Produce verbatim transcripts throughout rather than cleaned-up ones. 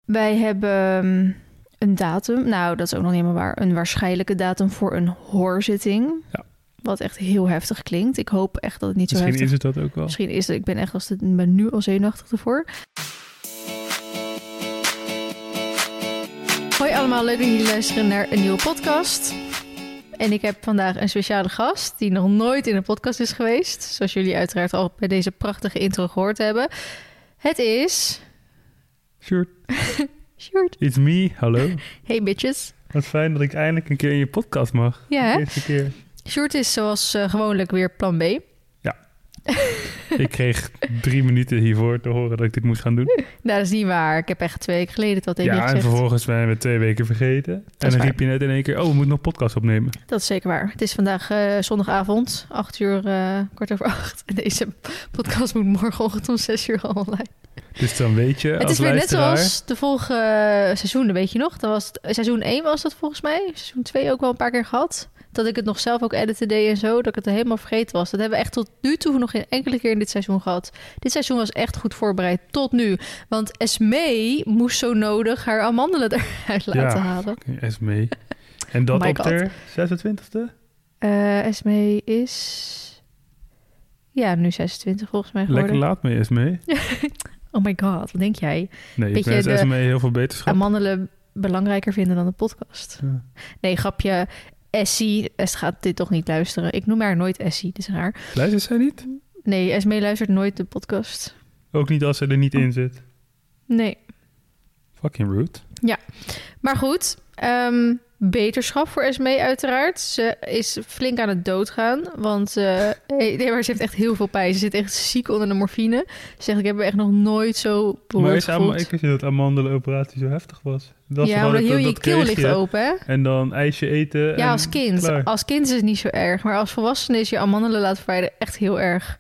Wij hebben een datum. Nou, dat is ook nog niet helemaal waar. Een waarschijnlijke datum voor een hoorzitting. Ja. Wat echt heel heftig klinkt. Ik hoop echt dat het niet zo Misschien heftig... is het dat ook wel. Misschien is het... Ik ben echt als het, ben nu al zenuwachtig ervoor. Hoi allemaal, leuk dat jullie luisteren naar een nieuwe podcast. En ik heb vandaag een speciale gast die nog nooit in een podcast is geweest. Zoals jullie uiteraard al bij deze prachtige intro gehoord hebben. Het is... Sjoerd. Sjoerd. It's me, hallo. Hey bitches. Wat fijn dat ik eindelijk een keer in je podcast mag. Ja, hè? De eerste keer. Sjoerd is zoals uh, gewoonlijk weer plan B. Ja. Ik kreeg drie minuten hiervoor te horen dat ik dit moest gaan doen. Nou, dat is niet waar. Ik heb echt twee weken geleden dat tegen je Ja, gezegd. en vervolgens zijn we twee weken vergeten. En dan waar. riep je net in één keer, oh, we moeten nog podcast opnemen. Dat is zeker waar. Het is vandaag uh, zondagavond, acht uur, uh, kwart over acht. En deze podcast moet morgenochtend om zes uur al online. Dus dan weet je Het als is weer net luisteraar... zoals de vorige uh, seizoenen, weet je nog? Dat was het, seizoen één was dat volgens mij. Seizoen twee ook wel een paar keer gehad. Dat ik het nog zelf ook editen deed en zo. Dat ik het er helemaal vergeten was. Dat hebben we echt tot nu toe nog geen enkele keer in dit seizoen gehad. Dit seizoen was echt goed voorbereid tot nu. Want Esmee moest zo nodig haar amandelen eruit laten ja, halen. Ja, Esmee. En dat Oh my op God. de zesentwintigste? Uh, Esmee is... Ja, nu zesentwintig volgens mij geworden. Lekker laat mee, Esmee. Oh my god, wat denk jij? Nee, ik Beetje wens de Esmee heel veel beterschap. Amandelen belangrijker vinden dan de podcast. Ja. Nee, grapje. Essie, Es gaat dit toch niet luisteren. Ik noem haar nooit Essie, dit is raar. Luistert zij niet? Nee, Esmee luistert nooit de podcast. Ook niet als ze er niet in zit. Nee. Fucking rude. Ja, maar goed. Um, beterschap voor Esmee uiteraard. Ze is flink aan het doodgaan. Want uh, hey, nee, maar ze heeft echt heel veel pijn. Ze zit echt ziek onder de morfine. Ze zegt, ik heb me echt nog nooit zo behoord Maar is gevoeld. am- ik wist niet dat amandelenoperatie zo heftig was. Dat Ja, omdat heel je keel ligt open, hè? En dan ijsje eten. Ja, en als kind. klaar. Als kind is het niet zo erg. Maar als volwassene is je amandelen laten verwijderen echt heel erg.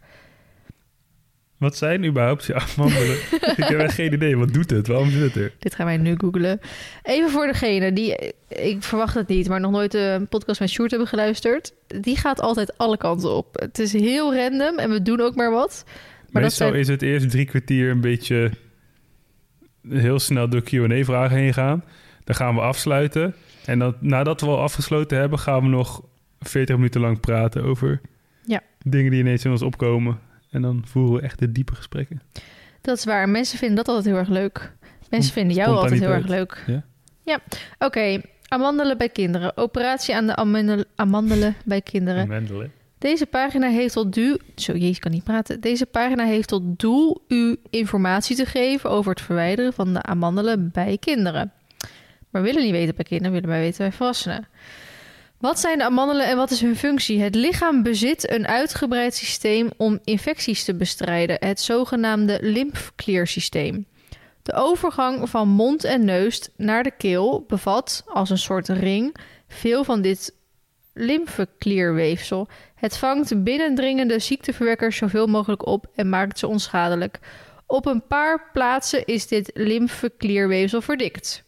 Wat zijn überhaupt je amandelen? Ik heb echt geen idee. Wat doet het? Waarom zit het er? Dit gaan wij nu googlen. Even voor degene die, ik verwacht het niet, maar nog nooit een podcast met Sjoerd hebben geluisterd. Die gaat altijd alle kanten op. Het is heel random en we doen ook maar wat. Maar Meestal dat zijn... is het eerst drie kwartier een beetje heel snel door Q en A-vragen heen gaan. Dan gaan we afsluiten. En dan, nadat we al afgesloten hebben, gaan we nog veertig minuten lang praten over ja. dingen die ineens in ons opkomen. En dan voeren we echt de diepe gesprekken. Dat is waar. Mensen vinden dat altijd heel erg leuk. Mensen vinden jou altijd heel erg leuk. Ja, ja. Oké. Okay. Amandelen bij kinderen. Operatie aan de amandelen, amandelen bij kinderen. Amandelen. Deze pagina heeft tot doel... Zo, jezus, kan niet praten. Deze pagina heeft tot doel u informatie te geven over het verwijderen van de amandelen bij kinderen. Maar we willen niet weten bij kinderen, willen wij weten bij volwassenen. Wat zijn de amandelen en wat is hun functie? Het lichaam bezit een uitgebreid systeem om infecties te bestrijden, het zogenaamde lymfekliersysteem. De overgang van mond en neus naar de keel bevat, als een soort ring, veel van dit lymfeklierweefsel. Het vangt binnendringende ziekteverwekkers zoveel mogelijk op en maakt ze onschadelijk. Op een paar plaatsen is dit lymfeklierweefsel verdikt.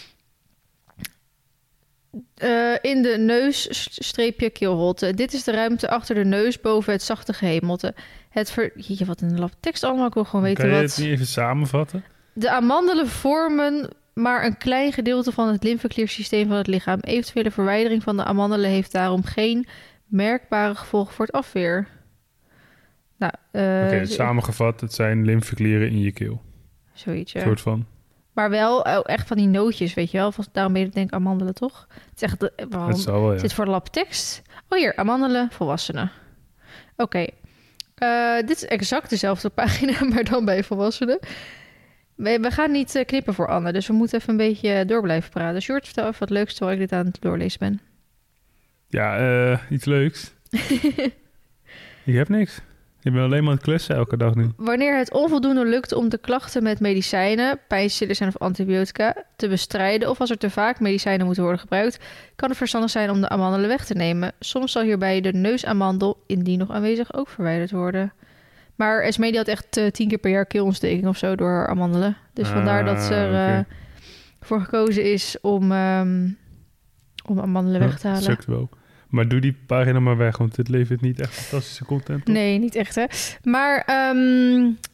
Uh, in de neus-keelholte. Dit is de ruimte achter de neus boven het zachte gehemelte. Het ver... Jeetje, wat een lap tekst allemaal. Ik wil gewoon weten wat... Kan je wat... het niet even samenvatten? De amandelen vormen maar een klein gedeelte van het lymfekliersysteem van het lichaam. Eventuele verwijdering van de amandelen heeft daarom geen merkbare gevolgen voor het afweer. Nou, uh, Oké, okay, samengevat, het zijn lymfeklieren in je keel. Zoiets, ja. Een soort van... Maar wel oh, echt van die nootjes, weet je wel. Daarom ben je denk ik amandelen, toch? Het is echt, waarom het zal wel, ja. zit voor de lap tekst? Oh hier, amandelen, volwassenen. Oké. Okay. Uh, dit is exact dezelfde pagina, maar dan bij volwassenen. We, we gaan niet uh, knippen voor Anne, dus we moeten even een beetje door blijven praten. Sjoerd, vertel even wat leuks terwijl ik dit aan het doorlezen ben. Ja, uh, iets leuks. Ik heb niks. Ik ben alleen maar aan het klussen elke dag nu. Wanneer het onvoldoende lukt om de klachten met medicijnen, pijnstillers en of antibiotica te bestrijden, of als er te vaak medicijnen moeten worden gebruikt, kan het verstandig zijn om de amandelen weg te nemen. Soms zal hierbij de neusamandel, indien nog aanwezig, ook verwijderd worden. Maar Esmee die had echt uh, tien keer per jaar keelontsteking of zo door haar amandelen. Dus ah, vandaar dat ze er okay. uh, voor gekozen is om, um, om amandelen weg te halen. Sukt wel. Maar doe die pagina maar weg, want dit levert niet echt fantastische content op. Nee, niet echt hè. Maar um,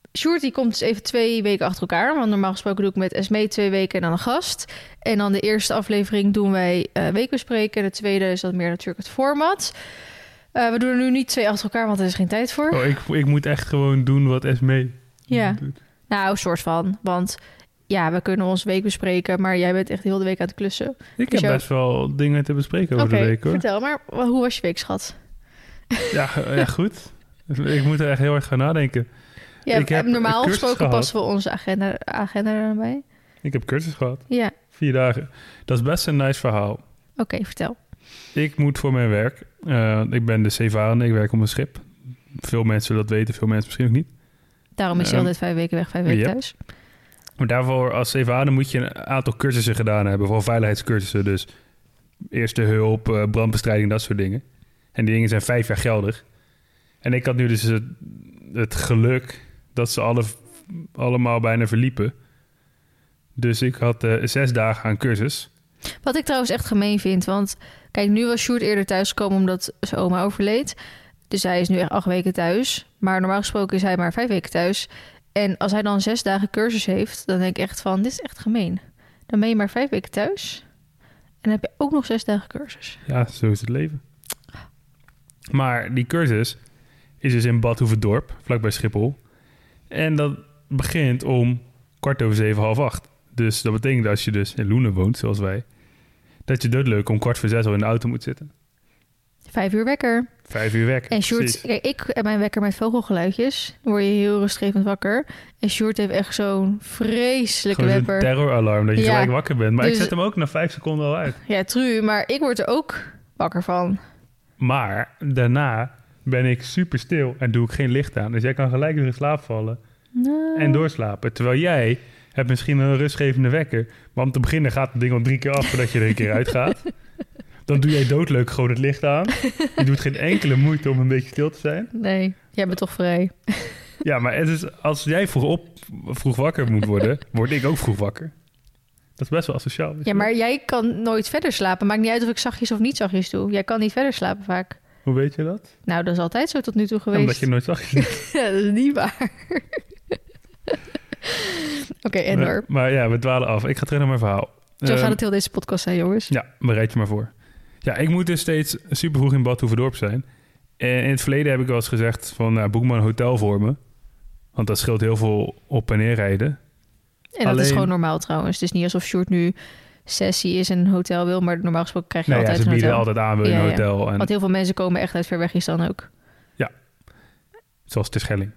Sjoerd die komt dus even twee weken achter elkaar. Want normaal gesproken doe ik met Esmee twee weken en dan een gast. En dan de eerste aflevering doen wij uh, weekbespreken. De tweede is dat meer natuurlijk het format. Uh, we doen er nu niet twee achter elkaar, want er is geen tijd voor. Oh, ik, ik moet echt gewoon doen wat Esmee ja. doet. Nou, soort van. Want ja, we kunnen ons week bespreken, maar jij bent echt heel de week aan het klussen. Ik dus heb jou... best wel dingen te bespreken over okay, de week, hoor. Vertel maar, hoe was je week, schat? Ja, ja, goed. Ik moet er echt heel erg gaan nadenken. Ja, ik heb normaal gesproken gehad. passen we onze agenda, agenda er dan bij. Ik heb cursus gehad. Ja. Vier dagen. Dat is best een nice verhaal. Oké, okay, vertel. Ik moet voor mijn werk... Uh, ik ben de zeevarende, ik werk op een schip. Veel mensen dat weten, veel mensen misschien ook niet. Daarom is je uh, altijd vijf weken weg, vijf weken yep. thuis. Maar daarvoor als zeevarende moet je een aantal cursussen gedaan hebben. Vooral veiligheidscursussen. Dus eerste hulp, uh, brandbestrijding, dat soort dingen. En die dingen zijn vijf jaar geldig. En ik had nu dus het, het geluk dat ze alle, allemaal bijna verliepen. Dus ik had uh, zes dagen aan cursus. Wat ik trouwens echt gemeen vind. Want kijk, nu was Sjoerd eerder thuisgekomen omdat zijn oma overleed. Dus hij is nu echt acht weken thuis. Maar normaal gesproken is hij maar vijf weken thuis. En als hij dan zes dagen cursus heeft, dan denk ik echt van, dit is echt gemeen. Dan ben je maar vijf weken thuis. En dan heb je ook nog zes dagen cursus. Ja, zo is het leven. Maar die cursus is dus in Bad Hoeverdorp, vlakbij Schiphol. En dat begint om kwart over zeven, half acht. Dus dat betekent dat als je dus in Loenen woont, zoals wij, dat je doodleuk om kwart voor zes al in de auto moet zitten. Vijf uur wekker. Vijf uur wekker. En Sjoerd, kijk, ik heb mijn wekker met vogelgeluidjes. Dan word je heel rustgevend wakker. En Sjoerd heeft echt zo'n vreselijke Gewoon wepper. Een terroralarm dat je ja, gelijk wakker bent. Maar dus, ik zet hem ook na vijf seconden al uit. Ja, true. Maar ik word er ook wakker van. Maar daarna ben ik super stil en doe ik geen licht aan. Dus jij kan gelijk weer in slaap vallen no. en doorslapen. Terwijl jij hebt misschien een rustgevende wekker. Maar om te beginnen gaat het ding al drie keer af voordat je er een keer uitgaat. Dan doe jij doodleuk gewoon het licht aan. Je doet geen enkele moeite om een beetje stil te zijn. Nee, jij bent toch vrij. Ja, maar het is, als jij vroeg, op, vroeg wakker moet worden, word ik ook vroeg wakker. Dat is best wel asociaal. Ja, maar jij kan nooit verder slapen. Maakt niet uit of ik zachtjes of niet zachtjes doe. Jij kan niet verder slapen vaak. Hoe weet je dat? Nou, dat is altijd zo tot nu toe geweest. Ja, omdat je nooit zachtjes doet. Ja, dat is niet waar. Oké, okay, en door. Maar, maar ja, we dwalen af. Ik ga terug naar mijn verhaal. Zo um, gaat het heel deze podcast zijn, jongens. Ja, bereid je maar voor. Ja, ik moet dus steeds super vroeg in Bad Hoeverdorp zijn. En in het verleden heb ik wel eens gezegd van, nou, boek maar een hotel voor me. Want dat scheelt heel veel op en neer rijden. En dat Alleen, is gewoon normaal trouwens. Het is niet alsof Sjoerd nu sessie is in een hotel wil, maar normaal gesproken krijg je nou altijd ja, ze een bieden hotel. altijd aan, wil je ja, een hotel. Ja. En, Want heel veel mensen komen echt uit ver weg is dan ook. Ja, zoals de Schelling.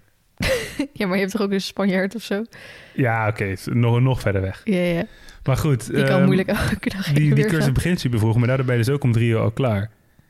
Ja, maar je hebt toch ook een Spanjaard of zo? Ja, oké, okay, nog, nog verder weg. Ja, ja. Maar goed. Die kan um, moeilijk elke dag Die, die weer cursus gaan. begint super vroeg, maar daardoor ben je dus ook om drie uur al klaar.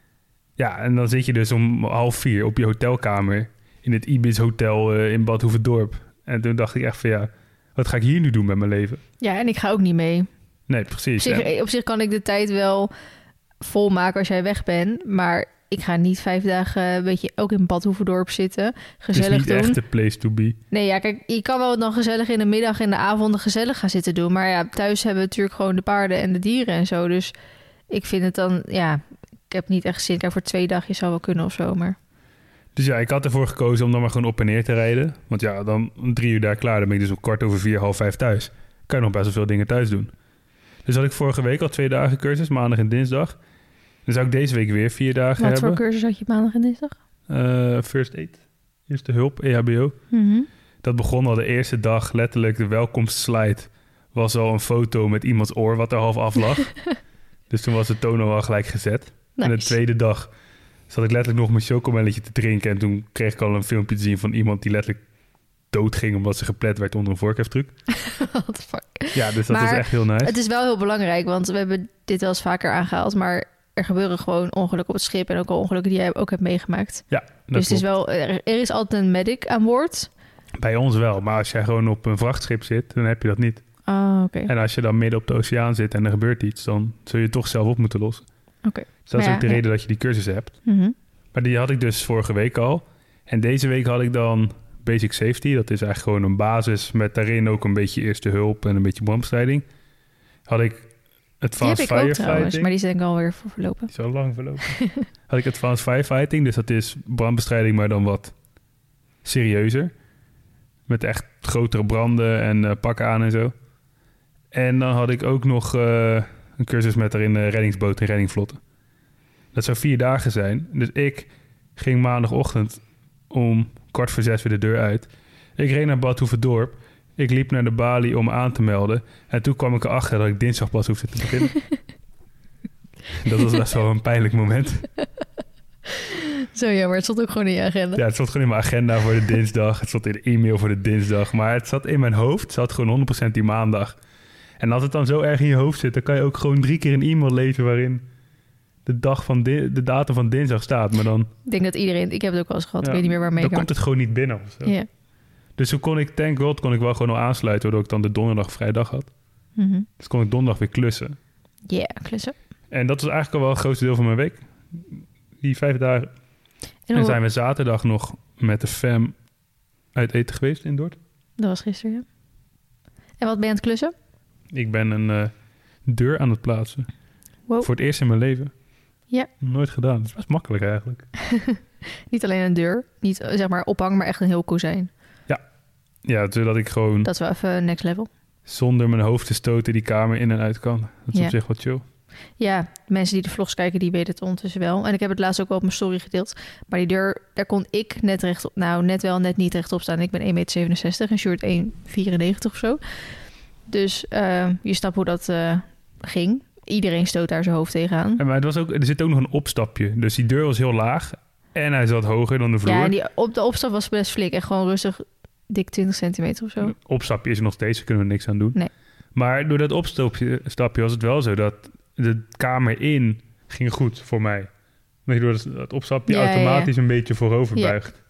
Ja, en dan zit je dus om half vier op je hotelkamer in het Ibis Hotel uh, in Bad Hoeverdorp. En toen dacht ik echt van ja, wat ga ik hier nu doen met mijn leven? Ja, en ik ga ook niet mee. Nee, precies. Op zich, op zich kan ik de tijd wel volmaken als jij weg bent, maar ik ga niet vijf dagen, weet je, ook in Bad Hoeverdorp zitten. Gezellig doen. Het is niet echt de place to be. Nee, ja, kijk, je kan wel dan gezellig in de middag en de avonden gezellig gaan zitten doen. Maar ja, thuis hebben we natuurlijk gewoon de paarden en de dieren en zo. Dus ik vind het dan, ja, ik heb niet echt zin. Kijk, voor twee dagjes zou wel kunnen of zo, maar... Dus ja, ik had ervoor gekozen om dan maar gewoon op en neer te rijden. Want ja, dan drie uur daar klaar. Dan ben ik dus om kwart over vier, half vijf thuis. Kan je nog best wel veel dingen thuis doen. Dus had ik vorige week al twee dagen cursus, maandag en dinsdag. Dan zou ik deze week weer vier dagen Wat hebben. voor cursus had je maandag en dinsdag? Uh, first aid. Eerste hulp, E H B O. Mm-hmm. Dat begon al de eerste dag, letterlijk de welkomstslide. Was al een foto met iemands oor wat er half af lag. Dus toen was de toon al gelijk gezet. Nice. En de tweede dag zat ik letterlijk nog mijn chocomelletje te drinken. En toen kreeg ik al een filmpje te zien van iemand die letterlijk doodging omdat ze geplet werd onder een voorkeftruc. What the fuck? Ja, dus dat maar was echt heel nice. Het is wel heel belangrijk, want we hebben dit wel eens vaker aangehaald, maar er gebeuren gewoon ongelukken op het schip en ook al ongelukken die jij ook hebt meegemaakt. Ja, dat dus het is wel, er is altijd een medic aan boord. Bij ons wel, maar als jij gewoon op een vrachtschip zit, dan heb je dat niet. Oh, oké. Okay. En als je dan midden op de oceaan zit en er gebeurt iets, dan zul je het toch zelf op moeten lossen. Oké. Okay. Dus dat is ja, ook de ja. reden dat je die cursus hebt. Mm-hmm. Maar die had ik dus vorige week al. En deze week had ik dan Basic Safety. Dat is eigenlijk gewoon een basis met daarin ook een beetje eerste hulp en een beetje brandbestrijding. Had ik Advanced die heb ik ook Firefighting. trouwens, maar die is denk ik alweer voor verlopen. Die is al lang verlopen. Had ik Advanced Firefighting, dus dat is brandbestrijding, maar dan wat serieuzer. Met echt grotere branden en uh, pakken aan en zo. En dan had ik ook nog uh, een cursus met erin uh, reddingsboot en reddingvlotten. Dat zou vier dagen zijn. Dus ik ging maandagochtend om kwart voor zes weer de deur uit. Ik reed naar Bad Hoeverdorp. Ik liep naar de balie om aan te melden. En toen kwam ik erachter dat ik dinsdag pas hoefde te beginnen. Dat was best wel een pijnlijk moment. Zo jammer, het stond ook gewoon in je agenda. Ja, het stond gewoon in mijn agenda voor de dinsdag. Het stond in de e-mail voor de dinsdag. Maar het zat in mijn hoofd. Het zat gewoon honderd procent die maandag. En als het dan zo erg in je hoofd zit, dan kan je ook gewoon drie keer een e-mail lezen waarin de dag van di- de datum van dinsdag staat. Maar dan... Ik denk dat iedereen... Ik heb het ook wel eens gehad. Ja, ik weet niet meer waarmee dan ik komt het gewoon niet binnen of zo. Ja. Dus toen kon ik, thank God, kon ik wel gewoon al aansluiten, waardoor ik dan de donderdag vrijdag had. Mm-hmm. Dus kon ik donderdag weer klussen. Ja, yeah, klussen. En dat was eigenlijk al wel het grootste deel van mijn week. Die vijf dagen. En, en hoe... zijn we zaterdag nog met de fam uit eten geweest in Dordt. Dat was gisteren, ja. En wat ben je aan het klussen? Ik ben een uh, deur aan het plaatsen. Wow. Voor het eerst in mijn leven. Ja. Nooit gedaan. Het is best makkelijk eigenlijk. Niet alleen een deur. Niet zeg maar ophang, maar echt een heel kozijn. Ja. Ja, zodat ik gewoon... Dat is wel even next level. Zonder mijn hoofd te stoten die kamer in en uit kan. Dat is ja. op zich wat chill. Ja, mensen die de vlogs kijken, die weten het ondertussen wel. En ik heb het laatst ook wel op mijn story gedeeld. Maar die deur, daar kon ik net rechtop... Nou, net wel, net niet rechtop staan. Ik ben één meter zevenenzestig en Sjoerd één meter vierennegentig of zo. Dus uh, je snapt hoe dat uh, ging. Iedereen stoot daar zijn hoofd tegenaan. Ja, maar het was ook, er zit ook nog een opstapje. Dus die deur was heel laag. En hij zat hoger dan de vloer. Ja, en die, op de opstap was best flink. En gewoon rustig dik twintig centimeter of zo. Een opstapje is er nog steeds, daar kunnen we niks aan doen. Nee. Maar door dat opstapje stapje was het wel zo dat de kamer in ging goed voor mij. Dat je door dat, dat opstapje ja, automatisch ja. een beetje voorover ja. buigt.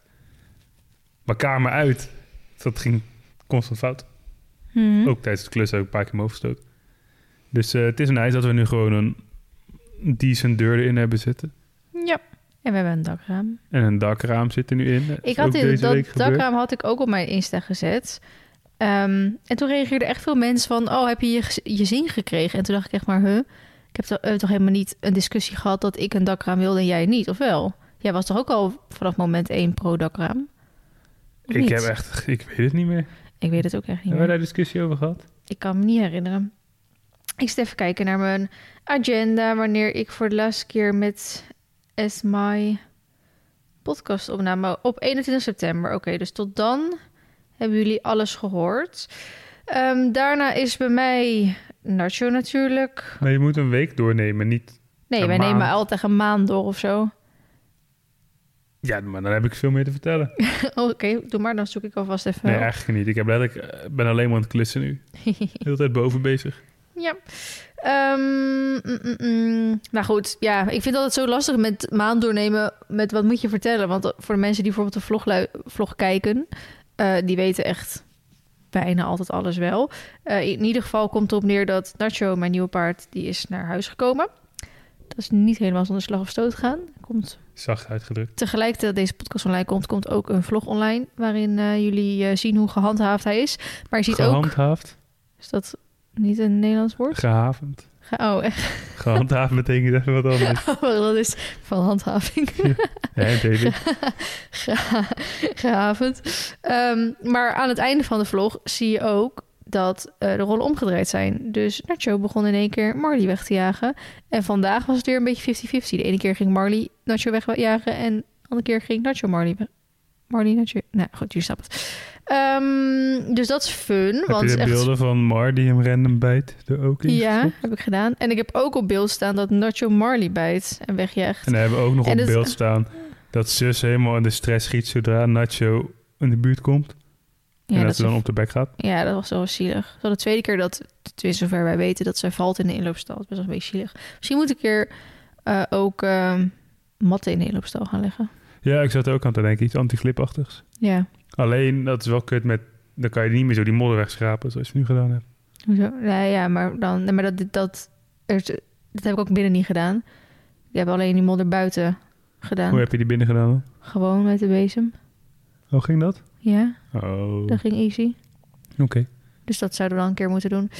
Maar kamer uit, dat ging constant fout. Mm-hmm. Ook tijdens het klussen ook een paar keer omhoog gestoten. Dus uh, het is nice dat we nu gewoon een decent deur erin hebben zitten. Ja, en we hebben een dakraam. En een dakraam zit er nu in. Ik had dit, dat dakraam had ik ook op mijn Insta gezet. Um, en toen reageerden echt veel mensen van... oh, heb je je, je zin gekregen? En toen dacht ik echt maar... huh, ik heb toch, uh, toch helemaal niet een discussie gehad... dat ik een dakraam wilde en jij niet, of wel? Jij was toch ook al vanaf moment één pro-dakraam? Ik niet? heb echt... Ik weet het niet meer. Ik weet het ook echt niet Hebben meer. we daar discussie over gehad? Ik kan me niet herinneren. Ik zit even kijken naar mijn agenda... wanneer ik voor de laatste keer met Esmai podcast opname... op eenentwintig september. Oké, okay, dus tot dan... hebben jullie alles gehoord. Um, daarna is bij mij Nacho natuurlijk. Maar je moet een week doornemen, niet Nee, wij maand. nemen altijd een maand door of zo. Ja, maar dan heb ik veel meer te vertellen. oh, Oké, okay, doe maar. Dan zoek ik alvast even... Nee, op. eigenlijk niet. Ik heb letterlijk, ben alleen maar aan het klussen nu. De hele tijd boven bezig. Ja. Um, mm, mm, mm. Nou goed, ja. Ik vind het altijd zo lastig met maand doornemen... met wat moet je vertellen. Want voor de mensen die bijvoorbeeld de vlog, lu- vlog kijken... Uh, die weten echt bijna altijd alles wel. Uh, in ieder geval komt erop neer dat Nacho, mijn nieuwe paard, die is naar huis gekomen. Dat is niet helemaal zonder slag of stoot gegaan. Komt zacht uitgedrukt. Tegelijkertijd dat deze podcast online komt, komt ook een vlog online... waarin uh, jullie uh, zien hoe gehandhaafd hij is. Maar je ziet gehandhaafd? ook... Is dat niet een Nederlands woord? Gehavend. Ge- oh, echt? Gehandhaafd betekent even wat anders. Oh, dat is van handhaving. Ja, David. Ge- gehavend. Um, maar aan het einde van de vlog zie je ook dat uh, de rollen omgedraaid zijn. Dus Nacho begon in één keer Marley weg te jagen. En vandaag was het weer een beetje fifty fifty. De ene keer ging Marley Nacho wegjagen en de andere keer ging Nacho Marley weg. Marley Nacho... Nou goed, jullie snappen het. Um, dus dat is fun. Heb want je de echt... beelden van Mar die hem random bijt er ook in? Ja, gestopt? heb ik gedaan. En ik heb ook op beeld staan dat Nacho Marley bijt en wegjaagt. En dan hebben we ook nog en op het... beeld staan dat zus helemaal in de stress schiet zodra Nacho in de buurt komt. Ja, en dat, dat ze dan op de bek gaat. Ja, dat was wel zielig. Zo de tweede keer dat, tenminste zover wij weten, dat zij valt in de inloopstal. Dat is best wel een beetje zielig. Misschien moet ik een keer uh, ook uh, matten in de inloopstal gaan leggen. Ja, ik zat er ook aan te denken. Iets anti-glipachtigs. Ja. Alleen, dat is wel kut met... Dan kan je niet meer zo die modder wegschrapen zoals je nu gedaan hebt. Hoezo? Ja, ja, maar dan... Nee, maar dat, dat, dat, dat heb ik ook binnen niet gedaan. Ik heb alleen die modder buiten gedaan. Hoe heb je die binnen gedaan dan? Gewoon met de bezem. Hoe ging dat? Ja. Oh. Dat ging easy. Oké. Okay. Dus dat zouden we dan een keer moeten doen.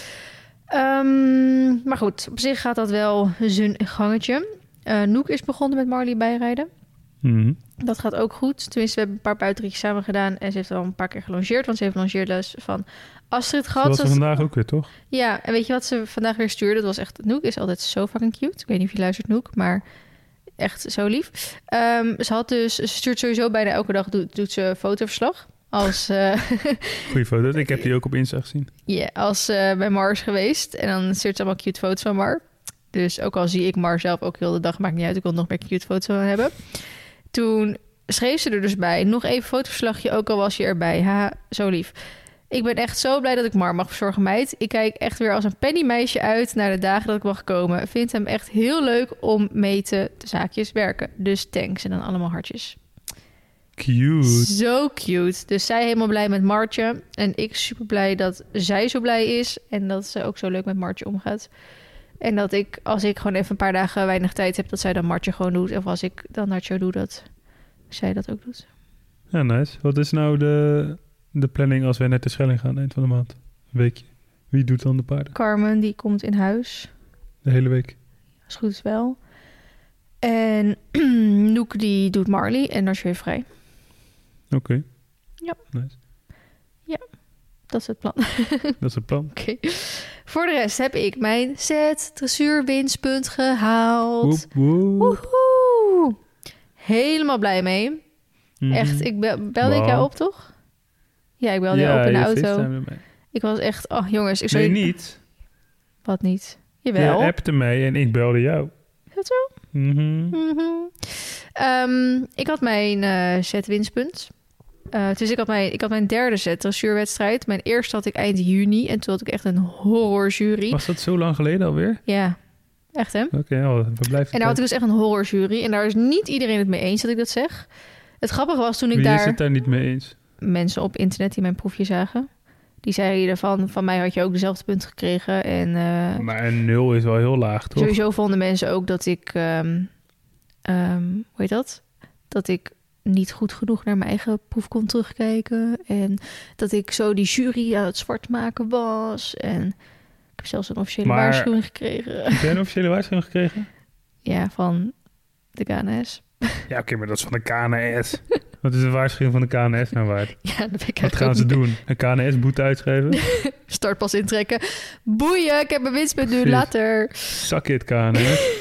Um, maar goed, op zich gaat dat wel zijn gangetje. Uh, Noek is begonnen met Marley bijrijden. Mm-hmm. Dat gaat ook goed. Tenminste, we hebben een paar buitenritjes samen gedaan. En ze heeft al een paar keer gelongeerd. Want ze heeft longeerles van Astrid gehad. Dat was ze vandaag ook weer, toch? Ja, en weet je wat ze vandaag weer stuurde? Dat was echt... Noek is altijd zo fucking cute. Ik weet niet of je luistert, Noek, maar echt zo lief. Um, ze had dus... Ze stuurt sowieso bijna elke dag... doet, doet ze fotoverslag. Als... Uh, Goeie foto. Ik heb die ook op Insta gezien. Ja, yeah, als uh, bij Mar is geweest. En dan stuurt ze allemaal cute foto's van Mar. Dus ook al zie ik Mar zelf ook heel de dag... Maakt niet uit, ik wil nog meer cute foto's van hebben. Toen schreef ze er dus bij... Nog even fotoverslagje, ook al was je erbij. Ha, zo lief. Ik ben echt zo blij dat ik Mar mag verzorgen, meid. Ik kijk echt weer als een pennymeisje uit... naar de dagen dat ik mag komen. Vind hem echt heel leuk om mee te, te zaakjes werken. Dus thanks. En dan allemaal hartjes. Cute. Zo cute. Dus zij helemaal blij met Martje. En ik super blij dat zij zo blij is. En dat ze ook zo leuk met Martje omgaat. En dat ik, als ik gewoon even een paar dagen weinig tijd heb... dat zij dan Martje gewoon doet. Of als ik dan Nacho doe, dat zij dat ook doet. Ja, nice. Wat is nou de, de planning als wij naar de Schelling gaan eind van de maand? Een weekje. Wie doet dan de paarden? Carmen, die komt in huis. De hele week? Als het goed is wel. En Noek, die doet Marley. En dan is je weer vrij. Oké. Okay. Ja. Nice. Ja, dat is het plan. Dat is het plan. Oké. Okay. Voor de rest heb ik mijn set dressuurwinstpunt gehaald. Woep, woep. Woehoe. Helemaal blij mee. Mm-hmm. Echt, ik bel, belde wow. ik jou op, toch? Ja, ik belde ja, jou op in de auto. Ik was echt, oh jongens. Ik nee, je... niet. Wat niet? Jawel. Je appte mij en ik belde jou. Is dat zo? Mm-hmm. Mm-hmm. Um, ik had mijn uh, set winstpunt. Uh, dus ik had, mijn, ik had mijn derde set dressuurwedstrijd. Mijn eerste had ik eind juni. En toen had ik echt een horrorjury. Was dat zo lang geleden alweer? Ja, echt hè? Oké, okay, oh, we blijven. En daar had ik dus echt een horrorjury. En daar is niet iedereen het mee eens dat ik dat zeg. Het grappige was toen ik Wie daar... Wie is het daar niet mee eens? Mensen op internet die mijn proefje zagen. Die zeiden ervan, van mij had je ook dezelfde punten gekregen. En, uh, maar een nul is wel heel laag, toch? Sowieso vonden mensen ook dat ik... Um, um, hoe heet dat? Dat ik niet goed genoeg naar mijn eigen proef kon terugkijken. En dat ik zo die jury aan het zwart maken was. En ik heb zelfs een officiële maar, waarschuwing gekregen. Heb jij een officiële waarschuwing gekregen? Ja, van de K N S. Ja, oké, okay, maar dat is van de K N S. Wat is de waarschuwing van de K N S nou waard? Ja, dat ben ik Wat gaan ze mee. doen? Een K N S-boete uitschrijven? Startpas intrekken. Boeien, ik heb mijn winstpunt nu, later. Suck it, K N S.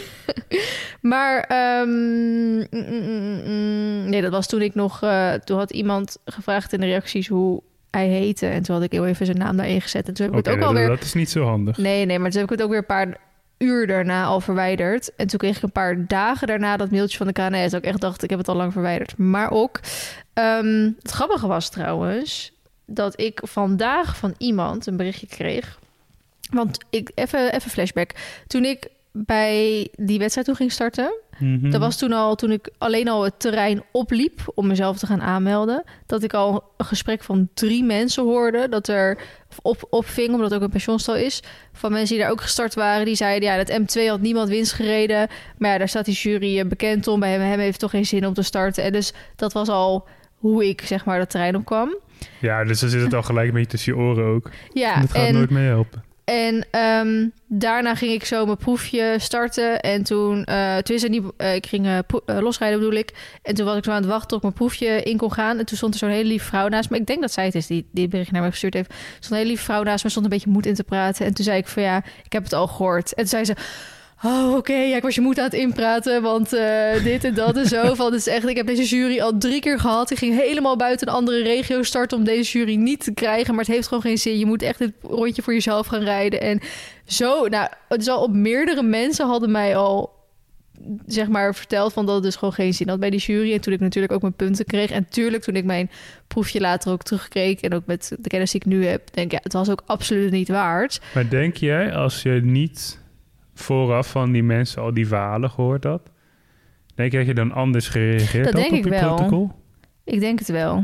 Maar, um, mm, mm, mm, nee, dat was toen ik nog... Uh, toen had iemand gevraagd in de reacties hoe hij heette. En toen had ik heel even zijn naam daarin gezet. En toen heb ik okay, het ook alweer... dat is niet zo handig. Nee, nee, maar toen heb ik het ook weer een paar uur daarna al verwijderd. En toen kreeg ik een paar dagen daarna dat mailtje van de K N S. Dat ik echt dacht, ik heb het al lang verwijderd. Maar ook, um, het grappige was trouwens... dat ik vandaag van iemand een berichtje kreeg. Want ik, even, even flashback. Toen ik bij die wedstrijd toe ging starten... Mm-hmm. Dat was toen al, toen ik alleen al het terrein opliep om mezelf te gaan aanmelden, dat ik al een gesprek van drie mensen hoorde dat er op, opving, omdat het ook een pensioenstal is, van mensen die daar ook gestart waren, die zeiden, ja, dat M twee had niemand winst gereden, maar ja, daar staat die jury bekend om, bij hem, hem heeft toch geen zin om te starten. En dus dat was al hoe ik, zeg maar, dat terrein opkwam. Ja, dus dan zit het al gelijk een beetje tussen je oren ook. Ja, en dat gaat en, nooit mee helpen. En um, daarna ging ik zo mijn proefje starten. En toen, uh, toen is het niet, uh, ik ging uh, pro- uh, losrijden bedoel ik. En toen was ik zo aan het wachten tot ik mijn proefje in kon gaan. En toen stond er zo'n hele lieve vrouw naast me. Ik denk dat zij het is die die bericht naar mij gestuurd heeft. Er stond een hele lieve vrouw naast me, stond een beetje moed in te praten. En toen zei ik van ja, ik heb het al gehoord. En toen zei ze, oh, oké, okay, ja, ik was je moed aan het inpraten, want uh, dit en dat en zo. Van, het is echt, ik heb deze jury al drie keer gehad. Ik ging helemaal buiten een andere regio starten om deze jury niet te krijgen. Maar het heeft gewoon geen zin. Je moet echt dit rondje voor jezelf gaan rijden. En zo, nou, het is al op meerdere mensen hadden mij al, zeg maar, verteld van dat het dus gewoon geen zin had bij die jury. En toen ik natuurlijk ook mijn punten kreeg. En tuurlijk, toen ik mijn proefje later ook terugkeek en ook met de kennis die ik nu heb, denk ik, ja, het was ook absoluut niet waard. Maar denk jij, als je niet vooraf van die mensen al die verhalen gehoord had, denk je dat je dan anders gereageerd dat had denk op ik je wel. protocol? Ik denk het wel.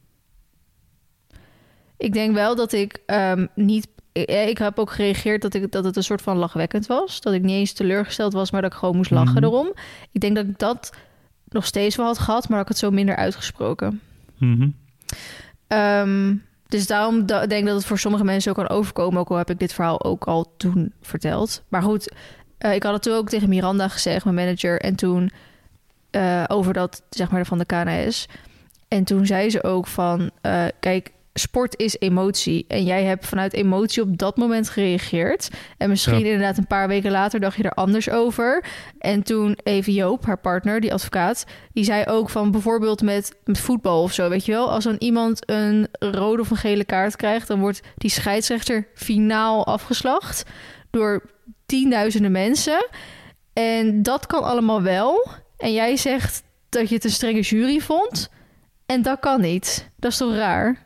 Ik denk wel dat ik um, niet... Ik, ik heb ook gereageerd dat, ik, dat het een soort van lachwekkend was. Dat ik niet eens teleurgesteld was, maar dat ik gewoon moest lachen mm-hmm. erom. Ik denk dat ik dat nog steeds wel had gehad, maar dat ik het zo minder uitgesproken. Mm-hmm. Um, dus daarom da- denk ik dat het voor sommige mensen ook kan overkomen. Ook al heb ik dit verhaal ook al toen verteld. Maar goed, uh, ik had het toen ook tegen Miranda gezegd, mijn manager. En toen uh, over dat, zeg maar, van de K N S. En toen zei ze ook van, uh, kijk, sport is emotie. En jij hebt vanuit emotie op dat moment gereageerd. En misschien ja. inderdaad een paar weken later dacht je er anders over. En toen even Joop, haar partner, die advocaat, die zei ook van bijvoorbeeld met, met voetbal of zo, weet je wel. Als dan iemand een rode of een gele kaart krijgt, dan wordt die scheidsrechter finaal afgeslacht door tienduizenden mensen. En dat kan allemaal wel. En jij zegt dat je het een strenge jury vond. En dat kan niet. Dat is toch raar?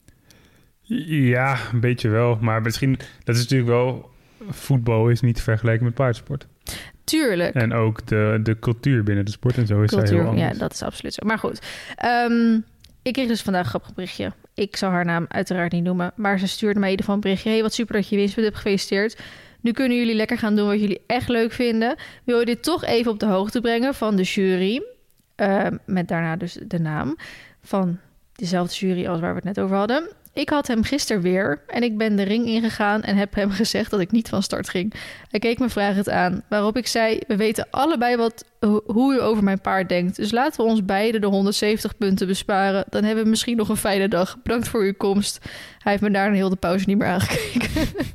Ja, een beetje wel. Maar misschien, dat is natuurlijk wel... Voetbal is niet te vergelijken met paardsport. Tuurlijk. En ook de, de cultuur binnen de sport en zo is cultuur, heel anders. Ja, dat is absoluut zo. Maar goed. Um, ik kreeg dus vandaag een grappig berichtje. Ik zal haar naam uiteraard niet noemen. Maar ze stuurde mij in ieder geval een berichtje. Hey, wat super dat je winstpunt hebt, gefeliciteerd. Nu kunnen jullie lekker gaan doen wat jullie echt leuk vinden. Wil je dit toch even op de hoogte brengen van de jury? Uh, met daarna dus de naam van dezelfde jury als waar we het net over hadden. Ik had hem gisteren weer en ik ben de ring ingegaan en heb hem gezegd dat ik niet van start ging. Hij keek me vragend aan, waarop ik zei, we weten allebei wat, hoe u over mijn paard denkt. Dus laten we ons beiden de honderdzeventig punten besparen. Dan hebben we misschien nog een fijne dag. Bedankt voor uw komst. Hij heeft me daar een hele pauze niet meer aangekeken.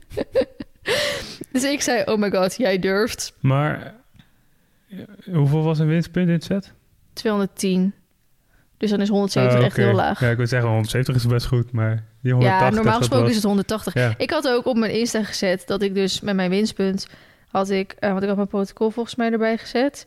Dus ik zei, oh my god, jij durft. Maar hoeveel was een winstpunt in het set? tweehonderdtien. Dus dan is honderdzeventig uh, okay. echt heel laag. Ja, ik wil zeggen, honderdzeventig is best goed, maar die honderdtachtig... Ja, normaal gesproken was... is het honderdtachtig. Ja. Ik had ook op mijn Insta gezet dat ik dus met mijn winstpunt had ik... Uh, want ik had mijn protocol volgens mij erbij gezet...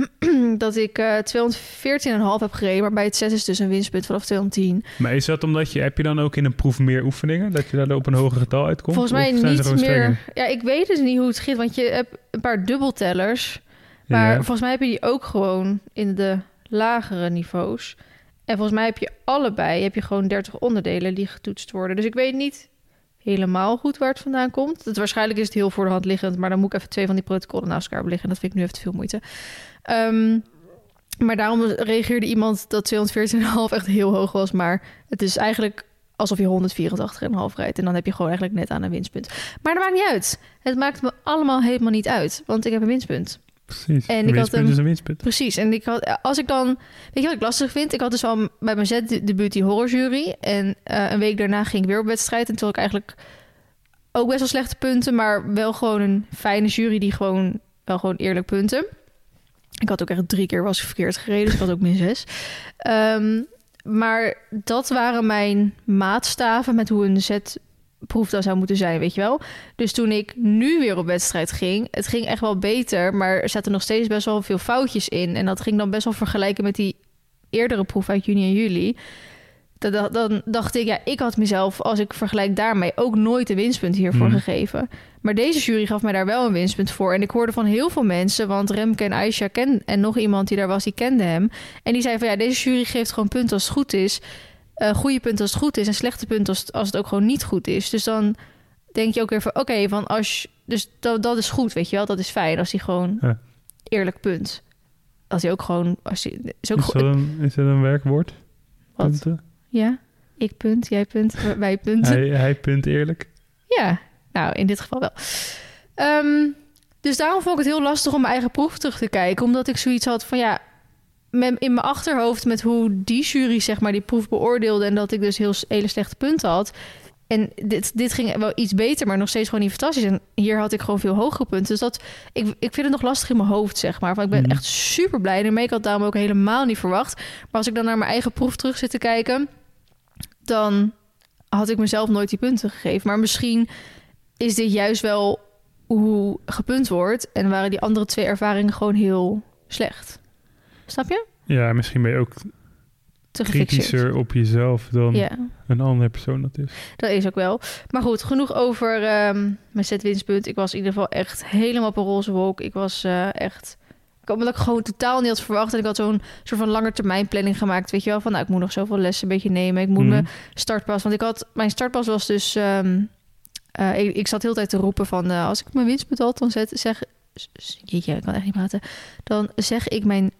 dat ik uh, tweehonderdveertien komma vijf heb gereden... maar bij het set is dus een winstpunt vanaf tweehonderdtien. Maar is dat omdat je... heb je dan ook in een proef meer oefeningen? Dat je daar op een hoger getal uitkomt? Volgens mij niet meer... Strenger? Ja, ik weet dus niet hoe het schiet... want je hebt een paar dubbeltellers... maar ja. volgens mij heb je die ook gewoon in de lagere niveaus... En volgens mij heb je allebei heb je gewoon dertig onderdelen die getoetst worden. Dus ik weet niet helemaal goed waar het vandaan komt. Het, waarschijnlijk is het heel voor de hand liggend, maar dan moet ik even twee van die protocollen naast elkaar beliggen. Dat vind ik nu even te veel moeite. Um, maar daarom reageerde iemand dat tweehonderdveertien komma vijf echt heel hoog was. Maar het is eigenlijk alsof je honderdvierentachtig komma vijf rijdt. En dan heb je gewoon eigenlijk net aan een winstpunt. Maar dat maakt niet uit. Het maakt me allemaal helemaal niet uit. Want ik heb een winstpunt. Precies, en een ik winstpunt had hem, is een winstpunt. Precies, en ik had, als ik dan... Weet je wat ik lastig vind? Ik had dus al bij mijn zetdebuut die horrorjury. En uh, een week daarna ging ik weer op wedstrijd. En toen had ik eigenlijk ook best wel slechte punten... maar wel gewoon een fijne jury die gewoon wel gewoon eerlijk punten. Ik had ook echt drie keer was ik verkeerd gereden, dus ik had ook min zes. Um, maar dat waren mijn maatstaven met hoe een zet... proef dan zou moeten zijn, weet je wel. Dus toen ik nu weer op wedstrijd ging... het ging echt wel beter... maar er zaten nog steeds best wel veel foutjes in. En dat ging dan best wel vergelijken met die eerdere proef uit juni en juli. Dan, dan dacht ik, ja, ik had mezelf... als ik vergelijk daarmee ook nooit een winstpunt hiervoor hmm. gegeven. Maar deze jury gaf mij daar wel een winstpunt voor. En ik hoorde van heel veel mensen... want Remke en Aisha kenden... en nog iemand die daar was, die kende hem. En die zei van, ja, deze jury geeft gewoon punten als het goed is... Uh, goede punten als het goed is en slechte punten als, als het ook gewoon niet goed is. Dus dan denk je ook weer van oké, okay, van als je, dus dat, dat is goed, weet je wel, dat is fijn als hij gewoon ja. eerlijk punt. Als hij ook gewoon, als hij is ook is, dat een, is dat een werkwoord? Wat? Punten? Ja, ik punt, jij punt, wij punten. Hij, hij punt eerlijk. Ja, nou in dit geval wel. Um, dus daarom vond ik het heel lastig om mijn eigen proef terug te kijken, omdat ik zoiets had van ja. In mijn achterhoofd met hoe die jury zeg maar die proef beoordeelde... en dat ik dus heel hele slechte punten had. En dit, dit ging wel iets beter, maar nog steeds gewoon niet fantastisch. En hier had ik gewoon veel hogere punten. Dus dat, ik, ik vind het nog lastig in mijn hoofd, zeg maar. Want ik ben mm-hmm. echt super blij ermee. Ik had daarom ook helemaal niet verwacht. Maar als ik dan naar mijn eigen proef terug zit te kijken... dan had ik mezelf nooit die punten gegeven. Maar misschien is dit juist wel hoe gepunt wordt... en waren die andere twee ervaringen gewoon heel slecht. Snap je? Ja, misschien ben je ook te kritischer op jezelf dan ja. een andere persoon dat is. Dat is ook wel. Maar goed, genoeg over um, mijn zetwinstpunt. Ik was in ieder geval echt helemaal op een roze wolk. Ik was uh, echt... Omdat ik gewoon totaal niet had verwacht. En ik had zo'n soort van langetermijn planning gemaakt. Weet je wel, van nou, ik moet nog zoveel lessen een beetje nemen. Ik moet mm. mijn startpas... Want ik had... Mijn startpas was dus... Um, uh, ik, ik zat heel de tijd te roepen van... Uh, als ik mijn winstpunt had, dan zet, zeg... Jeetje, ik kan echt niet praten. Dan zeg ik mijn...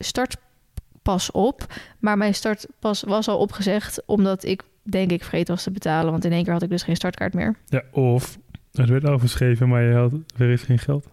startpas op. Maar mijn startpas was al opgezegd... omdat ik, denk ik, vergeten was te betalen. Want in één keer had ik dus geen startkaart meer. Ja, of het werd afgeschreven... maar je had weer eens geen geld.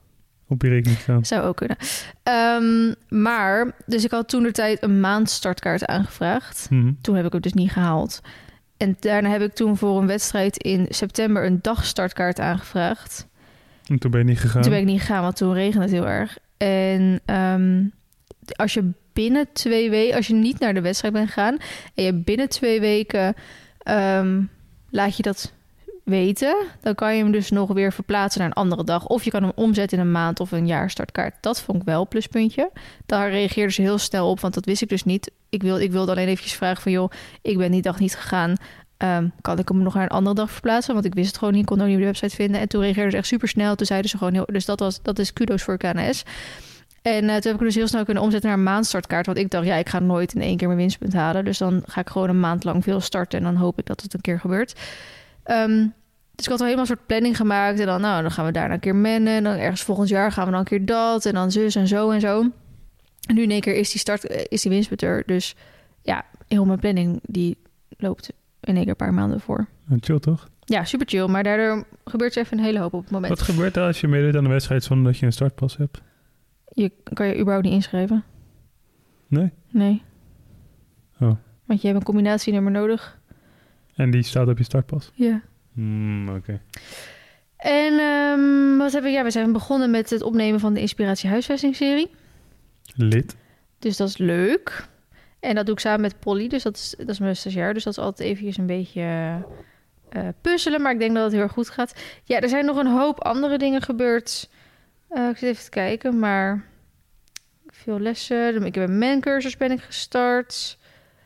op je rekening staan. Zou ook kunnen. Um, maar, dus ik had toen de tijd een maand startkaart aangevraagd. Mm-hmm. Toen heb ik het dus niet gehaald. En daarna heb ik toen voor een wedstrijd in september een dagstartkaart aangevraagd. En toen ben je niet gegaan? Toen ben ik niet gegaan, want toen regende het heel erg. En um, als je binnen twee weken, als je niet naar de wedstrijd bent gegaan en je binnen twee weken um, laat je dat weten, dan kan je hem dus nog weer verplaatsen naar een andere dag. Of je kan hem omzetten in een maand of een jaar startkaart. Dat vond ik wel een pluspuntje. Daar reageerden ze heel snel op, want dat wist ik dus niet. Ik wilde, ik wilde alleen eventjes vragen van, joh, ik ben die dag niet gegaan. Um, kan ik hem nog naar een andere dag verplaatsen? Want ik wist het gewoon niet, ik kon het ook niet op de website vinden. En toen reageerden ze echt super snel. Toen zeiden ze gewoon, heel, dus dat, was, dat is kudos voor K N S. En uh, toen heb ik hem dus heel snel kunnen omzetten naar een maandstartkaart. Want ik dacht, ja, ik ga nooit in één keer mijn winstpunt halen. Dus dan ga ik gewoon een maand lang veel starten. En dan hoop ik dat het een keer gebeurt. Um, dus ik had al helemaal een soort planning gemaakt. En dan, nou, dan gaan we daarna een keer mennen. En dan ergens volgend jaar gaan we dan een keer dat. En dan zus en zo en zo. En nu in één keer is die, start, is die winstpunt er. Dus ja, heel mijn planning die loopt in één keer een paar maanden voor. Chill, toch? Ja, super chill. Maar daardoor gebeurt er even een hele hoop op het moment. Wat gebeurt er als je meedoet aan de wedstrijd zonder dat je een startpas hebt? Je kan je überhaupt niet inschrijven. Nee? Nee. Oh. Want je hebt een combinatienummer nodig. En die staat op je startpas? Ja. Mm, Oké. Okay. En um, wat hebben we? Ja, we zijn begonnen met het opnemen van de Inspiratie Huisvesting-serie. Lid. Dus dat is leuk. En dat doe ik samen met Polly. Dus dat is, dat is mijn stagiair. Dus dat is altijd eventjes een beetje uh, puzzelen. Maar ik denk dat het heel erg goed gaat. Ja, er zijn nog een hoop andere dingen gebeurd. Uh, ik zit even te kijken, maar veel lessen. Ik heb een mancursus ben ik gestart.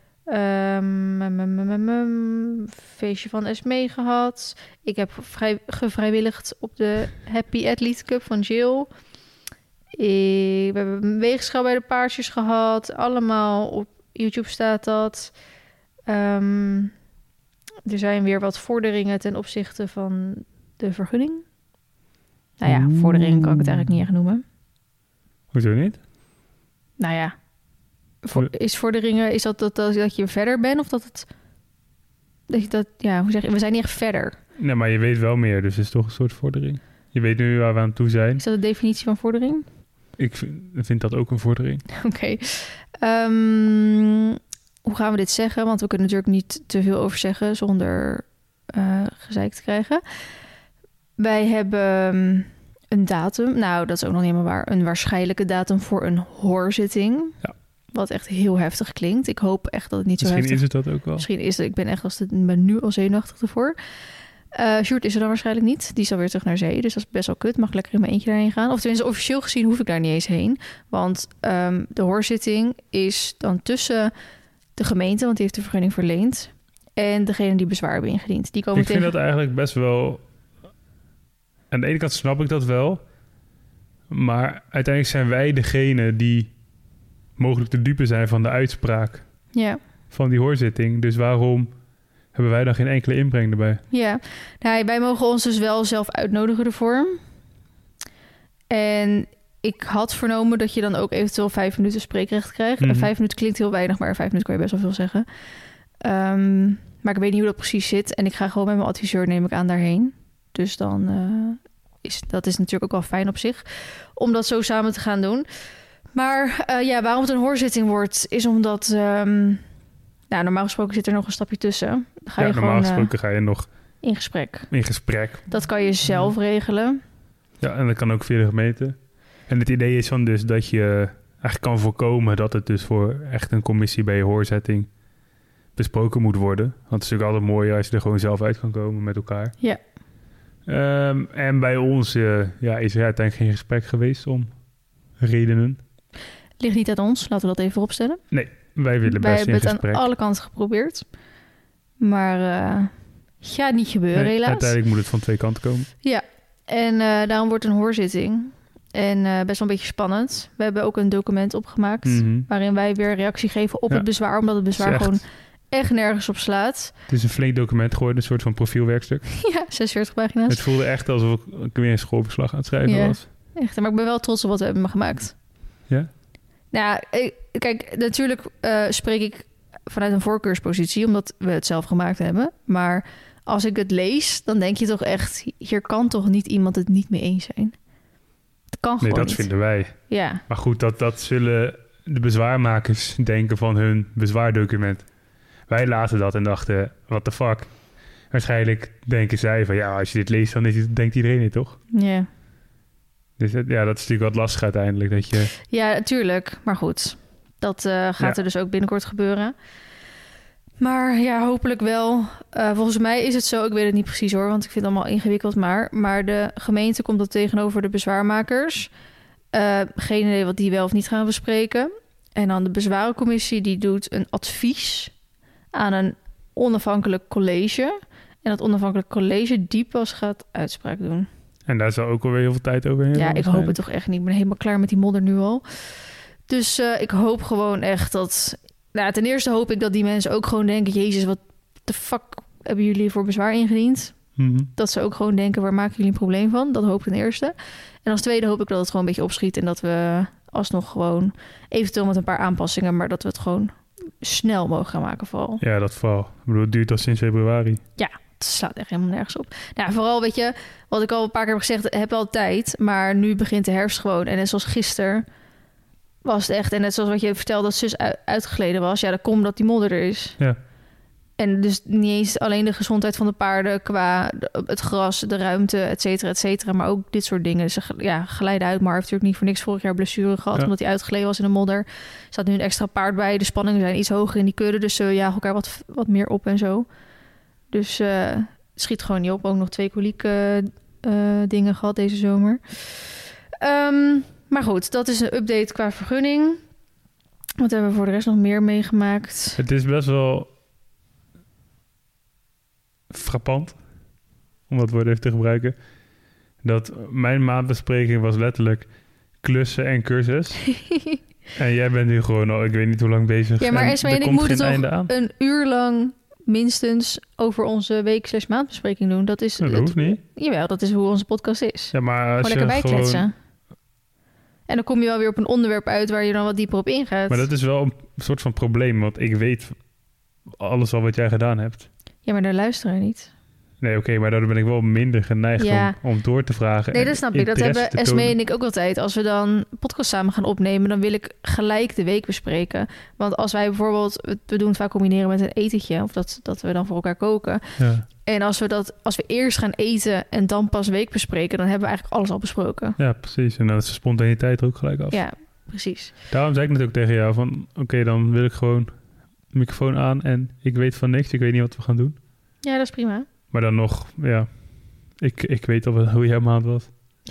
Um, um, um, um, um, feestje van Esmee gehad. Ik heb vrij, gevrijwilligd op de Happy Athlete Cup van Jill. Ik, we hebben een weegschaal bij de paardjes gehad. Allemaal op YouTube staat dat. Um, er zijn weer wat vorderingen ten opzichte van de vergunning. Nou ja, vorderingen kan ik het eigenlijk niet echt noemen. Hoezo niet? Nou ja, voor, is vorderingen, is dat, dat dat dat je verder bent of dat het dat je dat ja, hoe zeg je, we zijn niet echt verder. Nee, maar je weet wel meer, dus het is toch een soort vordering. Je weet nu waar we aan toe zijn. Is dat de definitie van vordering? Ik vind, vind dat ook een vordering. Oké. Okay. Um, hoe gaan we dit zeggen? Want we kunnen natuurlijk niet te veel over zeggen zonder uh, gezeik te krijgen. Wij hebben een datum. Nou, dat is ook nog niet helemaal waar. Een waarschijnlijke datum voor een hoorzitting. Ja. Wat echt heel heftig klinkt. Ik hoop echt dat het niet Misschien zo heftig is het dat ook wel. Misschien is het. Ik ben echt als het, ben nu al zenuwachtig ervoor. Uh, Sjoerd is er dan waarschijnlijk niet. Die is alweer terug naar zee. Dus dat is best wel kut. Mag ik lekker in mijn eentje daarheen gaan. Of tenminste, officieel gezien hoef ik daar niet eens heen. Want um, de hoorzitting is dan tussen de gemeente, want die heeft de vergunning verleend, en degene die bezwaar hebben ingediend. Die komen ik tegen... vind dat eigenlijk best wel... Aan de ene kant snap ik dat wel. Maar uiteindelijk zijn wij degene die mogelijk de dupe zijn van de uitspraak ja. van die hoorzitting. Dus waarom hebben wij dan geen enkele inbreng erbij? Ja, nou, wij mogen ons dus wel zelf uitnodigen ervoor. En ik had vernomen dat je dan ook eventueel vijf minuten spreekrecht krijgt. Mm-hmm. En vijf minuten klinkt heel weinig, maar vijf minuten kan je best wel veel zeggen. Um, maar ik weet niet hoe dat precies zit. En ik ga gewoon met mijn adviseur, neem ik aan, daarheen. Dus dan uh, is dat is natuurlijk ook wel fijn op zich om dat zo samen te gaan doen. Maar uh, ja, waarom het een hoorzitting wordt, is omdat... Um, nou, normaal gesproken zit er nog een stapje tussen. Dan ga ja, je normaal gewoon, gesproken uh, ga je nog... in gesprek. In gesprek. Dat kan je zelf regelen. Ja, en dat kan ook via de gemeente. En het idee is dan dus dat je eigenlijk kan voorkomen dat het dus voor echt een commissie bij je hoorzetting besproken moet worden. Want het is natuurlijk altijd mooi als je er gewoon zelf uit kan komen met elkaar. Ja. Um, en bij ons uh, ja, is er uiteindelijk geen gesprek geweest om redenen. Ligt niet aan ons, laten we dat even opstellen. Nee, wij willen wij best in gesprek. Wij hebben het aan alle kanten geprobeerd. Maar uh, gaat niet gebeuren, nee, helaas. Uiteindelijk moet het van twee kanten komen. Ja, en uh, daarom wordt een hoorzitting. En uh, best wel een beetje spannend. We hebben ook een document opgemaakt, mm-hmm. waarin wij weer reactie geven op ja. het bezwaar, omdat het bezwaar echt... gewoon echt nergens op slaat. Het is een flink document geworden, een soort van profielwerkstuk. Ja, zesenveertig pagina's. Het voelde echt alsof ik weer een schoolverslag aan het schrijven ja, was. Echt, maar ik ben wel trots op wat we hebben gemaakt. Ja? Nou, ik, kijk, natuurlijk uh, spreek ik vanuit een voorkeurspositie, omdat we het zelf gemaakt hebben. Maar als ik het lees, dan denk je toch echt, hier kan toch niet iemand het niet mee eens zijn? kan Nee, gewoon dat niet. vinden wij. Ja, Maar goed, dat, dat zullen de bezwaarmakers denken van hun bezwaardocument. Wij lazen dat en dachten, what the fuck? Waarschijnlijk denken zij van, ja, als je dit leest, dan is het, denkt iedereen het, toch? ja. Dus het- ja, dat is natuurlijk wat lastig uiteindelijk. Dat je, Ja, natuurlijk. Maar goed, dat eh, gaat Ja. er dus ook binnenkort gebeuren. Maar ja, hopelijk wel. Eh, volgens mij is het zo, ik weet het niet precies hoor, want ik vind het allemaal ingewikkeld maar. Maar de gemeente komt dat tegenover de bezwaarmakers. Eh, geen idee wat die wel of niet gaan bespreken. En dan de bezwarencommissie die doet een advies aan een onafhankelijk college. En dat onafhankelijk college die pas gaat uitspraak doen. en daar zal ook alweer heel veel tijd over heen. Ja, ik hoop het toch echt niet. Ik ben helemaal klaar met die modder nu al. Dus eh, ik hoop gewoon echt dat... Nou, ten eerste hoop ik dat die mensen ook gewoon denken... Jezus, wat de fuck hebben jullie voor bezwaar ingediend? Mhm. Dat ze ook gewoon denken, waar maken jullie een probleem van? Dat hoop ik ten eerste. En als tweede hoop ik dat het gewoon een beetje opschiet... en dat we alsnog gewoon... eventueel met een paar aanpassingen... maar dat we het gewoon snel mogen gaan maken vooral. Ja, dat vooral. Ik bedoel, het duurt al sinds februari. Het slaat echt helemaal nergens op. Nou, vooral, weet je, wat ik al een paar keer heb gezegd, heb wel tijd, maar nu begint de herfst gewoon. En net zoals gisteren was het echt, en net zoals wat je vertelde dat zus u- uitgegleden was, ja, dat komt dat die modder er is. Ja. En dus niet eens alleen de gezondheid van de paarden qua de- het gras, de ruimte, et cetera, et cetera, maar ook dit soort dingen. Dus ze ge- ja, glijden uit, maar heeft natuurlijk niet voor niks vorig jaar blessure gehad, Ja. omdat hij uitgeleden was in de modder. Er staat nu een extra paard bij, de spanningen zijn iets hoger in die kudde, dus ze jagen elkaar wat, wat meer op en zo. Dus eh, het schiet gewoon niet op. Ook nog twee kolieke eh, dingen gehad deze zomer. Ehm, maar goed, dat is een update qua vergunning. Wat hebben we voor de rest nog meer meegemaakt? Het is best wel frappant, om dat woord even te gebruiken, dat mijn maandbespreking was letterlijk klussen en cursus. En jij bent nu gewoon al, ik weet niet hoe lang bezig. Ja, maar en Esme er en ik komt moeten geen toch einde aan. een uur lang minstens over onze week slash maandbespreking doen. Dat is Dat het- hoeft niet. Jawel, dat is hoe onze podcast is. Ja, maar Gewoon als lekker je bijkletsen. gewoon... En dan kom je wel weer op een onderwerp uit waar je dan wat dieper op ingaat. Maar dat is wel een soort van probleem, want ik weet alles al wat jij gedaan hebt. Ja, maar daar luisteren we niet. Nee, oké, maar daardoor ben ik wel minder geneigd Ja. om, om door te vragen. Nee, en dat snap ik. Dat interesse hebben te Esme tonen. en ik ook altijd. Als we dan podcast samen gaan opnemen, dan wil ik gelijk de week bespreken. Want als wij bijvoorbeeld, we- we doen het vaak combineren met een etentje, of dat, dat we dan voor elkaar koken. Ja. En als we dat, als we eerst gaan eten en dan pas week bespreken, dan hebben we eigenlijk alles al besproken. ja, precies. En dan is de spontaniteit er ook gelijk af. Ja, precies. Daarom zei ik natuurlijk tegen jou van... Oké, dan wil ik gewoon de microfoon aan en ik weet van niks. Ik weet niet wat we gaan doen. Ja, dat is prima. Maar dan nog, ja... Ik, ik weet al wel hoe jouw maand was.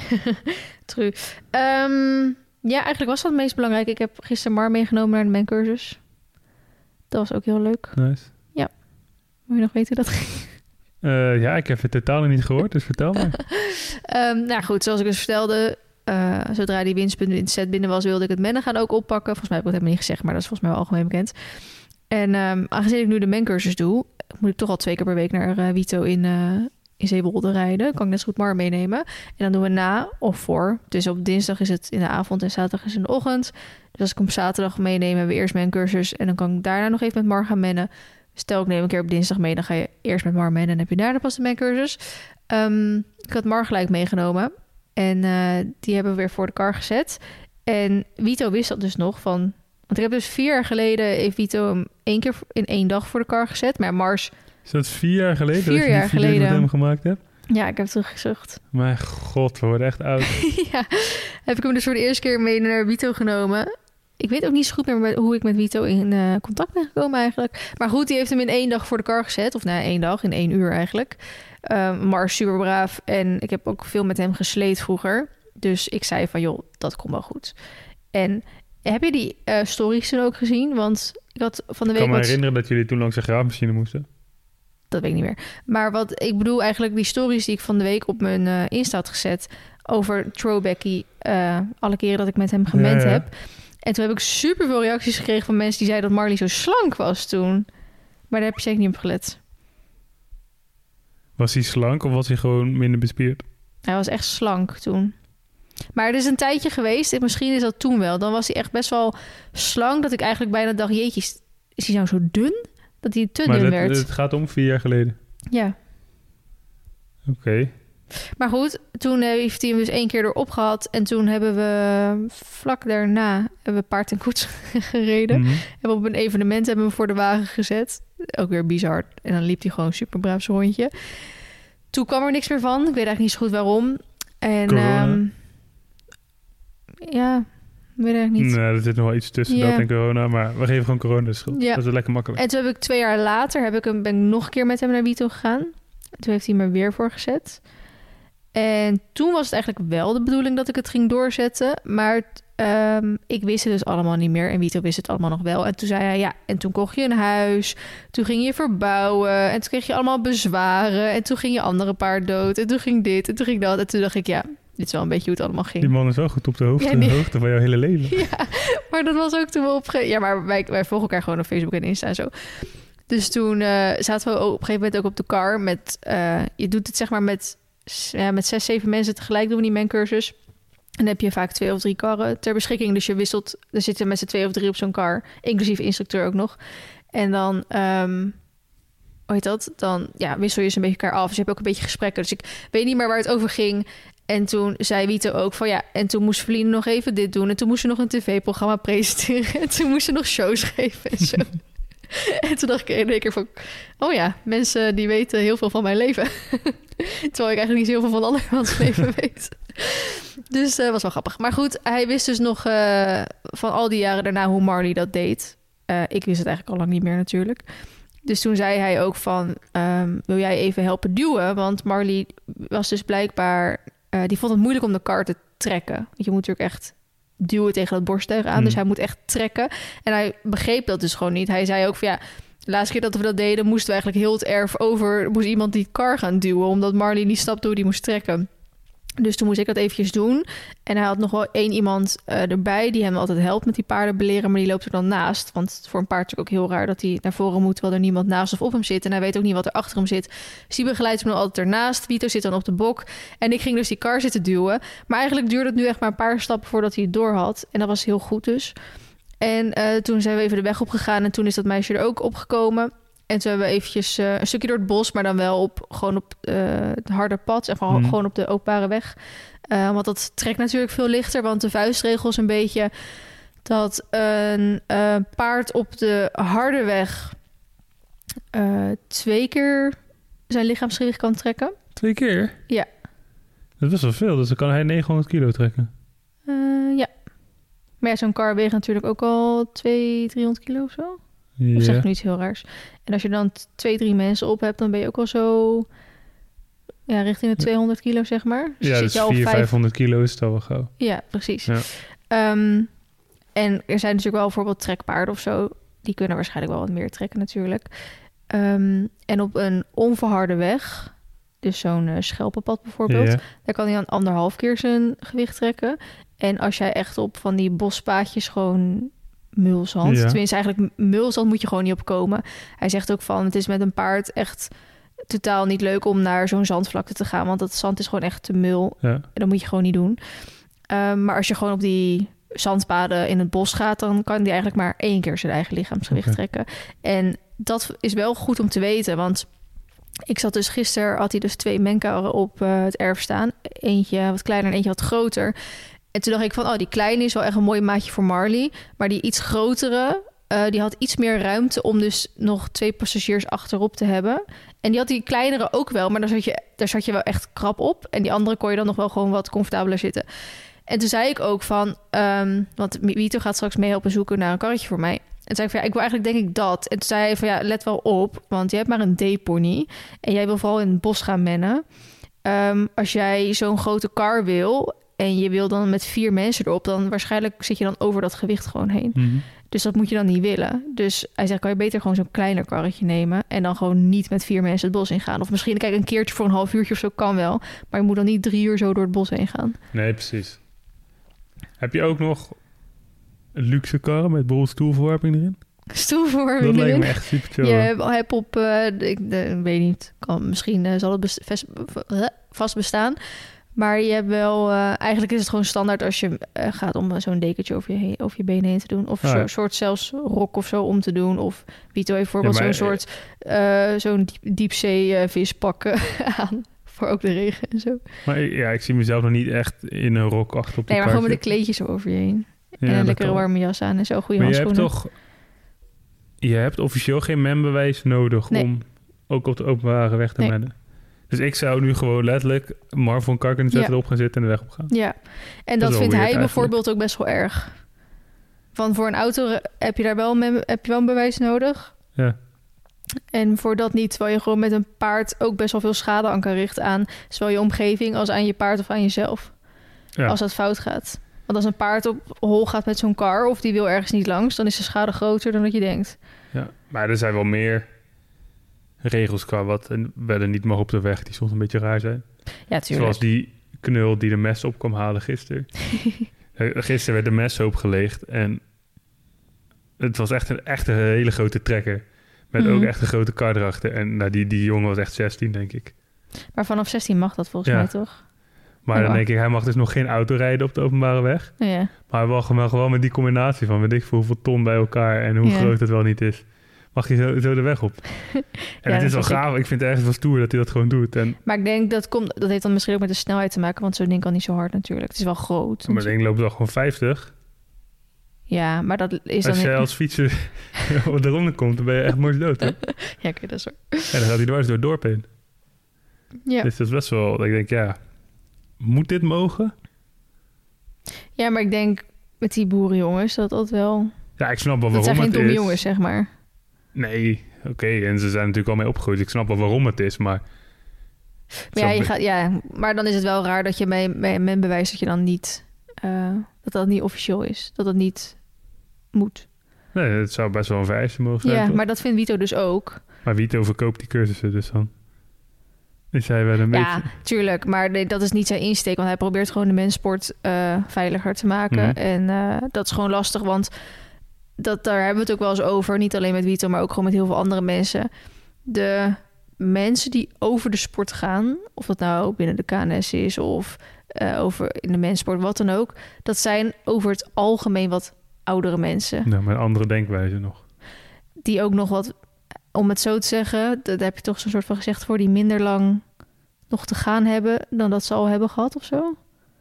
True. Ehm, ja, eigenlijk was dat het meest belangrijk. Ik heb gisteren Mar meegenomen naar de mencursus. Dat was ook heel leuk. Nice. Moet je nog weten hoe dat ging? Eh, ja, ik heb het totaal niet gehoord, dus vertel me. Ehm, nou goed, zoals ik dus vertelde, eh, zodra die winstpunt in het set binnen was, wilde ik het mennen gaan ook oppakken. Volgens mij heb ik het helemaal niet gezegd, maar dat is volgens mij wel algemeen bekend. En ehm, aangezien ik nu de mencursus doe, moet ik toch al twee keer per week naar eh, Wito in, eh in Zeewolde rijden. Kan ik net zo goed Mar meenemen. En dan doen we na of voor. Dus op dinsdag is het in de avond en zaterdag is het in de ochtend. Dus als ik hem op zaterdag meeneem, hebben we eerst mencursus. En dan kan ik daarna nog even met Mar gaan mennen. Stel, ik neem een keer op dinsdag mee, dan ga je eerst met Mar mennen en dan heb je daarna pas de mencursus. Um, ik had Mar gelijk meegenomen. En uh, die hebben we weer voor de kar gezet. En Wito wist dat dus nog van... Want ik heb dus vier jaar geleden... heeft Wito hem één keer in één dag voor de kar gezet. Maar Mars... Is dat vier jaar geleden? Vier dat je jaar die video geleden. met hem gemaakt hebt? Ja, ik heb teruggezocht. Mijn god, we worden echt oud. Ja, heb ik hem dus voor de eerste keer mee naar Wito genomen. Ik weet ook niet zo goed meer met- hoe ik met Wito in uh, contact ben gekomen eigenlijk. Maar goed, die heeft hem in één dag voor de kar gezet. Of na één dag, in één uur eigenlijk. Um, Mars super braaf. En ik heb ook veel met hem gesleed vroeger. Dus ik zei van, joh, dat komt wel goed. En heb je die uh, stories toen ook gezien? Want ik had van de Ik week... kan me wat- herinneren dat jullie toen langs de graafmachine moesten. Dat weet ik niet meer. Maar wat ik bedoel eigenlijk die stories die ik van de week op mijn uh, Insta had gezet... over Throwbacky, uh, alle keren dat ik met hem gemend Ja, ja. heb... En toen heb ik super veel reacties gekregen van mensen die zeiden dat Marley zo slank was toen. Maar daar heb je zeker niet op gelet. Was hij slank of was hij gewoon minder bespierd? Hij was echt slank toen. Maar het is een tijdje geweest. En misschien is dat toen wel. Dan was hij echt best wel slank. Dat ik eigenlijk bijna dacht, jeetje, is is hij nou zo dun? Dat hij te Maar dun dat- werd. het gaat om vier jaar geleden. Ja. Oké. Maar goed, toen heeft hij hem dus één keer erop gehad. En toen hebben we vlak daarna hebben we paard en koets gereden. Mm-hmm. Hebben op een evenement hebben we voor de wagen gezet. Ook weer bizar. En dan liep hij gewoon super braaf zijn rondje. Toen kwam er niks meer van. Ik weet eigenlijk niet zo goed waarom. En um, ja, ik weet eigenlijk niet. Nee, er zit nog wel iets tussen ja. dat en corona. Maar we geven gewoon corona de schuld. Ja. Dat is wel lekker makkelijk. En toen heb ik twee jaar later heb ik hem, ben ik nog een keer met hem naar Vito gegaan. Toen heeft hij me weer voor gezet. En toen was het eigenlijk wel de bedoeling dat ik het ging doorzetten. Maar um, ik wist het dus allemaal niet meer. En Vito wist het allemaal nog wel. En toen zei hij, ja, en toen kocht je een huis. Toen ging je verbouwen. En toen kreeg je allemaal bezwaren. En toen ging je andere paard dood. En toen ging dit. En toen ging dat. En toen dacht ik, ja, dit is wel een beetje hoe het allemaal ging. Die man is wel goed op de hoogte, ja, nee. de hoogte van jouw hele leven. Ja, maar dat was ook toen we op... Ja, maar wij, wij volgen elkaar gewoon op Facebook en Insta en zo. Dus toen uh, zaten we op een gegeven moment ook op de car met... Uh, je doet het zeg maar met... Ja, met zes, zeven mensen tegelijk doen we die mancursus. En dan heb je vaak twee of drie karren ter beschikking. Dus je wisselt, er zitten met z'n twee of drie op zo'n car. Inclusief instructeur ook nog. En dan, um, hoe heet dat? Dan ja, wissel je ze een beetje elkaar af. Dus je hebt ook een beetje gesprekken. Dus ik weet niet meer waar het over ging. En toen zei Vito ook van ja... En toen moest Feline nog even dit doen. En toen moest ze nog een tv-programma presenteren. En toen moest ze nog shows geven en zo. En toen dacht ik in één keer van... Oh ja, mensen die weten heel veel van mijn leven. Terwijl ik eigenlijk niet zo heel veel van andermans leven weet. Dus dat uh, was wel grappig. Maar goed, hij wist dus nog uh, van al die jaren daarna hoe Marley dat deed. Uh, ik wist het eigenlijk al lang niet meer natuurlijk. Dus toen zei hij ook van... Um, wil jij even helpen duwen? Want Marley was dus blijkbaar... Uh, die vond het moeilijk om de kar te trekken. Want je moet natuurlijk echt... duwen tegen dat borsttuig aan. Hmm. Dus hij moet echt trekken. En hij begreep dat dus gewoon niet. Hij zei ook van ja... De laatste keer dat we dat deden... moesten we eigenlijk heel het erf over... moest iemand die kar gaan duwen... omdat Marley niet snapte hoe die moest trekken. Dus toen moest ik dat eventjes doen. En hij had nog wel één iemand uh, erbij... die hem altijd helpt met die paarden beleren... maar die loopt er dan naast. Want voor een paard is het ook heel raar... dat hij naar voren moet... terwijl er niemand naast of op hem zit. En hij weet ook niet wat er achter hem zit. Dus die begeleidt hem dan altijd ernaast. Vito zit dan op de bok. En ik ging dus die kar zitten duwen. Maar eigenlijk duurde het nu echt maar een paar stappen... voordat hij het door had. En dat was heel goed dus. En uh, toen zijn we even de weg opgegaan... en toen is dat meisje er ook opgekomen... En toen hebben we eventjes uh, een stukje door het bos... maar dan wel op, gewoon op uh, het harde pad... en gewoon, mm. gewoon op de openbare weg. Uh, want dat trekt natuurlijk veel lichter... want de vuistregel is een beetje... dat een uh, paard op de harde weg... Uh, twee keer zijn lichaamsgewicht kan trekken. Twee keer? Ja. Dat is best wel veel, dus dan kan hij negenhonderd kilo trekken. Uh, ja. Maar ja, zo'n kar weegt natuurlijk ook al tweehonderd, driehonderd kilo of zo. Ja. Of zeg ik nu iets heel raars. En als je dan twee, drie mensen op hebt, dan ben je ook al zo... Ja, richting de tweehonderd kilo, zeg maar. Dus ja, zit dus je al vierhonderd, vijf... vijfhonderd kilo is het al wel gauw. Ja, precies. Ja. Um, en er zijn natuurlijk wel bijvoorbeeld trekpaarden of zo. Die kunnen waarschijnlijk wel wat meer trekken natuurlijk. Um, en op een onverharde weg... Dus zo'n uh, schelpenpad bijvoorbeeld... Ja. Daar kan hij dan anderhalf keer zijn gewicht trekken. En als jij echt op van die bospaadjes gewoon... mulzand. Ja. Tenminste, eigenlijk mulzand moet je gewoon niet opkomen. Hij zegt ook van, het is met een paard echt totaal niet leuk om naar zo'n zandvlakte te gaan, want dat zand is gewoon echt te mul. Ja. En dat moet je gewoon niet doen. Um, maar als je gewoon op die zandpaden in het bos gaat, dan kan die eigenlijk maar één keer zijn eigen lichaamsgewicht okay. trekken. En dat is wel goed om te weten, want ik zat dus gisteren, had hij dus twee menkarren op uh, het erf staan. Eentje wat kleiner en eentje wat groter. En toen dacht ik van, oh, die kleine is wel echt een mooi maatje voor Marley. Maar die iets grotere, uh, die had iets meer ruimte om dus nog twee passagiers achterop te hebben. En die had die kleinere ook wel, maar daar zat je, daar zat je wel echt krap op. En die andere kon je dan nog wel gewoon wat comfortabeler zitten. En toen zei ik ook van, um, want Vito gaat straks mee helpen zoeken naar een karretje voor mij. En toen zei ik van, ja, ik wil eigenlijk denk ik dat. En toen zei hij van, ja, let wel op, want je hebt maar een D-pony. En jij wil vooral in het bos gaan mennen. Um, als jij zo'n grote kar wil... en je wil dan met vier mensen erop... dan waarschijnlijk zit je dan over dat gewicht gewoon heen. Mm-hmm. Dus dat moet je dan niet willen. Dus hij zegt, kan je beter gewoon zo'n kleiner karretje nemen... en dan gewoon niet met vier mensen het bos ingaan. Of misschien, kijk, een keertje voor een half uurtje of zo kan wel... maar je moet dan niet drie uur zo door het bos heen gaan. Nee, precies. Heb je ook nog een luxe kar met bijvoorbeeld stoelverwarming erin? Stoelverwarming dat erin? lijkt me echt super chill. Je hebt, heb op, uh, ik uh, weet niet, kan, misschien uh, zal het best, vast, uh, vast bestaan... Maar je hebt wel... Uh, eigenlijk is het gewoon standaard als je uh, gaat om zo'n dekentje over je, heen, over je benen heen te doen. Of oh, zo'n ja. soort zelfs rok of zo om te doen. Of Vito heeft bijvoorbeeld ja, maar, zo'n soort... Uh, zo'n diep, diepzee uh, vispak uh, aan. Voor ook de regen en zo. Maar ja, ik zie mezelf nog niet echt in een rok achter op de Nee, maar gewoon met kartje. een kleedje zo over je heen. Ja, en een dat lekkere kan. warme jas aan en zo goede Maar je hebt handschoenen. toch... Je hebt officieel geen membewijs nodig Nee. om ook op de openbare weg te Nee. mennen. Dus ik zou nu gewoon letterlijk Marvel en Karken Ja. erop gaan zitten en de weg op gaan. Ja, en Dat dat, is wel vindt hij weird bijvoorbeeld ook best wel erg. Van voor een auto re- heb je daar wel, mem- heb je wel een bewijs nodig. Ja. En voor dat niet, terwijl je gewoon met een paard ook best wel veel schade aan kan richten aan zowel je omgeving als aan je paard of aan jezelf. Ja. Als dat fout gaat. Want als een paard op hol gaat met zo'n kar of die wil ergens niet langs, dan is de schade groter dan dat je denkt. Ja, maar er zijn wel meer regels qua wat en wel en niet mag op de weg die soms een beetje raar zijn. Ja, tuurlijk. Zoals die knul die de mes op kwam halen gisteren. Eh, Gisteren werd de meshoop geleegd en het was echt een, echt een hele grote trekker. Met Mhm. ook echt een grote kar erachter. En nou, die, die jongen was echt zestien, denk ik. Maar vanaf zestien mag dat volgens Ja. mij toch? Maar Ja. dan denk ik, hij mag dus nog geen auto rijden op de openbare weg. Ja. Maar hij mag gewoon, gewoon met die combinatie van weet ik veel hoeveel ton bij elkaar en hoe Ja. groot het wel niet is. Mag hij zo, zo de weg op. En Ja, het is dat wel was ik. gaaf. Ik vind het ergens wel stoer dat hij dat gewoon doet. En Maar ik denk dat komt, dat heeft dan misschien ook met de snelheid te maken, want zo'n ding kan niet zo hard natuurlijk. Het is wel groot. maar ding loopt wel gewoon vijftig. Ja, maar dat is dan... Als jij als fietser op de ronde komt, dan ben je echt moord Hè? Ja, oké, dat is waar. En dan gaat hij dwars door het dorp heen. Ja. Dus dat is best wel... Dat ik denk, ja... Moet dit mogen? ja, maar ik denk met die boerenjongens dat dat wel... Ja, ik snap wel Dat waarom zijn geen het domme is. jongens, zeg maar. Nee, oké. En ze zijn natuurlijk al mee opgegroeid. Ik snap wel waarom het is, maar... Maar ja, Zo je be- gaat, ja, maar dan is het wel raar dat je bij, bij een membewijs dat je dan niet... eh, dat dat niet officieel is. Dat dat niet moet. Nee, het zou best wel een vereiste mogen zijn, Ja, toch? maar dat vindt Vito dus ook. Maar Vito verkoopt die cursussen dus dan. Is hij wel een Ja, beetje... tuurlijk. Maar nee, dat is niet zijn insteek. Want hij probeert gewoon de menssport eh, veiliger te maken. Mhm. En eh, dat is gewoon lastig. Want dat, daar hebben we het ook wel eens over. Niet alleen met Vito, maar ook gewoon met heel veel andere mensen. De mensen die over de sport gaan... of dat nou binnen de K N S is... of eh, over in de menssport, wat dan ook... dat zijn over het algemeen wat oudere mensen. Nou, met een andere denkwijze nog. Die ook nog wat... om het zo te zeggen... daar heb je toch zo'n soort van gezegd voor... die minder lang nog te gaan hebben... dan dat ze al hebben gehad of zo.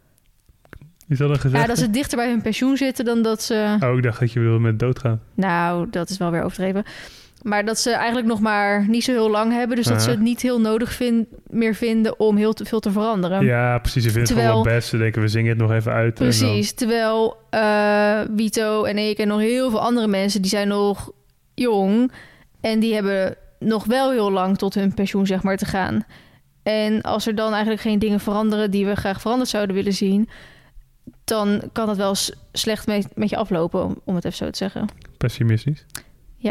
Is dat een gezegde? Ja, dat ze dichter bij hun pensioen zitten dan dat ze... Oh, ik dacht dat je wilde met doodgaan. Nou, dat is wel weer overdreven. Maar dat ze eigenlijk nog maar niet zo heel lang hebben. Dus dat Uh-huh. ze het niet heel nodig vind, meer vinden om heel te veel te veranderen. Ja, precies. Ze vinden het Terwijl- gewoon wel best. Ze denken, we zingen het nog even uit. en dan- Precies. Terwijl eh Vito en ik en nog heel veel andere mensen... die zijn nog jong. En die hebben nog wel heel lang tot hun pensioen zeg maar te gaan. En als er dan eigenlijk geen dingen veranderen... die we graag veranderd zouden willen zien... dan kan dat wel s- slecht met, met je aflopen, om, om het even zo te zeggen. Pessimistisch. Ja.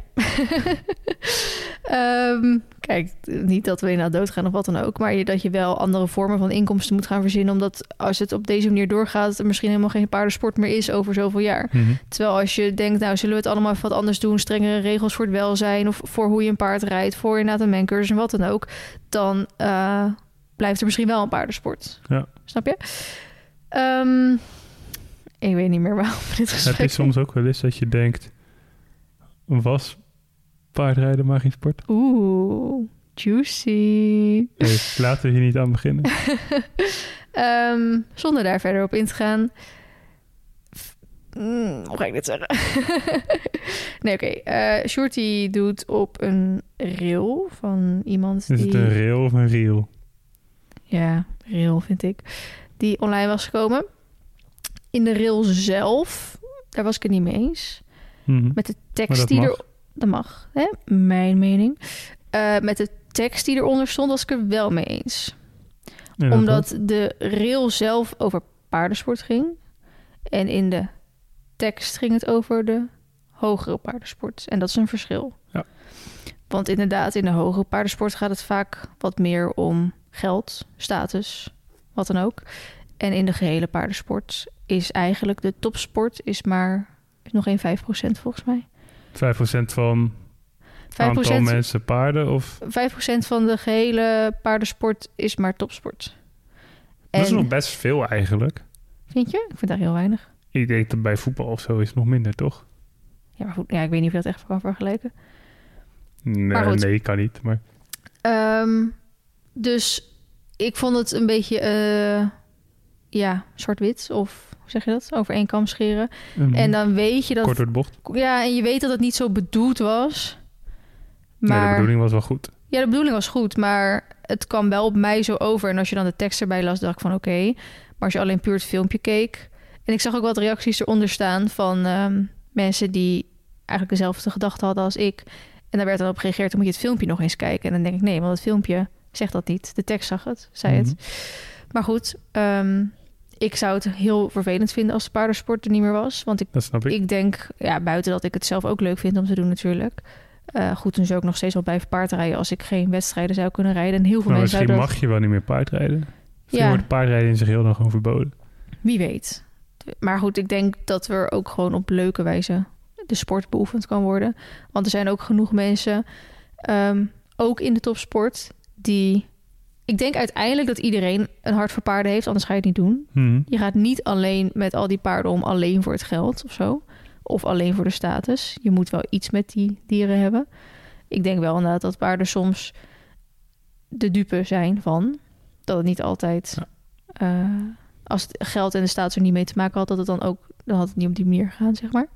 Ehm, kijk, niet dat we inderdaad doodgaan of wat dan ook... maar je, dat je wel andere vormen van inkomsten moet gaan verzinnen... omdat als het op deze manier doorgaat... er misschien helemaal geen paardensport meer is over zoveel jaar. Mhm. Terwijl als je denkt, nou zullen we het allemaal even wat anders doen... strengere regels voor het welzijn of voor hoe je een paard rijdt... voor inderdaad een mencursus en wat dan ook... dan eh, blijft er misschien wel een paardensport. Ja. Snap je? Ehm, ik weet niet meer waarom we dit gesprek... Heb je soms ook wel eens dat je denkt... was paardrijden maar geen sport? Oeh, juicy. Nee, laten we hier niet aan beginnen. Ehm, zonder daar verder op in te gaan. Mm, hoe ga ik dit zeggen? nee, oké. eh, Shorty doet op een rail van iemand Is die... het een rail of een reel? Ja, rail vind ik. Die online was gekomen. In de rail zelf, daar was ik het niet mee eens. Mhm. Met de Maar tekst dat die mag. er... Dat mag, hè? Mijn mening. Eh, met de tekst die eronder stond, was ik er wel mee eens. En dat Omdat wat? de rail zelf over paardensport ging. En in de tekst ging het over de hogere paardensport. En dat is een verschil. Ja. Want inderdaad, in de hogere paardensport gaat het vaak wat meer om geld, status, wat dan ook. En in de gehele paardensport is eigenlijk de topsport is maar is nog geen vijf procent volgens mij. vijf procent van vijf aantal procent, mensen paarden? Of... vijf procent van de gehele paardensport is maar topsport. Dat is En- nog best veel eigenlijk. Vind je? Ik vind dat heel weinig. Ik denk dat bij voetbal of zo is het nog minder, toch? Ja, maar goed, ja, ik weet niet of je dat echt kan vergelijken. Nee, Maar goed. nee kan niet. Maar Ehm, dus ik vond het een beetje, uh, ja, zwart-wit of hoe zeg je dat? Over één kam scheren. Mm-hmm. En dan weet je dat... Kort door de bocht. Ja, en je weet dat het niet zo bedoeld was. Maar nee, de bedoeling was wel goed. Ja, de bedoeling was goed, maar het kwam wel op mij zo over. En als je dan de tekst erbij las, dacht ik van oké. Okay. Maar als je alleen puur het filmpje keek... En ik zag ook wat reacties eronder staan van um, mensen die eigenlijk dezelfde gedachten hadden als ik. En daar werd dan op gereageerd, dan moet je het filmpje nog eens kijken. En dan denk ik, nee, want het filmpje zegt dat niet. De tekst zag het, zei mm-hmm. het. Maar goed, um, ik zou het heel vervelend vinden als de paardensport er niet meer was. Want ik, dat snap ik. ik denk, ja, buiten dat ik het zelf ook leuk vind om te doen natuurlijk. Uh, goed, dan zou ik nog steeds wel blijven paardrijden als ik geen wedstrijden zou kunnen rijden. En heel veel maar mensen misschien dat... mag je wel niet meer paardrijden. Misschien ja. wordt paardrijden in zich heel dan gewoon verboden. Wie weet. Maar goed, ik denk dat er ook gewoon op leuke wijze de sport beoefend kan worden. Want er zijn ook genoeg mensen, um, ook in de topsport, die... Ik denk uiteindelijk dat iedereen een hart voor paarden heeft, anders ga je het niet doen. Hmm. Je gaat niet alleen met al die paarden om alleen voor het geld of zo. Of alleen voor de status. Je moet wel iets met die dieren hebben. Ik denk wel inderdaad dat paarden soms de dupe zijn van. Dat het niet altijd... Ja. Uh, als het geld en de status er niet mee te maken had, dat het dan ook... Dan had het niet op die manier gegaan, zeg maar.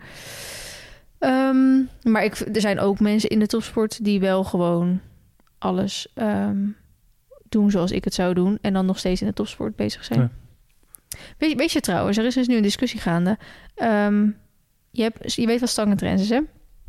Um, maar ik, er zijn ook mensen in de topsport die wel gewoon alles um, doen zoals ik het zou doen. En dan nog steeds in de topsport bezig zijn. Ja. Weet, weet je trouwens, er is dus nu een discussie gaande. Um, je, hebt, je weet wat stangentrends is, hè?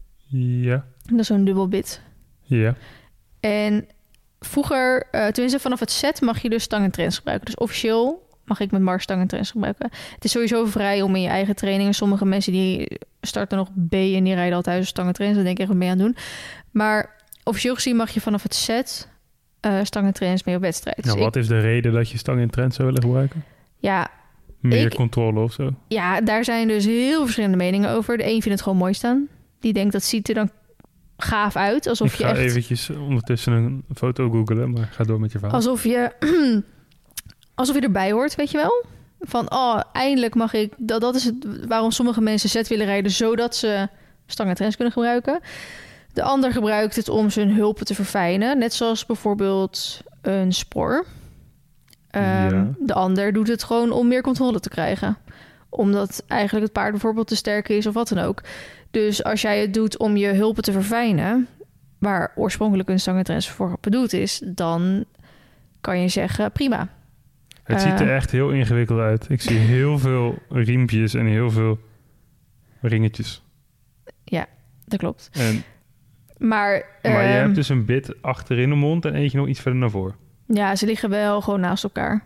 Ja. Dat is zo'n dubbelbit. Ja. En vroeger, uh, tenminste vanaf het set mag je dus stangentrends gebruiken. Dus officieel mag ik met Mars stangentrends gebruiken. Het is sowieso vrij om in je eigen trainingen. Sommige mensen die starten nog B en die rijden altijd stangentrends. Daar denk ik echt mee aan doen. Maar officieel gezien mag je vanaf het set uh, stangentrends mee op wedstrijd. Nou, dus wat ik, is de reden dat je stangentrends zou willen gebruiken? Ja, Meer ik, controle of zo? Ja, daar zijn dus heel verschillende meningen over. De een vindt het gewoon mooi staan. Die denkt dat ziet er dan gaaf uit. Alsof ik je ga echt... eventjes ondertussen een foto googlen, maar ga door met je verhaal. Alsof je... alsof je erbij hoort, weet je wel? Van, oh, eindelijk mag ik... Dat, dat is het waarom sommige mensen set willen rijden, zodat ze stangentrends kunnen gebruiken. De ander gebruikt het om zijn hulpen te verfijnen. Net zoals bijvoorbeeld een spoor. Um, ja. De ander doet het gewoon om meer controle te krijgen. Omdat eigenlijk het paard bijvoorbeeld te sterk is of wat dan ook. Dus als jij het doet om je hulpen te verfijnen, waar oorspronkelijk een stangentrends voor bedoeld is, dan kan je zeggen prima. Het ziet er uh, echt heel ingewikkeld uit. Ik zie heel veel riempjes en heel veel ringetjes. Ja, dat klopt. En, maar maar um, je hebt dus een bit achterin de mond en eentje nog iets verder naar voren. Ja, ze liggen wel gewoon naast elkaar.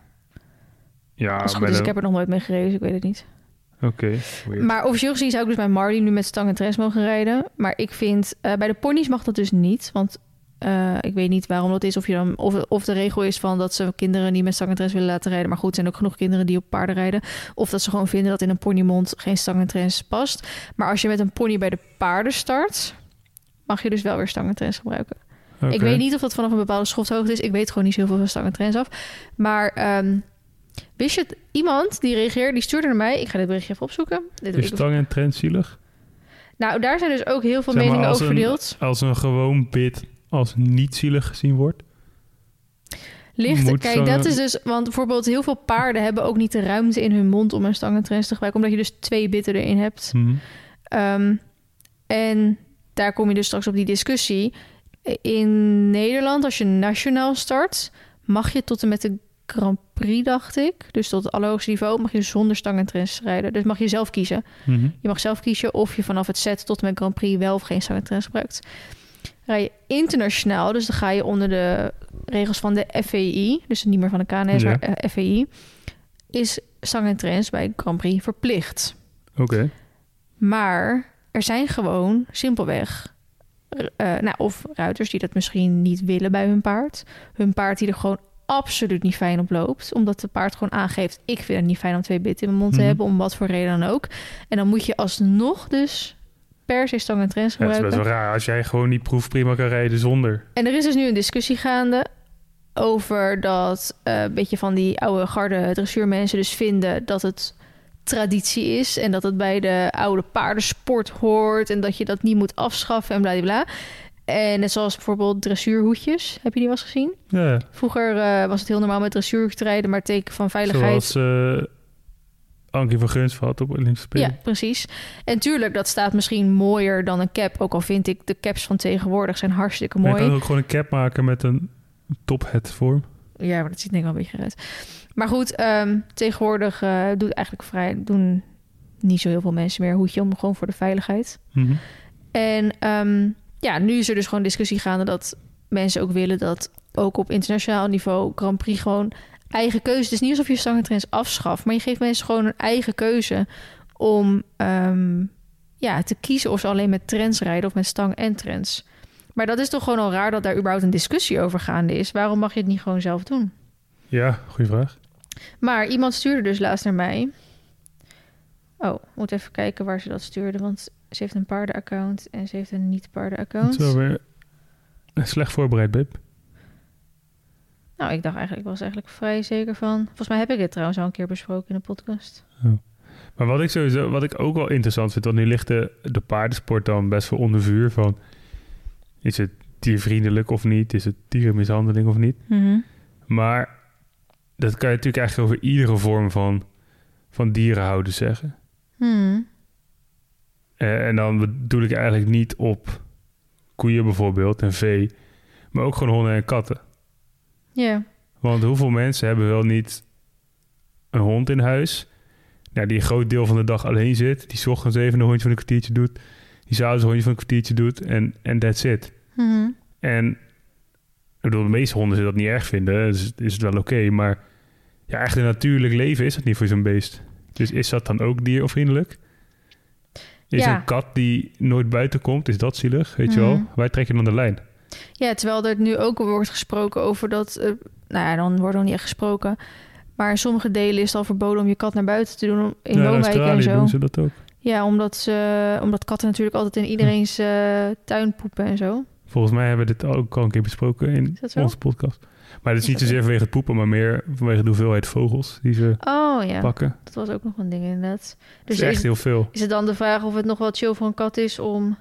Ja, dat is goed, dus de... ik heb er nog nooit mee gereden, dus ik weet het niet. Oké. Okay, maar officieel gezien zou ik dus bij Marley nu met stangentrends mogen rijden. Maar ik vind, uh, bij de ponies mag dat dus niet. Want uh, ik weet niet waarom dat is. Of, je dan, of, of de regel is van dat ze kinderen niet met stangentrends willen laten rijden. Maar goed, er zijn ook genoeg kinderen die op paarden rijden. Of dat ze gewoon vinden dat in een ponymond geen stangentrends past. Maar als je met een pony bij de paarden start, mag je dus wel weer stangentrends gebruiken. Okay. Ik weet niet of dat vanaf een bepaalde schofthoogte is. Ik weet gewoon niet zoveel van stangentrends af. Maar um, wist je het? Iemand die reageerde, die stuurde naar mij. Ik ga dit berichtje even opzoeken. Is stangentrends zielig? Nou, daar zijn dus ook heel veel zeg meningen over een, verdeeld. Als een gewoon bit als niet zielig gezien wordt? Ligt, kijk, dat is dus... Want bijvoorbeeld heel veel paarden hebben ook niet de ruimte in hun mond om een stangentrends te gebruiken. Omdat je dus twee bitten erin hebt. Mm-hmm. Um, en daar kom je dus straks op die discussie. In Nederland, als je nationaal start, mag je tot en met de Grand Prix, dacht ik. Dus tot het allerhoogste niveau mag je zonder stangentrends rijden. Dus mag je zelf kiezen. Mm-hmm. Je mag zelf kiezen of je vanaf het set tot en met Grand Prix wel of geen stangentrends gebruikt. Rij je internationaal, dus dan ga je onder de regels van de F E I, dus niet meer van de K N S, ja. maar uh, F E I, is stangentrends bij Grand Prix verplicht. Oké. Okay. Maar er zijn gewoon simpelweg Uh, nou, of ruiters die dat misschien niet willen bij hun paard. Hun paard die er gewoon absoluut niet fijn op loopt. Omdat de paard gewoon aangeeft, ik vind het niet fijn om twee bitten in mijn mond mm-hmm. te hebben. Om wat voor reden dan ook. En dan moet je alsnog dus per se stangentrends gebruiken. Ja, dat is best wel raar als jij gewoon die proef prima kan rijden zonder. En er is dus nu een discussie gaande over dat uh, een beetje van die oude garde dressuurmensen dus vinden dat het traditie is en dat het bij de oude paardensport hoort en dat je dat niet moet afschaffen en bladibla. En net zoals bijvoorbeeld dressuurhoedjes. Heb je die wel eens gezien? Ja. Vroeger uh, was het heel normaal met dressuur te rijden, maar teken van veiligheid. Zoals uh, Ankie van Gunsvat op Olympische Spelen. Ja, precies. En tuurlijk, dat staat misschien mooier dan een cap. Ook al vind ik de caps van tegenwoordig zijn hartstikke mooi. Maar je kan ook gewoon een cap maken met een top-hat vorm. Ja, maar dat ziet denk ik wel een beetje uit. Maar goed, um, tegenwoordig uh, doet eigenlijk vrij, doen niet zo heel veel mensen meer hoedje om, gewoon voor de veiligheid. Mm-hmm. En um, ja, nu is er dus gewoon discussie gaande dat mensen ook willen dat ook op internationaal niveau Grand Prix gewoon eigen keuze. Het is niet alsof je stang en trends afschaft, maar je geeft mensen gewoon een eigen keuze om um, ja, te kiezen of ze alleen met trends rijden of met stang en trends. Maar dat is toch gewoon al raar dat daar überhaupt een discussie over gaande is. Waarom mag je het niet gewoon zelf doen? Ja, goede vraag. Maar iemand stuurde dus laatst naar mij. Oh, moet even kijken waar ze dat stuurde. Want ze heeft een paardenaccount en ze heeft een niet-paardenaccount. Zo weer slecht voorbereid, babe. Nou, ik dacht eigenlijk, ik was eigenlijk vrij zeker van. Volgens mij heb ik dit trouwens al een keer besproken in de podcast. Oh. Maar wat ik sowieso, wat ik ook wel interessant vind, want nu ligt de, de paardensport dan best wel onder vuur van, is het diervriendelijk of niet? Is het dierenmishandeling of niet? Mm-hmm. Maar dat kan je natuurlijk eigenlijk over iedere vorm van, van dierenhouden zeggen. Hmm. Uh, en dan bedoel ik eigenlijk niet op koeien bijvoorbeeld en vee, maar ook gewoon honden en katten. Ja. Yeah. Want hoeveel mensen hebben wel niet een hond in huis, nou, die een groot deel van de dag alleen zit, die 's ochtends even een hondje van een kwartiertje doet, die 's avonds een hondje van een kwartiertje doet en en that's it. Mm-hmm. En ik bedoel, de meeste honden zullen dat niet erg vinden, dus is het wel oké, okay, maar ja, echt een natuurlijk leven is dat niet voor zo'n beest. Dus is dat dan ook diervriendelijk? Is ja. een kat die nooit buiten komt, is dat zielig? Weet mm. je wel? Waar trek je dan de lijn? Ja, terwijl er nu ook wordt gesproken over dat, uh, nou ja, dan wordt er nog niet echt gesproken, maar in sommige delen is het al verboden om je kat naar buiten te doen in ja, woonwijken en zo. Doen ze dat ook. Ja, omdat ze, omdat katten natuurlijk altijd in iedereen's uh, tuin poepen en zo. Volgens mij hebben we dit ook al een keer besproken in onze podcast. Maar het is niet zozeer vanwege het poepen, maar meer vanwege de hoeveelheid vogels die ze oh, ja. pakken. Dat was ook nog een ding inderdaad. Dus dat is echt is, heel veel. Is het dan de vraag of het nog wel chill voor een kat is om...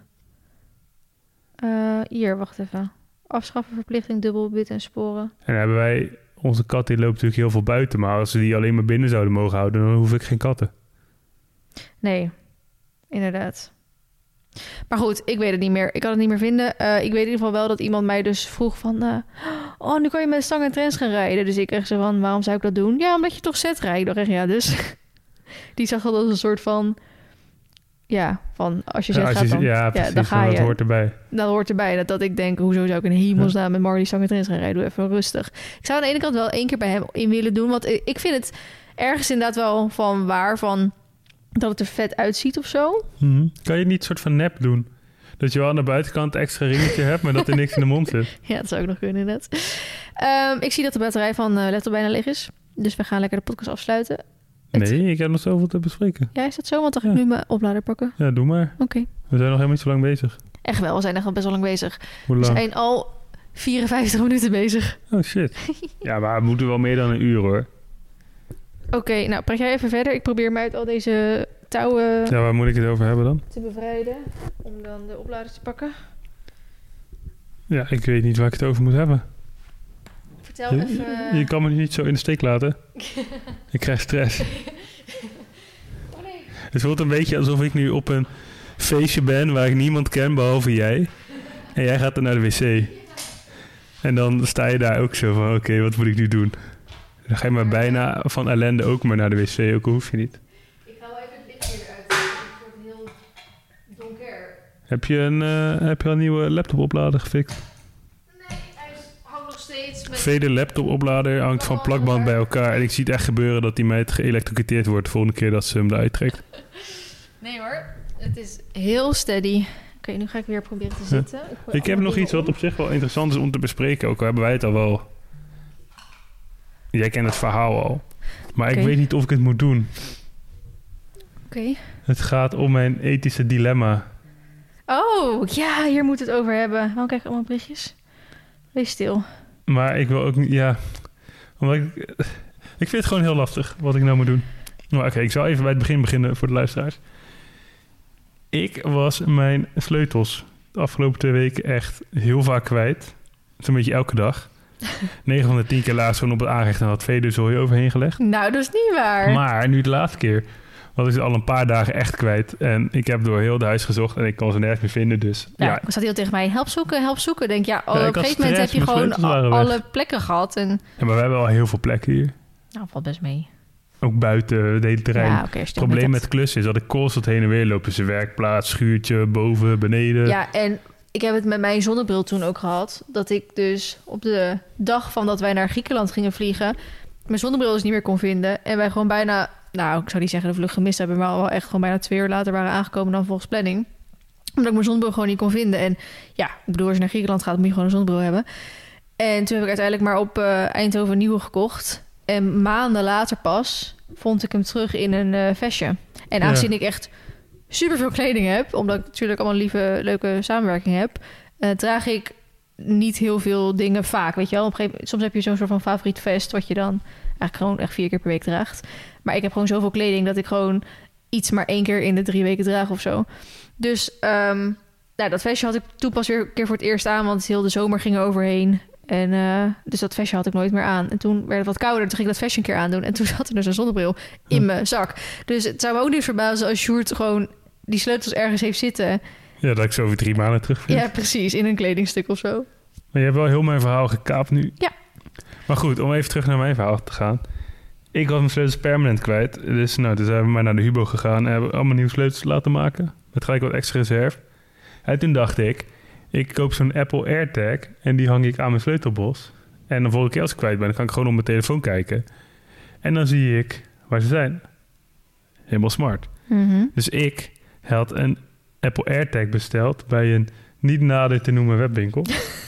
Uh, hier, wacht even. Afschaffen verplichting, dubbelbit en sporen. En dan hebben wij... Onze kat die loopt natuurlijk heel veel buiten. Maar als ze die alleen maar binnen zouden mogen houden, dan hoef ik geen katten. Nee, inderdaad. Maar goed, ik weet het niet meer. Ik kan het niet meer vinden. Uh, ik weet in ieder geval wel dat iemand mij dus vroeg van... Uh, oh, nu kan je met stang en trends gaan rijden. Dus ik kreeg ze van, waarom zou ik dat doen? Ja, omdat je toch zet rijdt. Ik dacht, ja, dus... Die zag dat als een soort van... Ja, van als je zet ja, gaat dan... Ja, precies, ja, dan ga je. Dat hoort erbij. Dat hoort erbij. Dat, dat ik denk, hoezo zou ik in hemelsnaam ja. met Marley stang en trends gaan rijden? Doe even rustig. Ik zou aan de ene kant wel één keer bij hem in willen doen. Want ik vind het ergens inderdaad wel van waar van... dat het er vet uitziet of zo. Mm-hmm. Kan je niet een soort van nep doen? Dat je wel aan de buitenkant een extra ringetje hebt... maar dat er niks in de mond zit. Ja, dat zou ik nog kunnen inderdaad. Um, ik zie dat de batterij van uh, Lettel bijna leeg is. Dus we gaan lekker de podcast afsluiten. Het... Nee, ik heb nog zoveel te bespreken. Ja, is dat zo? Want dan ga ja. ik nu mijn oplader pakken. Ja, doe maar. Oké. Okay. We zijn nog helemaal niet zo lang bezig. Echt wel, we zijn echt al best wel lang bezig. Hoe lang? We zijn al vierenvijftig minuten bezig. Oh shit. Ja, maar we moeten wel meer dan een uur hoor. Oké, okay, nou praat jij even verder. Ik probeer mij uit al deze touwen... Ja, waar moet ik het over hebben dan? ...te bevrijden. Om dan de oplader te pakken. Ja, ik weet niet waar ik het over moet hebben. Vertel je, even... Je kan me niet zo in de steek laten. Ik krijg stress. Oh nee. Het voelt een beetje alsof ik nu op een feestje ben waar ik niemand ken behalve jij. En jij gaat dan naar de wc. En dan sta je daar ook zo van, oké, okay, wat moet ik nu doen? Dan ga je maar bijna van ellende ook maar naar de wc, ook al hoef je niet. Ik ga wel even het lichtje eruit. Het wordt heel donker. Heb je een, uh, heb je al een nieuwe laptopoplader gefixt? Nee, hij hangt nog steeds met... Vele laptopoplader hangt van plakband bij elkaar. En ik zie het echt gebeuren dat die meid geëlektrocuteerd wordt de volgende keer dat ze hem eruit trekt. Nee hoor, het is heel steady. Oké, okay, nu ga ik weer proberen te zitten. Ja. Ik, ik heb nog iets om. wat op zich wel interessant is om te bespreken. Ook al hebben wij het al wel... Jij kent het verhaal al. Maar okay. ik weet niet of ik het moet doen. Oké. Okay. Het gaat om mijn ethische dilemma. Oh, ja, hier moet het over hebben. Waarom krijg ik allemaal berichtjes? Wees stil. Maar ik wil ook niet... Ja, omdat ik... Ik vind het gewoon heel lastig wat ik nou moet doen. Maar oké, okay, ik zal even bij het begin beginnen voor de luisteraars. Ik was mijn sleutels de afgelopen twee weken echt heel vaak kwijt. Zo'n beetje elke dag. negen van de tien keer laatst gewoon op het aanrecht en had vee zooi overheen gelegd. Nou, dat is niet waar. Maar nu de laatste keer was ik ze al een paar dagen echt kwijt. En ik heb door heel het huis gezocht en ik kon ze nergens meer vinden. Dus Ja, ja, zat heel tegen mij, help zoeken, help zoeken. Denk ja, oh, Ja, ik op een had gegeven moment heb je stress, mijn gewoon sleutels al- waren weg. alle plekken gehad. En Ja, maar we hebben al heel veel plekken hier. nou, valt best mee. Ook buiten het hele terrein. Ja, oké. Het probleem met klussen is dat ik constant heen en weer loop. Dus de werkplaats, schuurtje, boven, beneden. Ja, en ik heb het met mijn zonnebril toen ook gehad. Dat ik dus op de dag van dat wij naar Griekenland gingen vliegen, mijn zonnebril dus niet meer kon vinden. En wij gewoon bijna, nou, ik zou niet zeggen de vlucht gemist hebben, maar wel echt gewoon bijna twee uur later waren aangekomen dan volgens planning. Omdat ik mijn zonnebril gewoon niet kon vinden. En ja, ik bedoel, als je naar Griekenland gaat, moet je gewoon een zonnebril hebben. En toen heb ik uiteindelijk maar op uh, Eindhoven een nieuwe gekocht. En maanden later pas vond ik hem terug in een uh, vestje. En aangezien Ja. ik echt superveel kleding heb, omdat ik natuurlijk allemaal lieve, leuke samenwerking heb, uh, draag ik niet heel veel dingen vaak, weet je wel. Op een gegeven moment, soms heb je zo'n soort van favoriet vest, wat je dan eigenlijk gewoon echt vier keer per week draagt. Maar ik heb gewoon zoveel kleding dat ik gewoon iets maar één keer in de drie weken draag of zo. Dus um, nou, dat vestje had ik toen pas weer een keer voor het eerst aan, want heel de zomer ging er overheen. En uh, dus dat vestje had ik nooit meer aan. En toen werd het wat kouder, toen ging ik dat vestje een keer aandoen. En toen zat er dus een zonnebril in Hm. mijn zak. Dus het zou me ook niet verbazen als Sjoerd gewoon die sleutels ergens heeft zitten. Ja, dat ik zo over drie maanden terug vind. Ja, precies, in een kledingstuk of zo. Maar je hebt wel heel mijn verhaal gekaapt nu. Ja. Maar goed, om even terug naar mijn verhaal te gaan. Ik was mijn sleutels permanent kwijt. Dus nou, dus zijn we maar naar de Hubo gegaan en hebben allemaal nieuwe sleutels laten maken. Met gelijk wat extra reserve. En toen dacht ik, ik koop zo'n Apple AirTag en die hang ik aan mijn sleutelbos. En de volgende keer als ik kwijt ben, dan kan ik gewoon op mijn telefoon kijken. En dan zie ik waar ze zijn. Helemaal smart. Mm-hmm. Dus ik had een Apple AirTag besteld bij een niet nader te noemen webwinkel.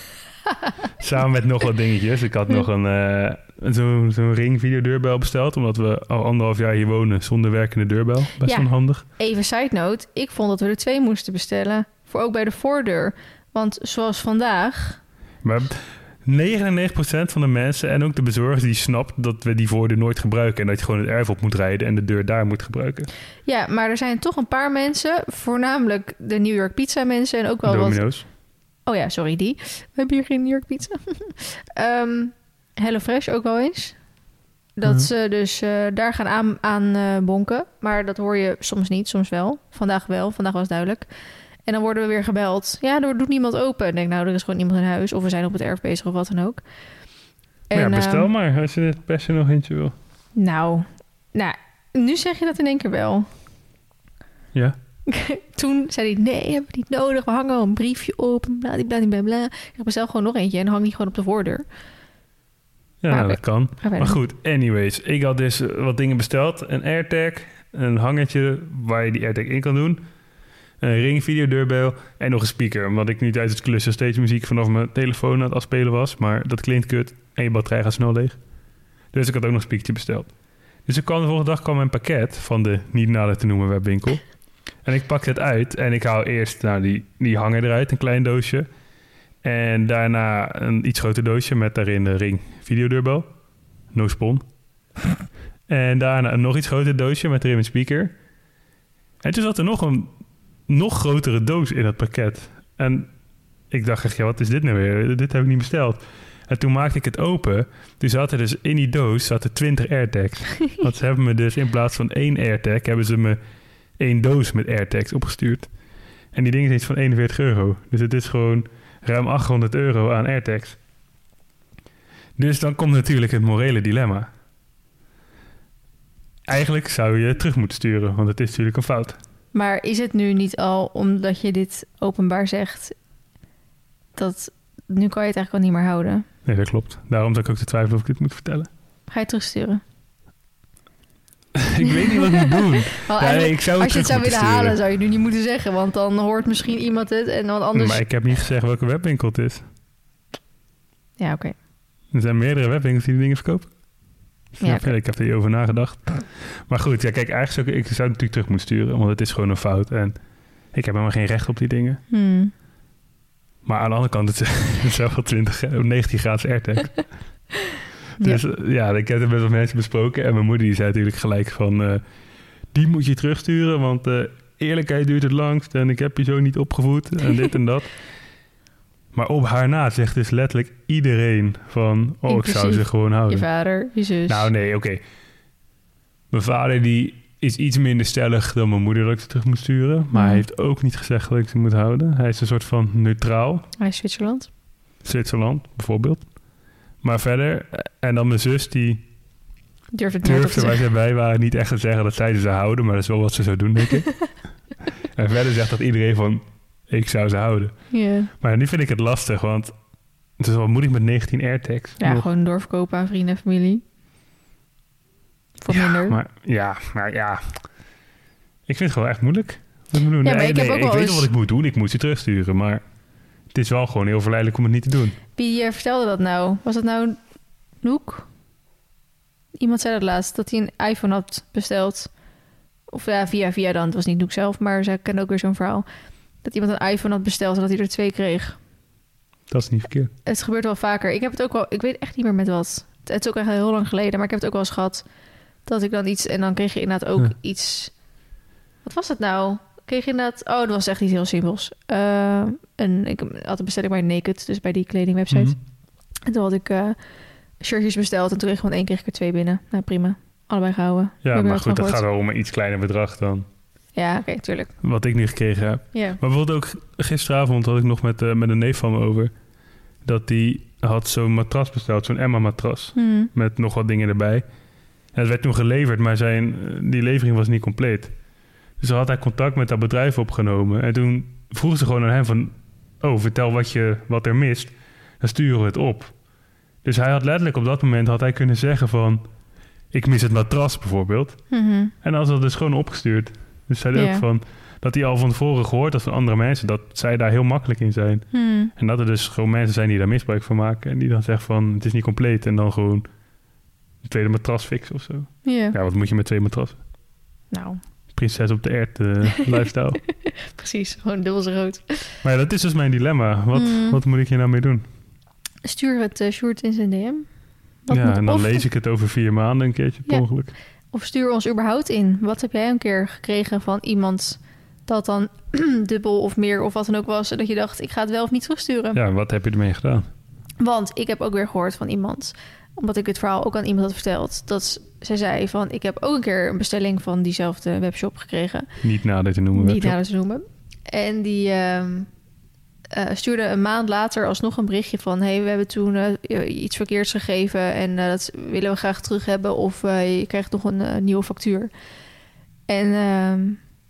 Samen met nog wat dingetjes. Ik had nog een uh, zo'n zo ring videodeurbel besteld, omdat we al anderhalf jaar hier wonen zonder werkende deurbel. Best Ja. wel handig. Even side note, ik vond dat we er twee moesten bestellen. Voor ook bij de voordeur. Want zoals vandaag, Maar negenennegentig procent van de mensen en ook de bezorgers die snapt dat we die voordeur nooit gebruiken en dat je gewoon het erf op moet rijden en de deur daar moet gebruiken. ja, maar er zijn toch een paar mensen, voornamelijk de New York Pizza mensen en ook wel wat... Domino's. Oh ja, sorry, die. We hebben hier geen New York Pizza. um, HelloFresh ook wel eens. Dat Mhm. ze dus uh, daar gaan aan, aan uh, bonken. Maar dat hoor je soms niet, soms wel. Vandaag wel, vandaag was het duidelijk. En dan worden we weer gebeld. Ja, er doet niemand open. Ik denk, nou, er is gewoon niemand in huis. Of we zijn op het erf bezig of wat dan ook. Maar ja, bestel um, maar als je dit persen nog eentje wil. Nou, nou, nu zeg je dat in één keer wel. Ja. Toen zei hij, nee, hebben we niet nodig. We hangen al een briefje op. Bladibladibla. Ik bestel gewoon nog eentje en dan hang die gewoon op de voordeur. Ja, Maar nou, we- dat kan. Gaan wij Maar doen. goed, anyways. Ik had dus uh, wat dingen besteld. Een AirTag, een hangertje waar je die AirTag in kan doen. Een ring videodeurbel en nog een speaker. Omdat ik nu tijdens het klussen steeds muziek vanaf mijn telefoon aan het afspelen was. Maar dat klinkt kut en je batterij gaat snel leeg. Dus ik had ook nog een speakertje besteld. Dus ik kwam de volgende dag kwam mijn pakket van de niet nader te noemen webwinkel. En ik pakte het uit en ik haal eerst nou, die, die hanger eruit, een klein doosje. En daarna een iets groter doosje met daarin de ring videodeurbel. No spon. En daarna een nog iets groter doosje met erin een speaker. En toen zat er nog een nog grotere doos in het pakket. En ik dacht echt, ja, wat is dit nou weer? Dit heb ik niet besteld. En toen maakte ik het open. Toen zaten dus in die doos zaten twintig AirTags. Want ze hebben me dus in plaats van één AirTag hebben ze me één doos met AirTags opgestuurd. En die ding is iets van eenenveertig euro. Dus het is gewoon ruim achthonderd euro aan AirTags. Dus dan komt natuurlijk het morele dilemma. Eigenlijk zou je het terug moeten sturen, want het is natuurlijk een fout. Maar is het nu niet al, omdat je dit openbaar zegt, dat nu kan je het eigenlijk al niet meer houden? Nee, dat klopt. Daarom zou ik ook te twijfelen of ik dit moet vertellen. Ga je het terugsturen? Ik weet niet wat ik moet doen. Wel, Ja, eigenlijk, nee, ik zou het als je het terug zou moeten willen halen, sturen. zou je het nu niet moeten zeggen. Want dan hoort misschien iemand het en dan anders... Maar ik heb niet gezegd welke webwinkel het is. Ja, oké. Er zijn meerdere webwinkels die die dingen verkopen. Ja, oké. Ik heb er hierover nagedacht. Maar goed, ja, kijk, eigenlijk zou ik, ik zou het natuurlijk terug moeten sturen. Want het is gewoon een fout. En ik heb helemaal geen recht op die dingen. Hmm. Maar aan de andere kant, het is zelf wel twintig, negentien graden AirTag. Dus ja. ja, ik heb het met wat mensen besproken. En mijn moeder die zei natuurlijk gelijk van... Uh, die moet je terugsturen, want uh, eerlijkheid duurt het langst en ik heb je zo niet opgevoed en dit en dat. Maar op haar na zegt dus letterlijk iedereen van... oh, Inclusief ik zou ze gewoon houden. Je vader, je zus. Nou, nee, oké. Okay. Mijn vader die is iets minder stellig dan mijn moeder dat ik ze terug moet sturen. Maar Hmm. hij heeft ook niet gezegd dat ik ze moet houden. Hij is een soort van neutraal. Hij is Zwitserland. Zwitserland, bijvoorbeeld. Maar verder... En dan mijn zus, die Durf het nooit op te durfde waar zeggen. ze bij waren niet echt te zeggen dat zij ze zou houden. Maar dat is wel wat ze zou doen, denk ik. En verder zegt dat iedereen van... ik zou ze houden. Ja, Maar nu vind ik het lastig, want... het is wel moeilijk met negentien AirTags. ja Nog. gewoon doorverkopen aan vrienden en familie. Voor ja, minder. Maar, ja, maar ja... Ik vind het gewoon echt moeilijk. Wat moet ik doen? Ja, maar nee, ik heb nee, ook ik wel weet eens- wel wat ik moet doen. Ik moet ze terugsturen, maar... het is wel gewoon heel verleidelijk om het niet te doen. Wie eh, vertelde dat nou? Was dat nou Noek? Iemand zei dat laatst, dat hij een iPhone had besteld. Of ja, via via dan. Het was niet Noek zelf, maar zij kende ook weer zo'n verhaal. Dat iemand een iPhone had besteld en dat hij er twee kreeg. Dat is niet verkeerd. Het gebeurt wel vaker. Ik heb het ook wel... Ik weet echt niet meer met wat. Het is ook echt heel lang geleden, maar ik heb het ook wel eens gehad... dat ik dan iets... En dan kreeg je inderdaad ook Huh. iets... Wat was het nou? Kreeg je inderdaad... Oh, dat was echt iets heel simpels. Uh, een, ik had een bestelling bij Naked, dus bij die kledingwebsite. Mhm. En toen had ik uh, shirtjes besteld en toen kreeg ik gewoon één kreeg ik er twee binnen. Nou, prima. Allebei gehouden. Ik Ja, heb er maar wat goed, van dat gaat gehoord. wel om een iets kleiner bedrag dan... Ja, oké, okay, tuurlijk. wat ik nu gekregen heb. Ja. Maar bijvoorbeeld ook gisteravond had ik nog met, uh, met een neef van me over... dat die had zo'n matras besteld, zo'n Emma-matras... Hmm. met nog wat dingen erbij. En het werd toen geleverd, maar zijn, die levering was niet compleet. Dus dan had hij contact met dat bedrijf opgenomen. En toen vroegen ze gewoon aan hem van... oh, vertel wat, je, wat er mist. Dan sturen we het op. Dus hij had letterlijk op dat moment had hij kunnen zeggen van... ik mis het matras bijvoorbeeld. Mm-hmm. En dan had dat dus gewoon opgestuurd. Dus zei hij Ja. ook van... dat hij al van tevoren gehoord had van andere mensen... dat zij daar heel makkelijk in zijn. Hmm. En dat er dus gewoon mensen zijn die daar misbruik van maken... en die dan zeggen van het is niet compleet... en dan gewoon een tweede matras fixen of zo. Ja. Ja, wat moet je met twee matrassen? Nou, Prinses op de ert uh, lifestyle. precies. Gewoon dubbel zo groot. Maar ja, dat is dus mijn dilemma. Wat, Mm. wat moet ik hier nou mee doen? Stuur het uh, Sjoerd in zijn D M. Wat ja, moet- en dan of, lees ik het over vier maanden een keertje per Ja. ongeluk. Of stuur ons überhaupt in. Wat heb jij een keer gekregen van iemand... dat dan dubbel of meer of wat dan ook was... en dat je dacht, ik ga het wel of niet terugsturen? Ja, wat heb je ermee gedaan? Want ik heb ook weer gehoord van iemand... omdat ik het verhaal ook aan iemand had verteld... dat zij zei van... ik heb ook een keer een bestelling van diezelfde webshop gekregen. Niet nader te noemen. Niet webshop. nader te noemen. En die ehm, eh, stuurde een maand later alsnog een berichtje van... hey, we hebben toen eh, iets verkeerds gegeven... en eh, dat willen we graag terug hebben... of eh, je krijgt nog een eh, nieuwe factuur. En ehm,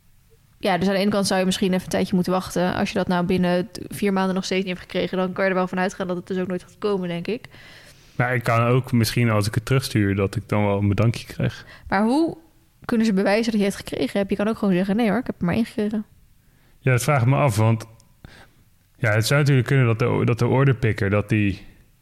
ja, dus aan de ene kant zou je misschien even een tijdje moeten wachten. Als je dat nou binnen t- vier maanden nog steeds niet hebt gekregen... dan kan je er wel van uitgaan dat het dus ook nooit gaat komen, denk ik. Maar ik kan ook misschien als ik het terugstuur... dat ik dan wel een bedankje krijg. Maar hoe kunnen ze bewijzen dat je het gekregen hebt? Je kan ook gewoon zeggen, nee hoor, ik heb er maar één gekregen. Ja, dat vraag ik me af, want... ja, het zou natuurlijk kunnen dat de, dat de orderpicker... dat die...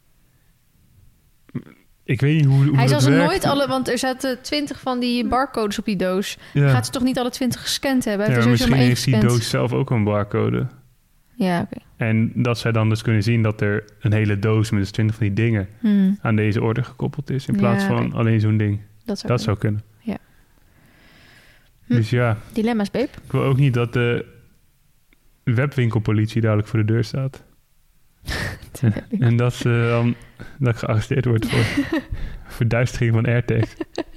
Ik weet niet hoe, hoe Hij dat zal ze werkt. nooit alle... Want er zaten twintig van die barcodes op die doos. Ja. Gaat ze toch niet alle twintig gescand hebben? Hij Ja, heeft er sowieso misschien maar één heeft die gescand. doos zelf ook een barcode. Ja, oké. En dat zij dan dus kunnen zien dat er een hele doos... met dus twintig van die dingen Hmm, aan deze order gekoppeld is... in Ja, plaats van oké. alleen zo'n ding. dat zou Dat zou kunnen. Ja. Hm. Dus ja, Dilemma's, babe. ik wil ook niet dat de webwinkelpolitie dadelijk voor de deur staat. En dat, ze dan, dat ik gearresteerd word voor verduistering van AirTags.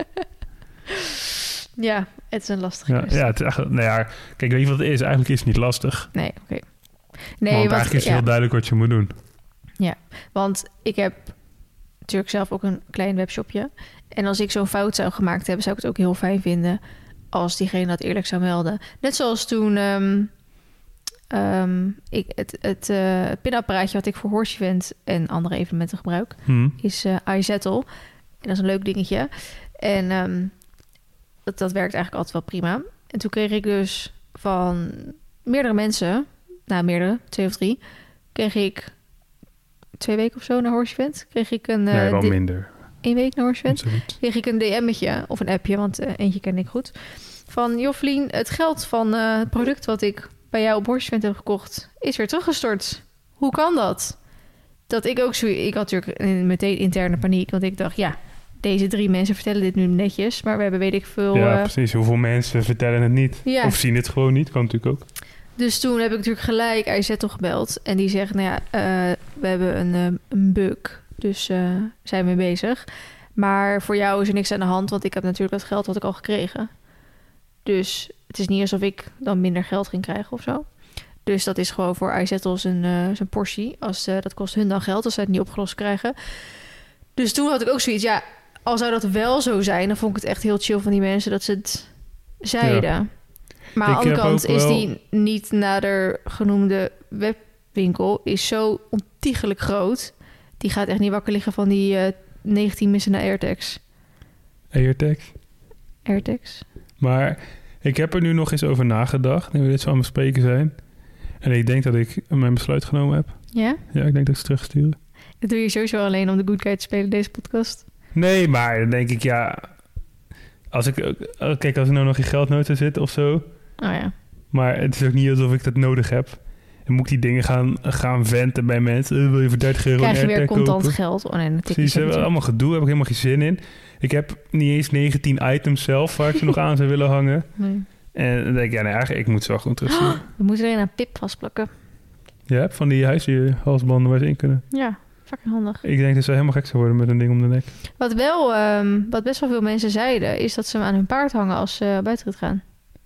Ja, het is een lastige Ja, kwestie. ja, het is echt, nou ja, kijk, weet je wat het is? Eigenlijk is het niet lastig. Nee, oké. Nee, Nee, want want, eigenlijk is het ja, heel duidelijk wat je moet doen. want ik heb natuurlijk zelf ook een klein webshopje. En als ik zo'n fout zou gemaakt hebben... zou ik het ook heel fijn vinden... als diegene dat eerlijk zou melden. Net zoals toen... ehm, ehm, ik, het het uh, pinapparaatje wat ik voor Horse Event... en andere evenementen gebruik... Hm. is uh, iZettle. En dat is een leuk dingetje. En um, dat, dat werkt eigenlijk altijd wel prima. En toen kreeg ik dus van meerdere mensen... nou, meerdere, twee of drie... kreeg ik twee weken of zo naar Horse Event. Kreeg ik een... Uh, Nee, wel di- minder. één week naar Horse Event. Zoiets. Kreeg ik een D M'tje of een appje, want uh, eentje ken ik goed. Van, Joflien, het geld van uh, het product wat ik bij jou op Horse Event heb gekocht... is weer teruggestort. Hoe kan dat? Dat ik ook zo... Ik had natuurlijk meteen interne paniek, want ik dacht, ja... deze drie mensen vertellen dit nu netjes, maar we hebben weet ik veel... Ja, uh, precies. Hoeveel mensen vertellen het niet? Ja. Of zien het gewoon niet? Kan natuurlijk ook. Dus toen heb ik natuurlijk gelijk Aizetto gebeld. En die zegt, nou ja, uh, we hebben een, uh, een bug. Dus uh, zijn we mee bezig. Maar voor jou is er niks aan de hand, want ik heb natuurlijk dat geld wat ik al gekregen. Dus het is niet alsof ik dan minder geld ging krijgen of zo. Dus dat is gewoon voor Aizetto zijn, uh, zijn portie. Als, uh, dat kost hun dan geld als ze het niet opgelost krijgen. Dus toen had ik ook zoiets, ja, al zou dat wel zo zijn, dan vond ik het echt heel chill van die mensen dat ze het zeiden. Ja. Maar aan de andere kant is wel... die niet nader genoemde webwinkel is zo ontiegelijk groot. Die gaat echt niet wakker liggen van die uh, negentien missende AirTags. AirTags? AirTags. Maar ik heb er nu nog eens over nagedacht, nu we dit zo aan het bespreken zijn. En ik denk dat ik mijn besluit genomen heb. Ja? Ja, ik denk dat ik ze terugsturen. Dat doe je sowieso alleen om de good guy te spelen, deze podcast. Nee, maar dan denk ik, ja... Als ik, kijk, als ik nou nog in geldnood zou zitten of zo... Oh ja. Maar het is ook niet alsof ik dat nodig heb. En moet ik die dingen gaan, gaan venten bij mensen. Uh, wil je voor dertig euro krijg je weer contant kopen? geld? Oh nee, natuurlijk. Precies, ze hebben allemaal gedoe. Heb ik helemaal geen zin in. Ik heb niet eens negentien items zelf waar ik ze nog aan zou willen hangen. Nee. En dan denk ik, ja, nee, eigenlijk, ik moet ze wel gewoon terugsturen. Oh, we moeten er een aan Pip vastplakken. Ja, van die huisdierhalsbanden waar ze in kunnen. Ja, fucking handig. Ik denk dat ze helemaal gek zou worden met een ding om de nek. Wat wel, um, wat best wel veel mensen zeiden, is dat ze hem aan hun paard hangen als ze buiten gaan.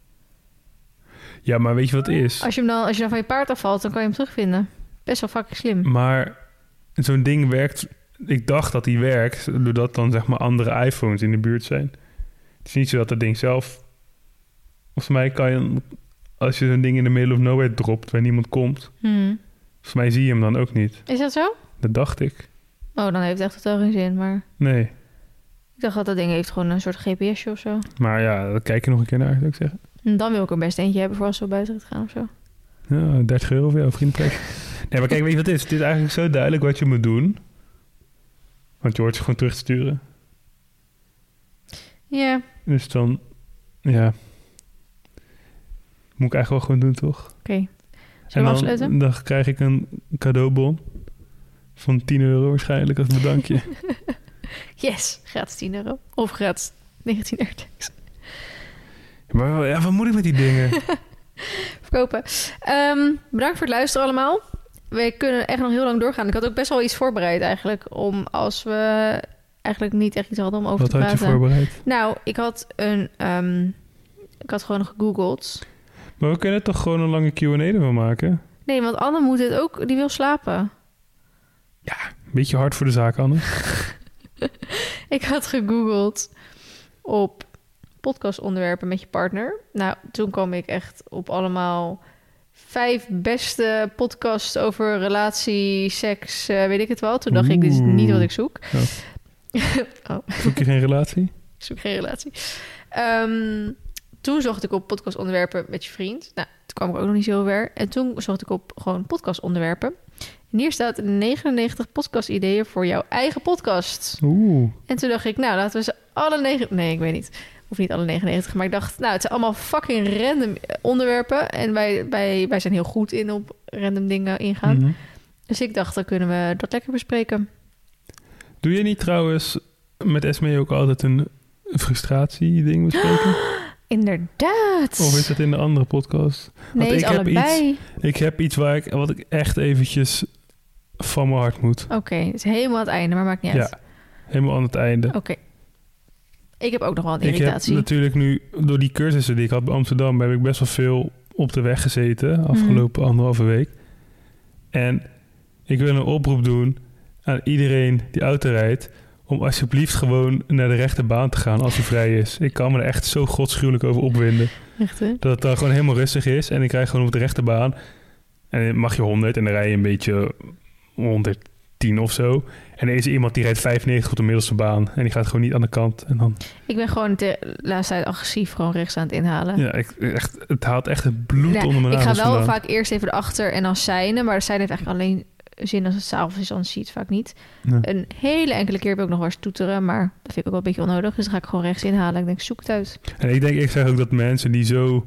Ja, maar weet je wat het is? Als je, hem dan, als je dan van je paard afvalt, dan kan je hem terugvinden. Best wel fucking slim. Maar zo'n ding werkt... Ik dacht dat die werkt, doordat dan zeg maar andere iPhones in de buurt zijn. Het is niet zo dat dat ding zelf... Volgens mij kan je... Als je zo'n ding in de middle of nowhere dropt, waar niemand komt... Hmm. Volgens mij zie je hem dan ook niet. Is dat zo? Dat dacht ik. Oh, dan heeft het echt totaal geen zin, maar... Nee. Ik dacht dat dat ding heeft gewoon een soort G P S'je of zo. Maar ja, daar kijk je nog een keer naar, zou ik zeggen. Dan wil ik er best eentje hebben voor als we buiten het gaan of zo. Ja, dertig euro voor jou, vriendprijs. Nee, maar kijk, weet je wat het is? Het is eigenlijk zo duidelijk wat je moet doen. Want je hoort ze gewoon terug te sturen. Ja. Yeah. Dus dan, ja... Moet ik eigenlijk wel gewoon doen, toch? Oké. Okay. Zullen we afsluiten? Dan, dan krijg ik een cadeaubon van tien euro waarschijnlijk als bedankje. Yes, gratis tien euro. Of gratis negentien AirTags. Maar ja, wat moet ik met die dingen? Verkopen. Um, bedankt voor het luisteren allemaal. We kunnen echt nog heel lang doorgaan. Ik had ook best wel iets voorbereid eigenlijk. Om als we eigenlijk niet echt iets hadden om over wat te praten. Wat had je voorbereid? Nou, ik had een... Um, ik had gewoon gegoogeld. Maar we kunnen toch gewoon een lange Q en A ervan maken? Nee, want Anne moet het ook... Die wil slapen. Ja, een beetje hard voor de zaak, Anne. Ik had gegoogeld op podcastonderwerpen met je partner. Nou, toen kwam ik echt op allemaal vijf beste podcasts over relatie, seks, uh, weet ik het wel. Toen dacht Oeh. ik, dit is niet wat ik zoek. Oh. oh. Zoek je geen relatie? Ik zoek geen relatie. Um, toen zocht ik op podcastonderwerpen met je vriend. Nou, toen kwam ik ook nog niet zo ver. En toen zocht ik op gewoon podcastonderwerpen. En hier staat negenennegentig podcast-ideeën voor jouw eigen podcast. Oeh. En toen dacht ik, nou, laten we ze alle negen... Nee, ik weet niet. Of niet alle negenennegentig. Maar ik dacht, nou, het zijn allemaal fucking random onderwerpen. En wij, wij, wij zijn heel goed in op random dingen ingaan. Mm-hmm. Dus ik dacht, dan kunnen we dat lekker bespreken. Doe je niet trouwens met Esmee ook altijd een frustratie-ding bespreken? Inderdaad. Of is dat in de andere podcast? Nee, Want ik heb allebei. Iets, ik heb iets waar ik, wat ik echt eventjes van mijn hart moet. Oké, okay, het is helemaal aan het einde, maar maakt niet uit. Ja, helemaal aan het einde. Oké. Okay. Ik heb ook nog wel een irritatie. Ik heb natuurlijk nu, door die cursussen die ik had bij Amsterdam, heb ik best wel veel op de weg gezeten afgelopen mm. anderhalve week. En ik wil een oproep doen aan iedereen die auto rijdt, om alsjeblieft gewoon naar de rechte baan te gaan als hij vrij is. Ik kan me er echt zo godschuwelijk over opwinden. Echt, hè? Dat het dan gewoon helemaal rustig is en ik rijd gewoon op de rechte baan. En dan mag je honderd en dan rij je een beetje honderdtien of zo. En dan is er iemand die rijdt vijfennegentig op de middelste baan. En die gaat gewoon niet aan de kant. En dan... Ik ben gewoon de laatste tijd agressief gewoon rechts aan het inhalen. Ja, ik, echt, het haalt echt het bloed ja, onder mijn nagels Ik ga wel vandaan. vaak eerst even erachter en dan seinen. Maar de seinen heeft eigenlijk alleen zin als het s'avonds is, dan zie je het vaak niet. Ja. Een hele enkele keer heb ik ook nog wel eens toeteren, maar dat vind ik ook wel een beetje onnodig. Dus dan ga ik gewoon rechts inhalen. Ik denk, zoek het uit. En ik denk, ik zeg ook dat mensen die zo...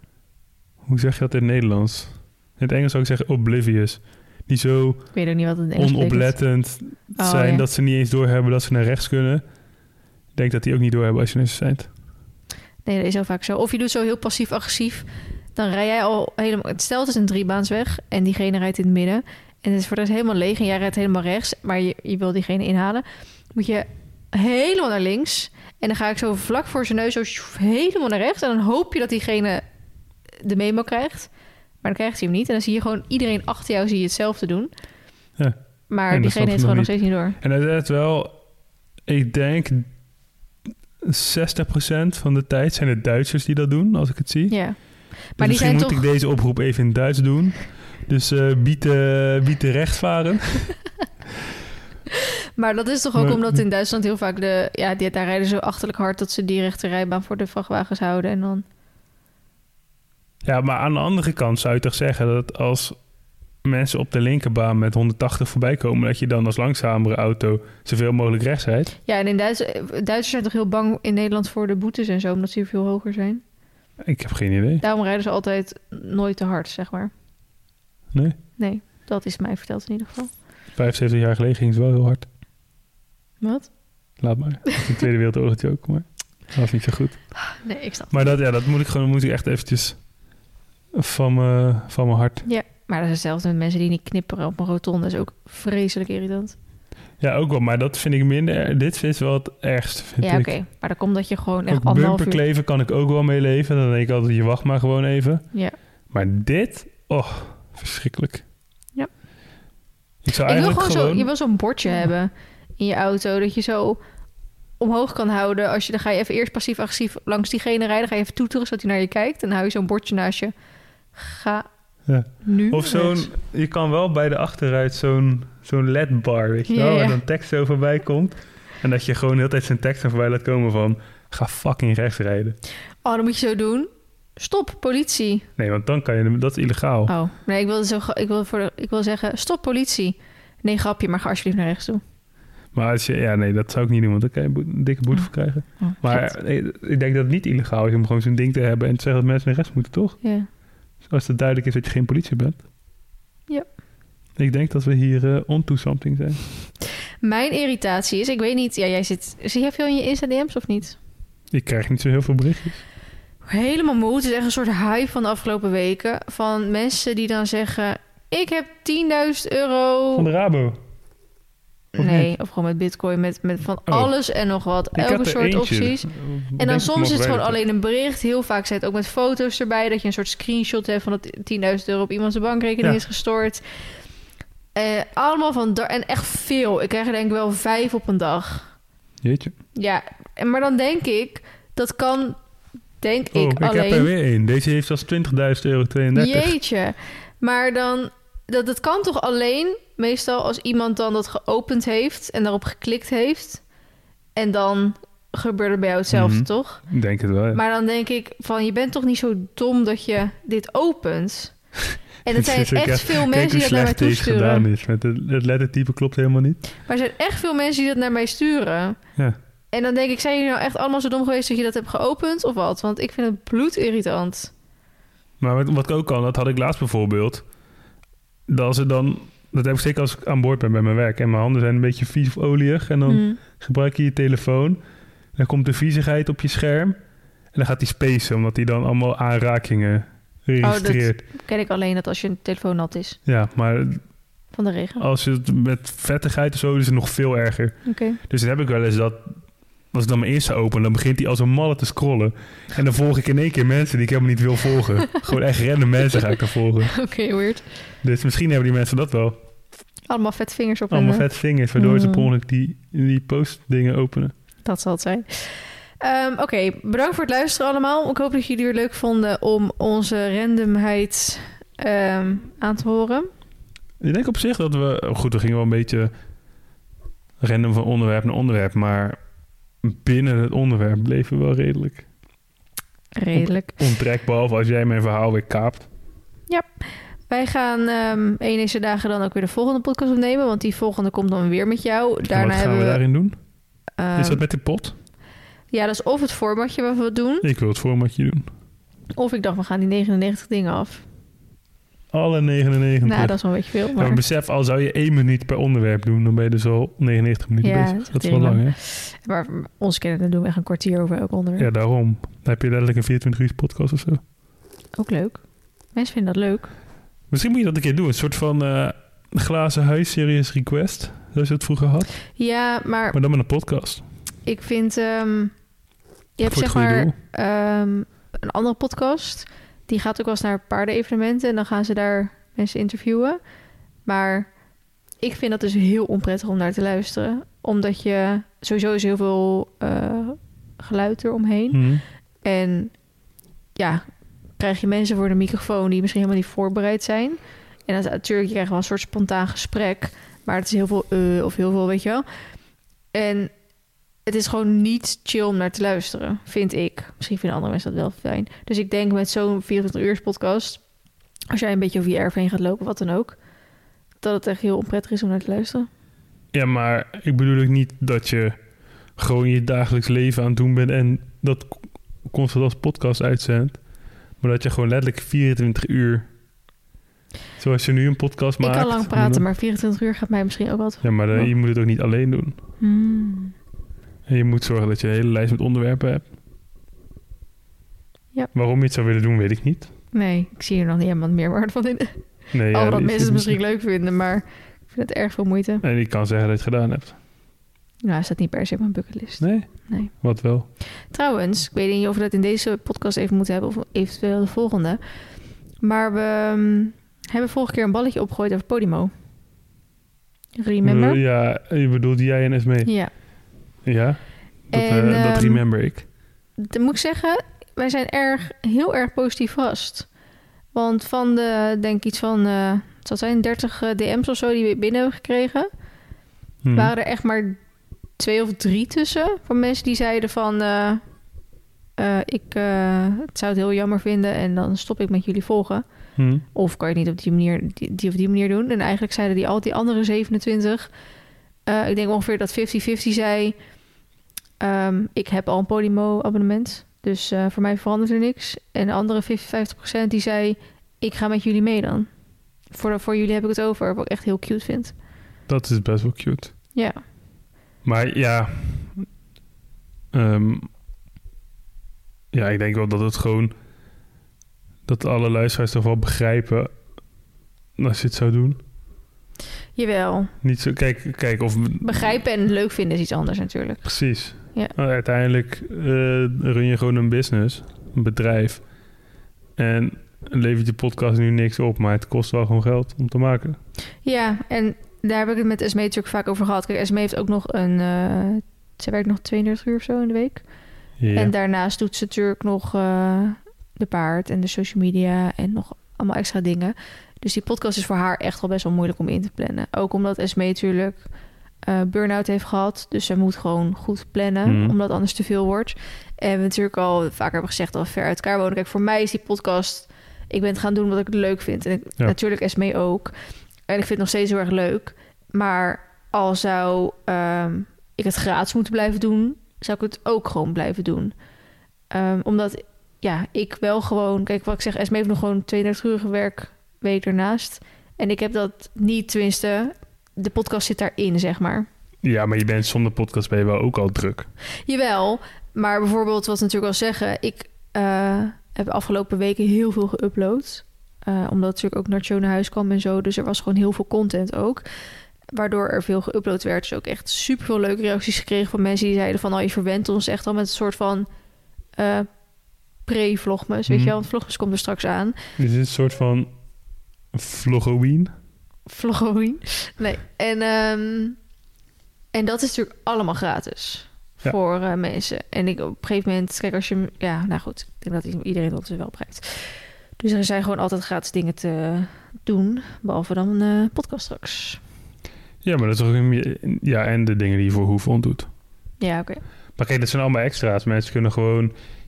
Hoe zeg je dat in het Nederlands? In het Engels zou ik zeggen oblivious. Die zo ik weet ook niet wat het in Engels onoplettend oh, zijn ja. dat ze niet eens doorhebben dat ze naar rechts kunnen. Ik denk dat die ook niet doorhebben als je een zijn. Nee, dat is heel vaak zo. Of je doet zo heel passief-agressief. Dan rij jij al helemaal... Stel, het is een driebaansweg en diegene rijdt in het midden. En het is voor de rest helemaal leeg en jij rijdt helemaal rechts. Maar je, je wil diegene inhalen. Moet je helemaal naar links. En dan ga ik zo vlak voor zijn neus zo helemaal naar rechts. En dan hoop je dat diegene de memo krijgt. Maar dan krijgt hij hem niet. En dan zie je gewoon iedereen achter jou zie je hetzelfde doen. Ja. Maar diegene heeft gewoon nog steeds niet door. En het is wel... Ik denk... zestig procent van de tijd zijn het Duitsers die dat doen, als ik het zie. Ja. Dus maar die zijn moet toch... ik deze oproep even in Duits doen. Dus uh, bied, uh, bied de rechtsvaren. Maar dat is toch ook maar, omdat in Duitsland heel vaak de... Ja, die, daar rijden ze zo achterlijk hard dat ze die rechte rijbaan voor de vrachtwagens houden en dan... Ja, maar aan de andere kant zou je toch zeggen dat als mensen op de linkerbaan met honderdtachtig voorbij komen, dat je dan als langzamere auto zoveel mogelijk rechts rijdt? Ja, en in Duits, Duitsers zijn toch heel bang in Nederland voor de boetes en zo, omdat ze hier veel hoger zijn? Ik heb geen idee. Daarom rijden ze altijd nooit te hard, zeg maar. Nee? Nee, dat is mij verteld in ieder geval. vijfenzeventig jaar geleden ging ze wel heel hard. Wat? Laat maar. Dat is de Tweede Wereldoorlog ook, maar dat was niet zo goed. Nee, ik snap het. Maar dat, ja, dat moet ik gewoon moet ik echt eventjes van, me, van mijn hart. Ja, maar dat is hetzelfde met mensen die niet knipperen op een rotonde. Dat is ook vreselijk irritant. Ja, ook wel. Maar dat vind ik minder. Dit is wel het ergste, vind ja, oké. ik. Maar dan komt dat je gewoon echt ook anderhalf uur... bumperkleven kan ik ook wel mee leven. Dan denk ik altijd, je wacht maar gewoon even. Ja. Maar dit, oh, verschrikkelijk. Ja. Ik zou ik wil eigenlijk gewoon, gewoon... Zo, je wil zo'n bordje hebben in je auto, dat je zo omhoog kan houden. Als je, dan ga je even eerst passief-agressief langs diegene rijden. Ga je even toeteren, zodat hij naar je kijkt. En dan hou je zo'n bordje naast je. Ga ja. nu. Of zo'n... rechts. Je kan wel bij de achteruit zo'n, zo'n L E D-bar, weet je Ja, wel? ja. En dan tekst zo voorbij komt. En dat je gewoon de hele tijd zijn tekst er voorbij laat komen van... Ga fucking rechts rijden. Oh, dan moet je zo doen. Stop, politie. Nee, want dan kan je... Dat is illegaal. Oh, nee, ik wil, zo, ik wil, voor de, ik wil zeggen, stop, politie. Nee, grapje, maar ga alsjeblieft naar rechts toe. Maar als je... Ja, nee, dat zou ik niet doen, want dan kan je een, boete, een dikke boete Oh. voor krijgen. Oh, Maar nee, ik denk dat het niet illegaal is om gewoon zo'n ding te hebben... en te zeggen dat mensen naar rechts moeten, toch? Ja. Als het duidelijk is dat je geen politie bent. Ja. Ik denk dat we hier uh, onto something zijn. Mijn irritatie is, ik weet niet... Ja, jij zit... Zie jij veel in je Insta-D M's of niet? Ik krijg niet zo heel veel berichtjes. Helemaal moe. Het is echt een soort hype van de afgelopen weken. Van mensen die dan zeggen... Ik heb tienduizend euro... Van de Rabo. Of nee, niet? of gewoon met bitcoin. Met, met van Oh. alles en nog wat. Ik Elke had er soort eentje. opties. En dan soms is het gewoon alleen een bericht. Heel vaak zit het ook met foto's erbij. Dat je een soort screenshot hebt van dat tienduizend euro op iemands bankrekening Ja. is gestort. Uh, allemaal van... dar- En echt veel. Ik krijg er denk ik wel vijf op een dag. Jeetje. Ja, en maar dan denk ik... Dat kan, denk Oh, ik, ik alleen... heb er weer één. Deze heeft als twintigduizend euro tweeëndertig. Jeetje. Maar dan... Dat, dat kan toch alleen meestal als iemand dan dat geopend heeft... en daarop geklikt heeft. En dan gebeurt er bij jou hetzelfde, Mhm. toch? Ik denk het wel, ja. Maar dan denk ik van... Je bent toch niet zo dom dat je dit opent? En het zijn Dus ik echt heb- veel Kijk mensen hoe die dat naar mij slecht deze gedaan toesturen. is. Met het, het lettertype klopt helemaal niet. Maar er zijn echt veel mensen die dat naar mij sturen. Ja. En dan denk ik, zijn jullie nou echt allemaal zo dom geweest... dat je dat hebt geopend of wat? Want ik vind het bloedirritant. Maar wat, wat ik ook kan, dat had ik laatst bijvoorbeeld. Dat als er dan... Dat heb ik zeker als ik aan boord ben bij mijn werk. En mijn handen zijn een beetje vies of olierig. En dan Hmm. gebruik je je telefoon. Dan komt de viezigheid op je scherm. En dan gaat die spacen, omdat hij dan allemaal aanrakingen registreert. Ken ik alleen dat als je telefoon nat is. Ja, maar Van de regen. als je het met vettigheid of zo, is het nog veel erger. Oké. Dus dan heb ik wel eens dat... Als ik dan mijn eerste open, dan begint hij als een malle te scrollen. En dan volg ik in één keer mensen die ik helemaal niet wil volgen. Gewoon echt random mensen ga ik dan volgen. Oké, weird. Dus misschien hebben die mensen dat wel. Allemaal vet vingers op Allemaal hun, vet vingers, waardoor ze Mm. per ongeluk die, die postdingen openen. Dat zal het zijn. Um, Oké, bedankt voor het luisteren allemaal. Ik hoop dat jullie het leuk vonden om onze randomheid um, aan te horen. Ik denk op zich dat we... Goed, we gingen wel een beetje random van onderwerp naar onderwerp. Maar binnen het onderwerp bleven we wel redelijk Redelijk. onttrek. Behalve als jij mijn verhaal weer kaapt. Wij gaan um, een deze dagen dan ook weer de volgende podcast opnemen. Want die volgende komt dan weer met jou. En Daarna wat gaan hebben we we... daarin doen? um, Is dat met de pot? Ja, dat is of het formatje wat we doen. Ik wil het formatje doen. Of ik dacht, we gaan die negenennegentig dingen af. Alle negenennegentig. Nou, dat is wel een beetje veel. Maar, Maar... maar besef, al zou je één minuut per onderwerp doen, dan ben je dus al negenennegentig minuten Ja, bezig. dat is Dat is echt wel lang, hè? Maar ons kennen doen we echt een kwartier over elk onderwerp. Ja, daarom. Dan heb je letterlijk een vierentwintig uur podcast of zo. Ook leuk. Mensen vinden dat leuk. Misschien moet je dat een keer doen. Een soort van uh, glazen huis serious request. Zoals je het vroeger had. Ja, maar... Maar dan met een podcast. Ik vind... Um, je hebt Voor het zeg goede maar um, een andere podcast. Die gaat ook wel eens naar paardenevenementen. En dan gaan ze daar mensen interviewen. Maar ik vind dat dus heel onprettig om naar te luisteren. Omdat je... Sowieso is heel veel uh, geluid eromheen. Hmm. En ja... krijg je mensen voor de microfoon die misschien helemaal niet voorbereid zijn. En dan, natuurlijk, je krijgt wel een soort spontaan gesprek. Maar het is heel veel uh, of heel veel, weet je wel. En het is gewoon niet chill om naar te luisteren, vind ik. Misschien vinden andere mensen dat wel fijn. Dus ik denk met zo'n vierentwintig uur podcast... als jij een beetje over je erf heen gaat lopen, wat dan ook... dat het echt heel onprettig is om naar te luisteren. Ja, maar ik bedoel ook niet dat je gewoon je dagelijks leven aan het doen bent... en dat constant als podcast uitzendt. Maar dat je gewoon letterlijk vierentwintig uur... Zoals je nu een podcast maakt... Ik kan lang praten, maar vierentwintig uur gaat mij misschien ook wat... Ja, maar dan, je moet het ook niet alleen doen. Hmm. En je moet zorgen dat je een hele lijst met onderwerpen hebt. Ja. Waarom je het zou willen doen, weet ik niet. Nee, ik zie er nog niet helemaal meer waarde van in. Nee, ja, Al dat die- mensen het misschien leuk vinden, maar ik vind het erg veel moeite. En ik kan zeggen dat je het gedaan hebt. Nou, is dat niet per se op mijn bucketlist. Nee? Nee. Wat wel? Trouwens, ik weet niet of we dat in deze podcast even moeten hebben... of eventueel de volgende. Maar we um, hebben vorige keer een balletje opgegooid over Podimo. Remember? Uh, ja, je bedoelt jij en Esmee. Ja. Ja? Dat, En, uh, dat um, remember ik. Dan moet ik zeggen, wij zijn erg, heel erg positief vast. Want van de, denk ik iets van... Uh, het zal zijn dertig uh, D M's of zo die we binnen hebben gekregen... Hmm. waren er echt maar twee of drie tussen... van mensen die zeiden van... Uh, uh, ik uh, het zou het heel jammer vinden... en dan stop ik met jullie volgen. Hmm. Of kan je het niet op die manier, die, die op die manier doen. En eigenlijk zeiden die al die andere zevenentwintig... Uh, ik denk ongeveer dat vijftig vijftig zei... Um, ik heb al een Podimo-abonnement... dus uh, voor mij verandert er niks. En de andere vijftig procent die zei... ik ga met jullie mee dan. Voor, voor jullie heb ik het over, wat ik echt heel cute vind. Dat is best wel cute. Ja. Maar ja... Um, ja, ik denk wel dat het gewoon... dat alle luisteraars toch wel begrijpen... als je het zou doen. Jawel. Niet zo... Kijk, kijk of... Begrijpen en leuk vinden is iets anders natuurlijk. Precies. Ja. Uh, uiteindelijk uh, run je gewoon een business. Een bedrijf. En levert je podcast nu niks op... maar het kost wel gewoon geld om te maken. Ja, en daar heb ik het met Esmee natuurlijk vaak over gehad. Kijk, Esmee heeft ook nog een... Uh, ze werkt nog tweeëndertig uur of zo in de week. Ja. En daarnaast doet ze natuurlijk nog uh, de paard en de social media... en nog allemaal extra dingen. Dus die podcast is voor haar echt wel best wel moeilijk om in te plannen. Ook omdat Esmee natuurlijk uh, burn-out heeft gehad. Dus ze moet gewoon goed plannen, Mm. omdat anders te veel wordt. En we natuurlijk al vaker hebben gezegd dat we ver uit elkaar wonen. Kijk, voor mij is die podcast... Ik ben het gaan doen wat ik het leuk vind. En ik, Ja. natuurlijk Esmee ook. En ik vind het nog steeds heel erg leuk. Maar al zou um, ik het gratis moeten blijven doen... zou ik het ook gewoon blijven doen. Um, omdat, ja, ik wel gewoon... Kijk, wat ik zeg, Esmee heeft nog gewoon tweeëndertig uur werkweek ernaast. En ik heb dat niet, tenminste... De podcast zit daarin, zeg maar. Ja, maar je bent zonder podcast ben je wel ook al druk. Jawel, maar bijvoorbeeld wat we natuurlijk wel zeggen... Ik uh, heb de afgelopen weken heel veel geüpload. Uh, omdat natuurlijk ook Nacho naar huis kwam en zo. Dus er was gewoon heel veel content ook. Waardoor er veel geüpload werd. Dus ook echt super veel leuke reacties gekregen van mensen die zeiden van... oh, je verwendt ons echt al met een soort van uh, pre-vlogmas. Weet Mm. je wel, want vlogmas komt er straks aan. Dit is een soort van vloggoween. Vloggoween. Nee. En, um, en dat is natuurlijk allemaal gratis. Ja. Voor uh, mensen. En ik op een gegeven moment... Kijk, als je... Ja, nou goed. Ik denk dat iedereen dat wel begrijpt. Dus er zijn gewoon altijd gratis dingen te doen. Behalve dan een uh, podcast straks. Ja, maar dat is ook een, ja, en de dingen die je voor Hoevond doet. Ja, oké. Okay. Maar kijk, dat zijn allemaal extra's. Mensen kunnen gewoon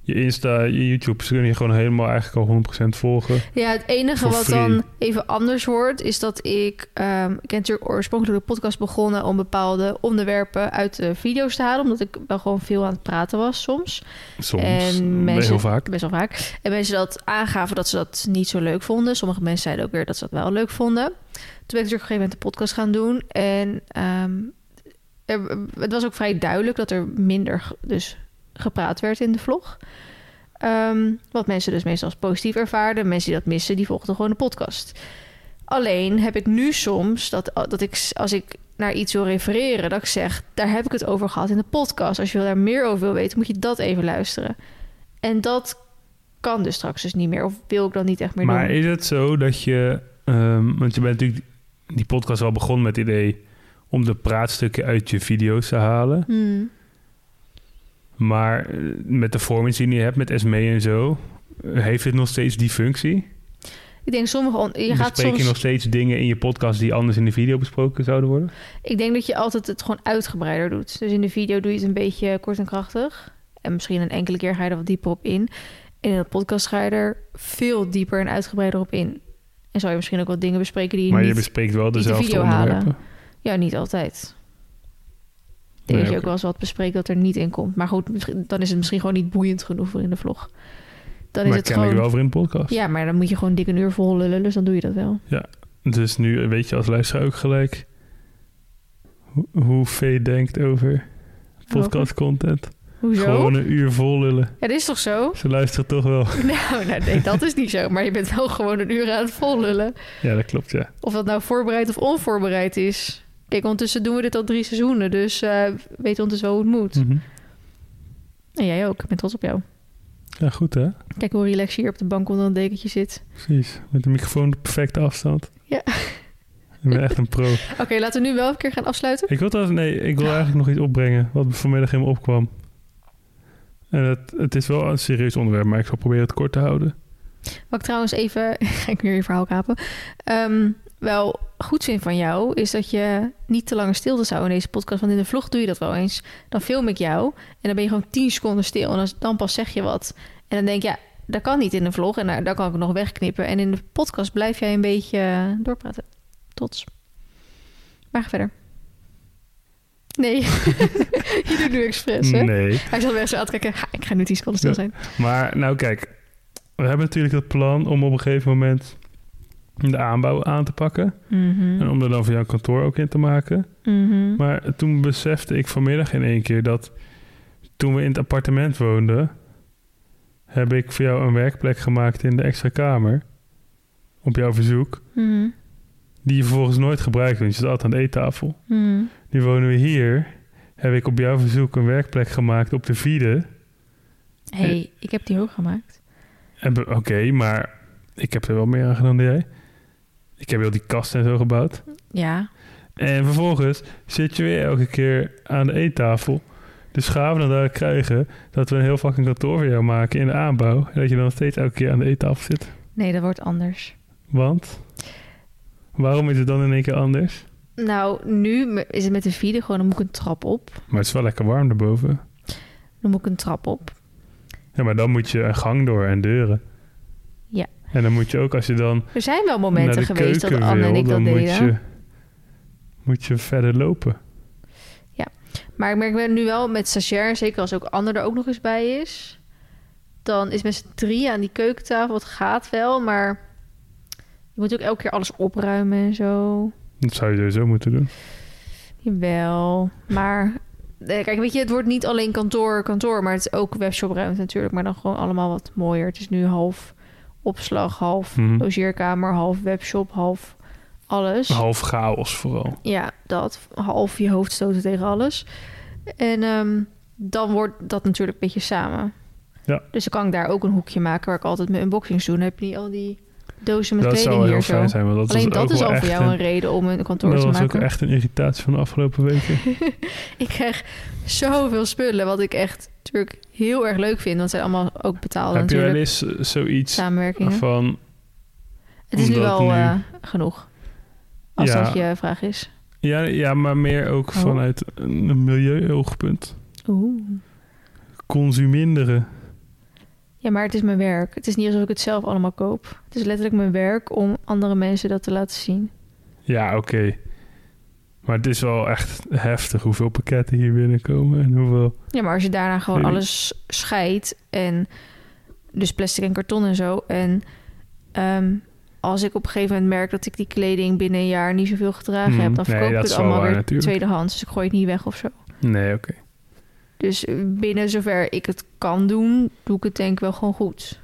je Insta, je YouTube, ze kunnen je gewoon helemaal eigenlijk al honderd procent volgen. Ja, het enige For wat free. dan even anders wordt, is dat ik... Um, ik heb natuurlijk oorspronkelijk de podcast begonnen om bepaalde onderwerpen uit de video's te halen, omdat ik wel gewoon veel aan het praten was soms. Soms, en mensen, heel vaak. Best wel vaak. En mensen dat aangaven dat ze dat niet zo leuk vonden. Sommige mensen zeiden ook weer dat ze dat wel leuk vonden. Toen ben ik natuurlijk op een gegeven moment de podcast gaan doen. En um, er, het was ook vrij duidelijk dat er minder ge- dus gepraat werd in de vlog. Um, wat mensen dus meestal als positief ervaarden. Mensen die dat missen, die volgden gewoon de podcast. Alleen heb ik nu soms dat, dat ik, als ik naar iets wil refereren, dat ik zeg, daar heb ik het over gehad in de podcast. Als je daar meer over wil weten, moet je dat even luisteren. En dat kan dus straks dus niet meer. Of wil ik dan niet echt meer maar doen. is het zo dat je... Um, want je bent natuurlijk die podcast wel begonnen met het idee om de praatstukken uit je video's te halen. Hmm. Maar met de formats die je hebt met Esmee en zo, heeft het nog steeds die functie? Ik denk sommige... On- je gaat Bespreek soms, je nog steeds dingen in je podcast die anders in de video besproken zouden worden? Ik denk dat je altijd het gewoon uitgebreider doet. Dus in de video doe je het een beetje kort en krachtig. En misschien een enkele keer ga je er wat dieper op in. En in de podcast ga je er veel dieper en uitgebreider op in. En zal je misschien ook wat dingen bespreken die je maar niet... je bespreekt wel de dezelfde video onderwerpen. halen. Ja, Ja, niet altijd. Ik denk Nee, dat je oké. ook wel eens wat bespreekt dat er niet in komt. Maar goed, misschien- dan is het misschien gewoon niet boeiend genoeg voor in de vlog. Dan is Maar het ken ik gewoon... wel voor in de podcast. Ja, maar dan moet je gewoon dik een uur vol lullen, dus dan doe je dat wel. Dus nu weet je als luisteraar ook gelijk hoe, hoe Vee denkt over podcast content. Hoezo? Gewoon een uur vol lullen. Ja, dat is toch zo? Ze luisteren toch wel. Nou, nou, nee, dat is niet zo. Maar je bent wel gewoon een uur aan het vol lullen. Ja, dat klopt, ja. Of dat nou voorbereid of onvoorbereid is. Kijk, ondertussen doen we dit al drie seizoenen. Dus uh, weet ondertussen wel hoe het moet. Mhm. En jij ook. Ik ben trots op jou. Ja, goed hè? Kijk hoe relaxed je hier op de bank onder een dekentje zit. Precies. Met de microfoon op perfecte afstand. Ja. Ik ben echt een pro. Oké, okay, laten we nu wel een keer gaan afsluiten. Ik wil, dat, nee, ik wil eigenlijk nog iets opbrengen wat vanmiddag in me opkwam. En het, het is wel een serieus onderwerp, maar ik zal proberen het kort te houden. Wat ik trouwens even... Ga ik weer je verhaal kapen. Um, wel goed vind van jou is dat je niet te lange stilte zou in deze podcast. Want in de vlog doe je dat wel eens. Dan film ik jou en dan ben je gewoon tien seconden stil. En dan, dan pas zeg je wat. En dan denk je, ja, dat kan niet in de vlog. En daar, daar kan ik het nog wegknippen. En in de podcast blijf jij een beetje doorpraten. Tots. Maar ga verder. Nee. Je doet nu expres, hè? Nee. Hij zal weer zo aan het kijken. Ha, ik ga nu tien seconden stil zijn. Ja, maar nou kijk, we hebben natuurlijk het plan om op een gegeven moment de aanbouw aan te pakken. Mm-hmm. En om er dan voor jouw kantoor ook in te maken. Mm-hmm. Maar toen besefte ik vanmiddag in één keer dat toen we in het appartement woonden, heb ik voor jou een werkplek gemaakt in de extra kamer. Op jouw verzoek. Mm-hmm. Die je vervolgens nooit gebruikt, want je zit altijd aan de eettafel. Mm-hmm. Nu wonen we hier. Heb ik op jouw verzoek een werkplek gemaakt op de vierde. Hé, hey, ik heb die ook gemaakt. Oké, okay, maar ik heb er wel meer aan gedaan dan jij. Ik heb heel die kast en zo gebouwd. Ja. En vervolgens zit je weer elke keer aan de eettafel. Dus gaan we dan daar krijgen dat we een heel fucking kantoor voor jou maken in de aanbouw. En dat je dan steeds elke keer aan de eettafel zit. Nee, dat wordt anders. Want? Waarom is het dan in één keer anders? Nou, nu is het met de vierde gewoon, dan moet ik een trap op. Maar het is wel lekker warm daarboven. Dan moet ik een trap op. Ja, maar dan moet je een gang door en deuren. Ja. En dan moet je ook, als je dan Er zijn wel naar momenten de geweest dat keuken Anne wil, en ik dat dan moet deden. je, moet je verder lopen. Maar ik merk nu wel met stagiair, zeker als ook Anne er ook nog eens bij is, dan is met z'n drie aan die keukentafel, het gaat wel, maar je moet ook elke keer alles opruimen en zo. Dat zou je sowieso moeten doen. Jawel, maar eh, kijk, weet je, het wordt niet alleen kantoor, kantoor, maar het is ook webshopruimte natuurlijk, maar dan gewoon allemaal wat mooier. Het is nu half opslag, half Mhm. logeerkamer, half webshop, half alles. Half chaos vooral. Ja, dat. Half je hoofd stoten tegen alles. En um, dan wordt dat natuurlijk een beetje samen. Ja. Dus dan kan ik daar ook een hoekje maken waar ik altijd mijn unboxings doe. Dan heb je niet al die dozen met Dat zou kleding wel hier heel zo. fijn zijn. Want dat Alleen was dat ook is wel al voor echt jou een, een reden om een kantoor dat te was maken. ook echt een irritatie van de afgelopen weken. Ik krijg zoveel spullen, wat ik echt natuurlijk heel erg leuk vind. Want het zijn allemaal ook betaalde Heb je wel natuurlijk eens uh, zoiets samenwerkingen. van... Het is nu omdat wel nu- uh, genoeg. Als Ja. dat je vraag is. Ja, ja, maar meer ook Oh. vanuit een milieu-oogpunt. Oeh. Consuminderen. Ja, maar het is mijn werk. Het is niet alsof ik het zelf allemaal koop. Het is letterlijk mijn werk om andere mensen dat te laten zien. Ja, oké. Okay. Maar het is wel echt heftig hoeveel pakketten hier binnenkomen en hoeveel... Ja, maar als je daarna gewoon Kleding. alles scheidt en dus plastic en karton en zo. En um, als ik op een gegeven moment merk dat ik die kleding binnen een jaar niet zoveel gedragen Hmm, heb, dan nee, verkoop ik dat het is wel allemaal waar, weer natuurlijk. tweedehands. Dus ik gooi het niet weg of zo. Nee, oké. Okay. Dus binnen zover ik het kan doen, doe ik het denk ik wel gewoon goed.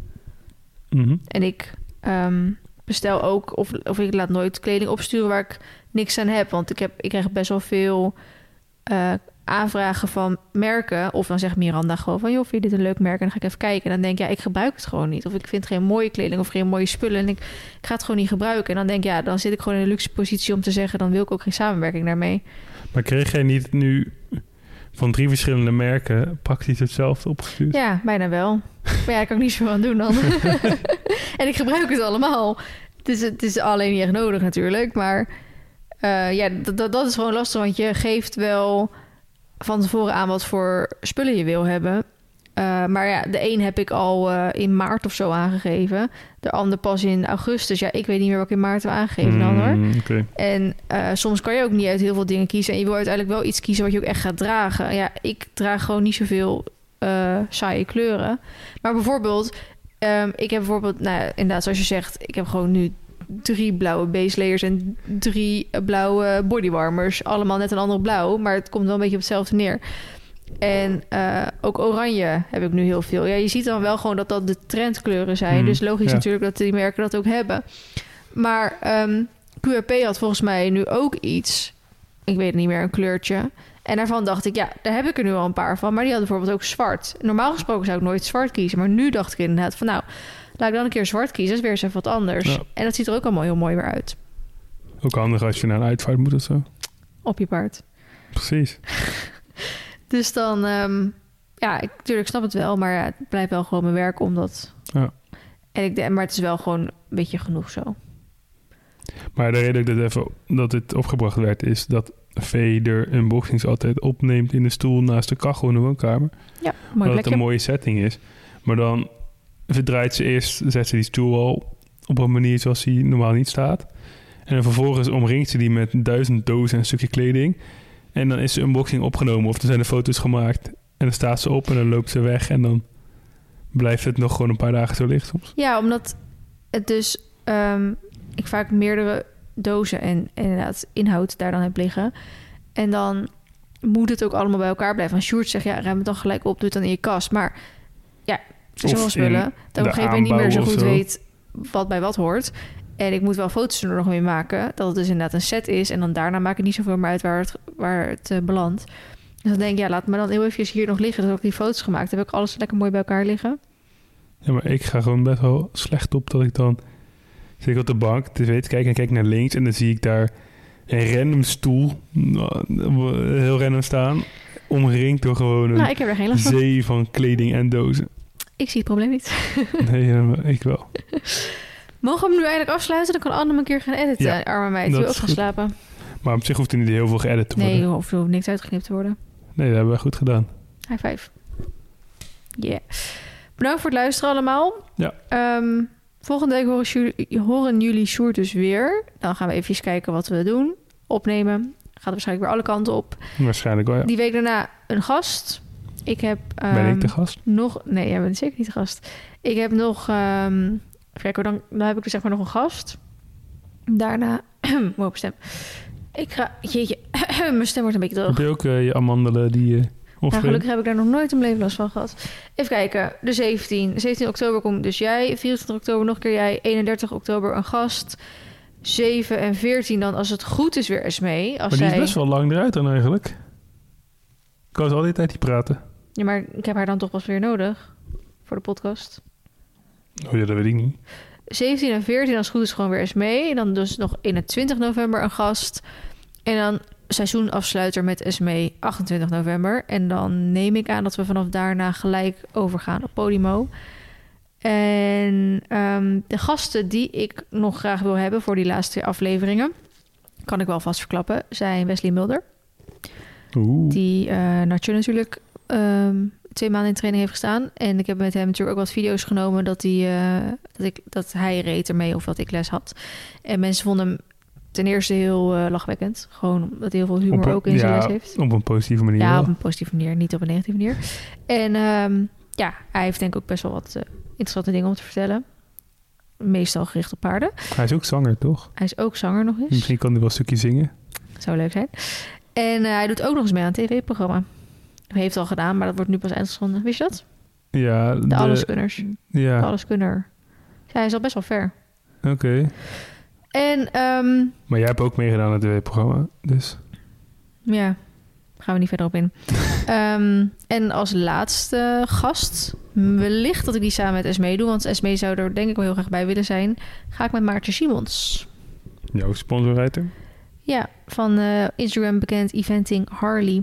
Mm-hmm. En ik um, bestel ook, of, of ik laat nooit kleding opsturen waar ik niks aan heb. Want ik, heb, ik krijg best wel veel uh, aanvragen van merken. Of dan zegt Miranda gewoon van, joh, vind je dit een leuk merk? En dan ga ik even kijken. En dan denk ik, ja, ik gebruik het gewoon niet. Of ik vind geen mooie kleding of geen mooie spullen. En ik, ik ga het gewoon niet gebruiken. En dan denk ik, ja, dan zit ik gewoon in een luxe positie om te zeggen, dan wil ik ook geen samenwerking daarmee. Maar kreeg jij niet nu van drie verschillende merken praktisch hetzelfde opgestuurd? Ja, bijna wel. Maar ja, daar kan ik niet zo aan doen dan. En ik gebruik het allemaal. Het is, het is alleen niet echt nodig natuurlijk. Maar uh, ja, dat, dat, dat is gewoon lastig. Want je geeft wel van tevoren aan wat voor spullen je wil hebben. Uh, maar ja, de een heb ik al uh, in maart of zo aangegeven. De ander pas in augustus. Ja, ik weet niet meer wat ik in maart heb aangegeven mm, dan hoor. Okay. En uh, soms kan je ook niet uit heel veel dingen kiezen. En je wil uiteindelijk wel iets kiezen wat je ook echt gaat dragen. Ja, ik draag gewoon niet zoveel uh, saaie kleuren. Maar bijvoorbeeld, um, ik heb bijvoorbeeld, nou inderdaad zoals je zegt, ik heb gewoon nu drie blauwe base layers en drie blauwe bodywarmers. Allemaal net een andere blauw, maar het komt wel een beetje op hetzelfde neer. En uh, ook oranje heb ik nu heel veel. Ja, je ziet dan wel gewoon dat dat de trendkleuren zijn. Hmm, dus logisch ja. natuurlijk dat die merken dat ook hebben. Maar um, Q R P had volgens mij nu ook iets. Ik weet het niet meer, een kleurtje. En daarvan dacht ik, ja, daar heb ik er nu al een paar van. Maar die hadden bijvoorbeeld ook zwart. Normaal gesproken zou ik nooit zwart kiezen. Maar nu dacht ik inderdaad van, nou, laat ik dan een keer zwart kiezen. Dat is weer eens even wat anders. Ja. En dat ziet er ook allemaal heel mooi weer uit. Ook handig als je naar een uitvaart moet of zo. Op je paard. Precies. Dus dan, um, ja, ik, natuurlijk snap het wel. Maar ja, het blijft wel gewoon mijn werk om dat... Ja. En ik, maar het is wel gewoon een beetje genoeg zo. Maar de reden dat, even, dat dit opgebracht werd... is dat V er unboxings altijd opneemt in de stoel... naast de kachel in de woonkamer. Ja, mooi dat het een mooie setting is. Maar dan verdraait ze eerst... zet ze die stoel al op een manier zoals die normaal niet staat. En dan vervolgens omringt ze die met duizend dozen en een stukje kleding... En dan is de unboxing opgenomen of er zijn de foto's gemaakt. En dan staat ze op en dan loopt ze weg. En dan blijft het nog gewoon een paar dagen zo liggen soms. Ja, omdat het dus... Um, ik vaak meerdere dozen en, en inderdaad inhoud daar dan heb liggen. En dan moet het ook allemaal bij elkaar blijven. Van Sjoerd zegt, ja, ruim het dan gelijk op. Doe het dan in je kast. Maar ja, zoveel spullen. Dat op een gegeven moment niet meer zo goed zo. weet wat bij wat hoort. En ik moet wel foto's er nog mee maken. Dat het dus inderdaad een set is. En dan daarna maakt het niet zoveel meer uit waar het, waar het uh, belandt. Dus dan denk ik, ja, laat me dan heel even hier nog liggen. Dat heb ik die foto's gemaakt. Dan heb ik alles lekker mooi bij elkaar liggen. Ja, maar ik ga gewoon best wel slecht op dat ik dan... zit ik op de bank, tv te kijken en kijk naar links... en dan zie ik daar een random stoel heel random staan... omringd door gewoon een nou, ik heb er geen last van. zee van kleding en dozen. Ik zie het probleem niet. Nee, ja, ik wel. Mogen we hem nu eigenlijk afsluiten? Dan kan Anne hem een keer gaan editen. Ja, arme meid, die wil ook gaan goed. slapen. Maar op zich hoeft er niet heel veel geëdit te worden. Nee, er hoeft, er hoeft niks uitgeknipt te worden. Nee, dat hebben we goed gedaan. High five. Yeah. Bedankt voor het luisteren allemaal. Ja. Um, volgende week horen, Sjoerd, horen jullie Sjoerd dus weer. Dan gaan we even kijken wat we doen. Opnemen. Gaat waarschijnlijk weer alle kanten op. Waarschijnlijk wel, ja. Die week daarna een gast. Ik heb... Um, ben ik de gast? Nog, nee, jij bent zeker niet de gast. Ik heb nog... Um, Kijk, dan, dan heb ik dus zeg maar nog een gast. Daarna... Mooi op stem. Ik ga... Jeetje, mijn stem wordt een beetje droog. Heb je ook uh, je amandelen die... Uh, ja, gelukkig heb ik daar nog nooit een leven last van gehad. Even kijken. De zeventien. zeventien oktober komt dus jij. vierentwintig oktober nog een keer jij. eenendertig oktober een gast. zeven en veertien dan, als het goed is, weer eens mee. Als maar die zij... is best wel lang eruit dan eigenlijk. Ik was al die tijd niet praten. Ja, maar ik heb haar dan toch pas weer nodig. Voor de podcast. Oh ja, dat weet ik niet. zeventien en veertien, als het goed is, gewoon weer eens mee. En dan dus nog eenentwintig november een gast. En dan seizoenafsluiter met Esmee achtentwintig november. En dan neem ik aan dat we vanaf daarna gelijk overgaan op Podimo. En um, de gasten die ik nog graag wil hebben voor die laatste twee afleveringen... kan ik wel vast verklappen, zijn Wesley Mulder. Oeh. Die uh, Natje natuurlijk um, twee maanden in training heeft gestaan. En ik heb met hem natuurlijk ook wat video's genomen dat hij, uh, dat ik, dat hij reed ermee of dat ik les had. En mensen vonden hem ten eerste heel uh, lachwekkend. Gewoon omdat hij heel veel humor Op een- ook in zijn ja, les heeft. Op een positieve manier. Ja, wel. op een positieve manier, niet op een negatieve manier. En um, ja, hij heeft denk ik ook best wel wat uh, interessante dingen om te vertellen. Meestal gericht op paarden. Hij is ook zanger, toch? Hij is ook zanger nog eens. Misschien kan hij wel een stukje zingen. Zou leuk zijn. En uh, hij doet ook nog eens mee aan een tv-programma. Hij heeft al gedaan, maar dat wordt nu pas uitgezonden. Wist je dat? Ja, De, de Alleskunners. Ja, De Alleskunner. Ja, hij is al best wel ver. oké. Okay. En um, Maar jij hebt ook meegedaan aan het tv-programma, dus... ja, gaan we niet verder op in. um, en als laatste gast, wellicht dat ik die samen met Esmee doe, want Esmee zou er denk ik wel heel graag bij willen zijn, ga ik met Maartje Simons. Jouw sponsorwriter? Ja, van uh, Instagram bekend Eventing Harley.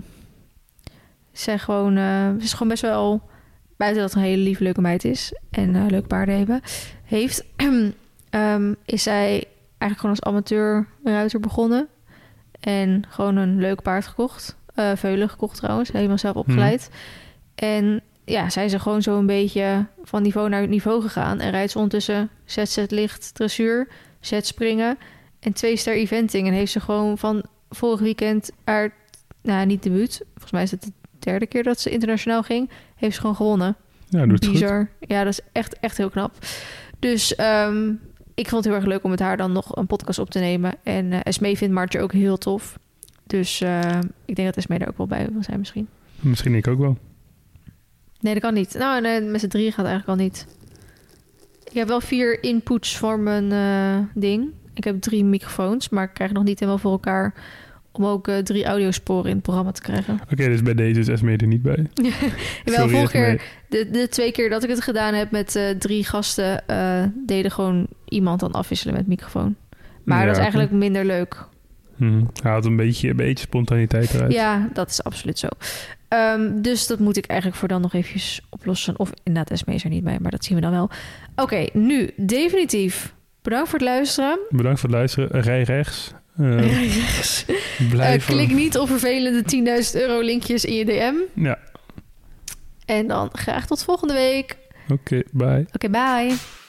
Zij gewoon, uh, ze is gewoon best wel, buiten dat het een hele lieve leuke meid is en uh, leuke paarden hebben, heeft, um, is zij eigenlijk gewoon als amateur ruiter begonnen. En gewoon een leuk paard gekocht. Uh, Veulen gekocht trouwens, helemaal zelf opgeleid. Hmm. En ja, zij is er gewoon zo een beetje van niveau naar niveau gegaan. En rijdt ze ondertussen zet zet licht dressuur, zet springen en twee ster eventing. En heeft ze gewoon van vorig weekend haar, nou niet debuut, volgens mij is het de derde keer dat ze internationaal ging, heeft ze gewoon gewonnen. Ja, doet Bizar. goed. Ja, dat is echt, echt heel knap. Dus um, ik vond het heel erg leuk om met haar dan nog een podcast op te nemen. En uh, Esmee vindt Martje ook heel tof. Dus uh, ik denk dat Esmee er ook wel bij wil zijn misschien. Misschien ik ook wel. Nee, dat kan niet. Nou, nee, met z'n drieën gaat eigenlijk al niet. Ik heb wel vier inputs voor mijn uh, ding. Ik heb drie microfoons, maar ik krijg nog niet helemaal voor elkaar om ook uh, drie audiosporen in het programma te krijgen. Oké, okay, dus bij deze is Esmee er niet bij. Wel, vorige keer, de, de twee keer dat ik het gedaan heb met uh, drie gasten, uh, deden gewoon iemand dan afwisselen met microfoon. Maar ja, dat is eigenlijk okay. minder leuk. Hmm. Haalt een beetje, een beetje spontaniteit eruit. Ja, dat is absoluut zo. Um, dus dat moet ik eigenlijk voor dan nog eventjes oplossen. Of inderdaad, Esmee is er niet bij, maar dat zien we dan wel. Oké, okay, nu definitief. Bedankt voor het luisteren. Bedankt voor het luisteren. Rij rechts. Uh, Rij rechts. Blijf uh, klik niet op vervelende tienduizend euro linkjes in je D M. Ja. En dan graag tot volgende week. Oké, okay, bye. Oké, okay, bye.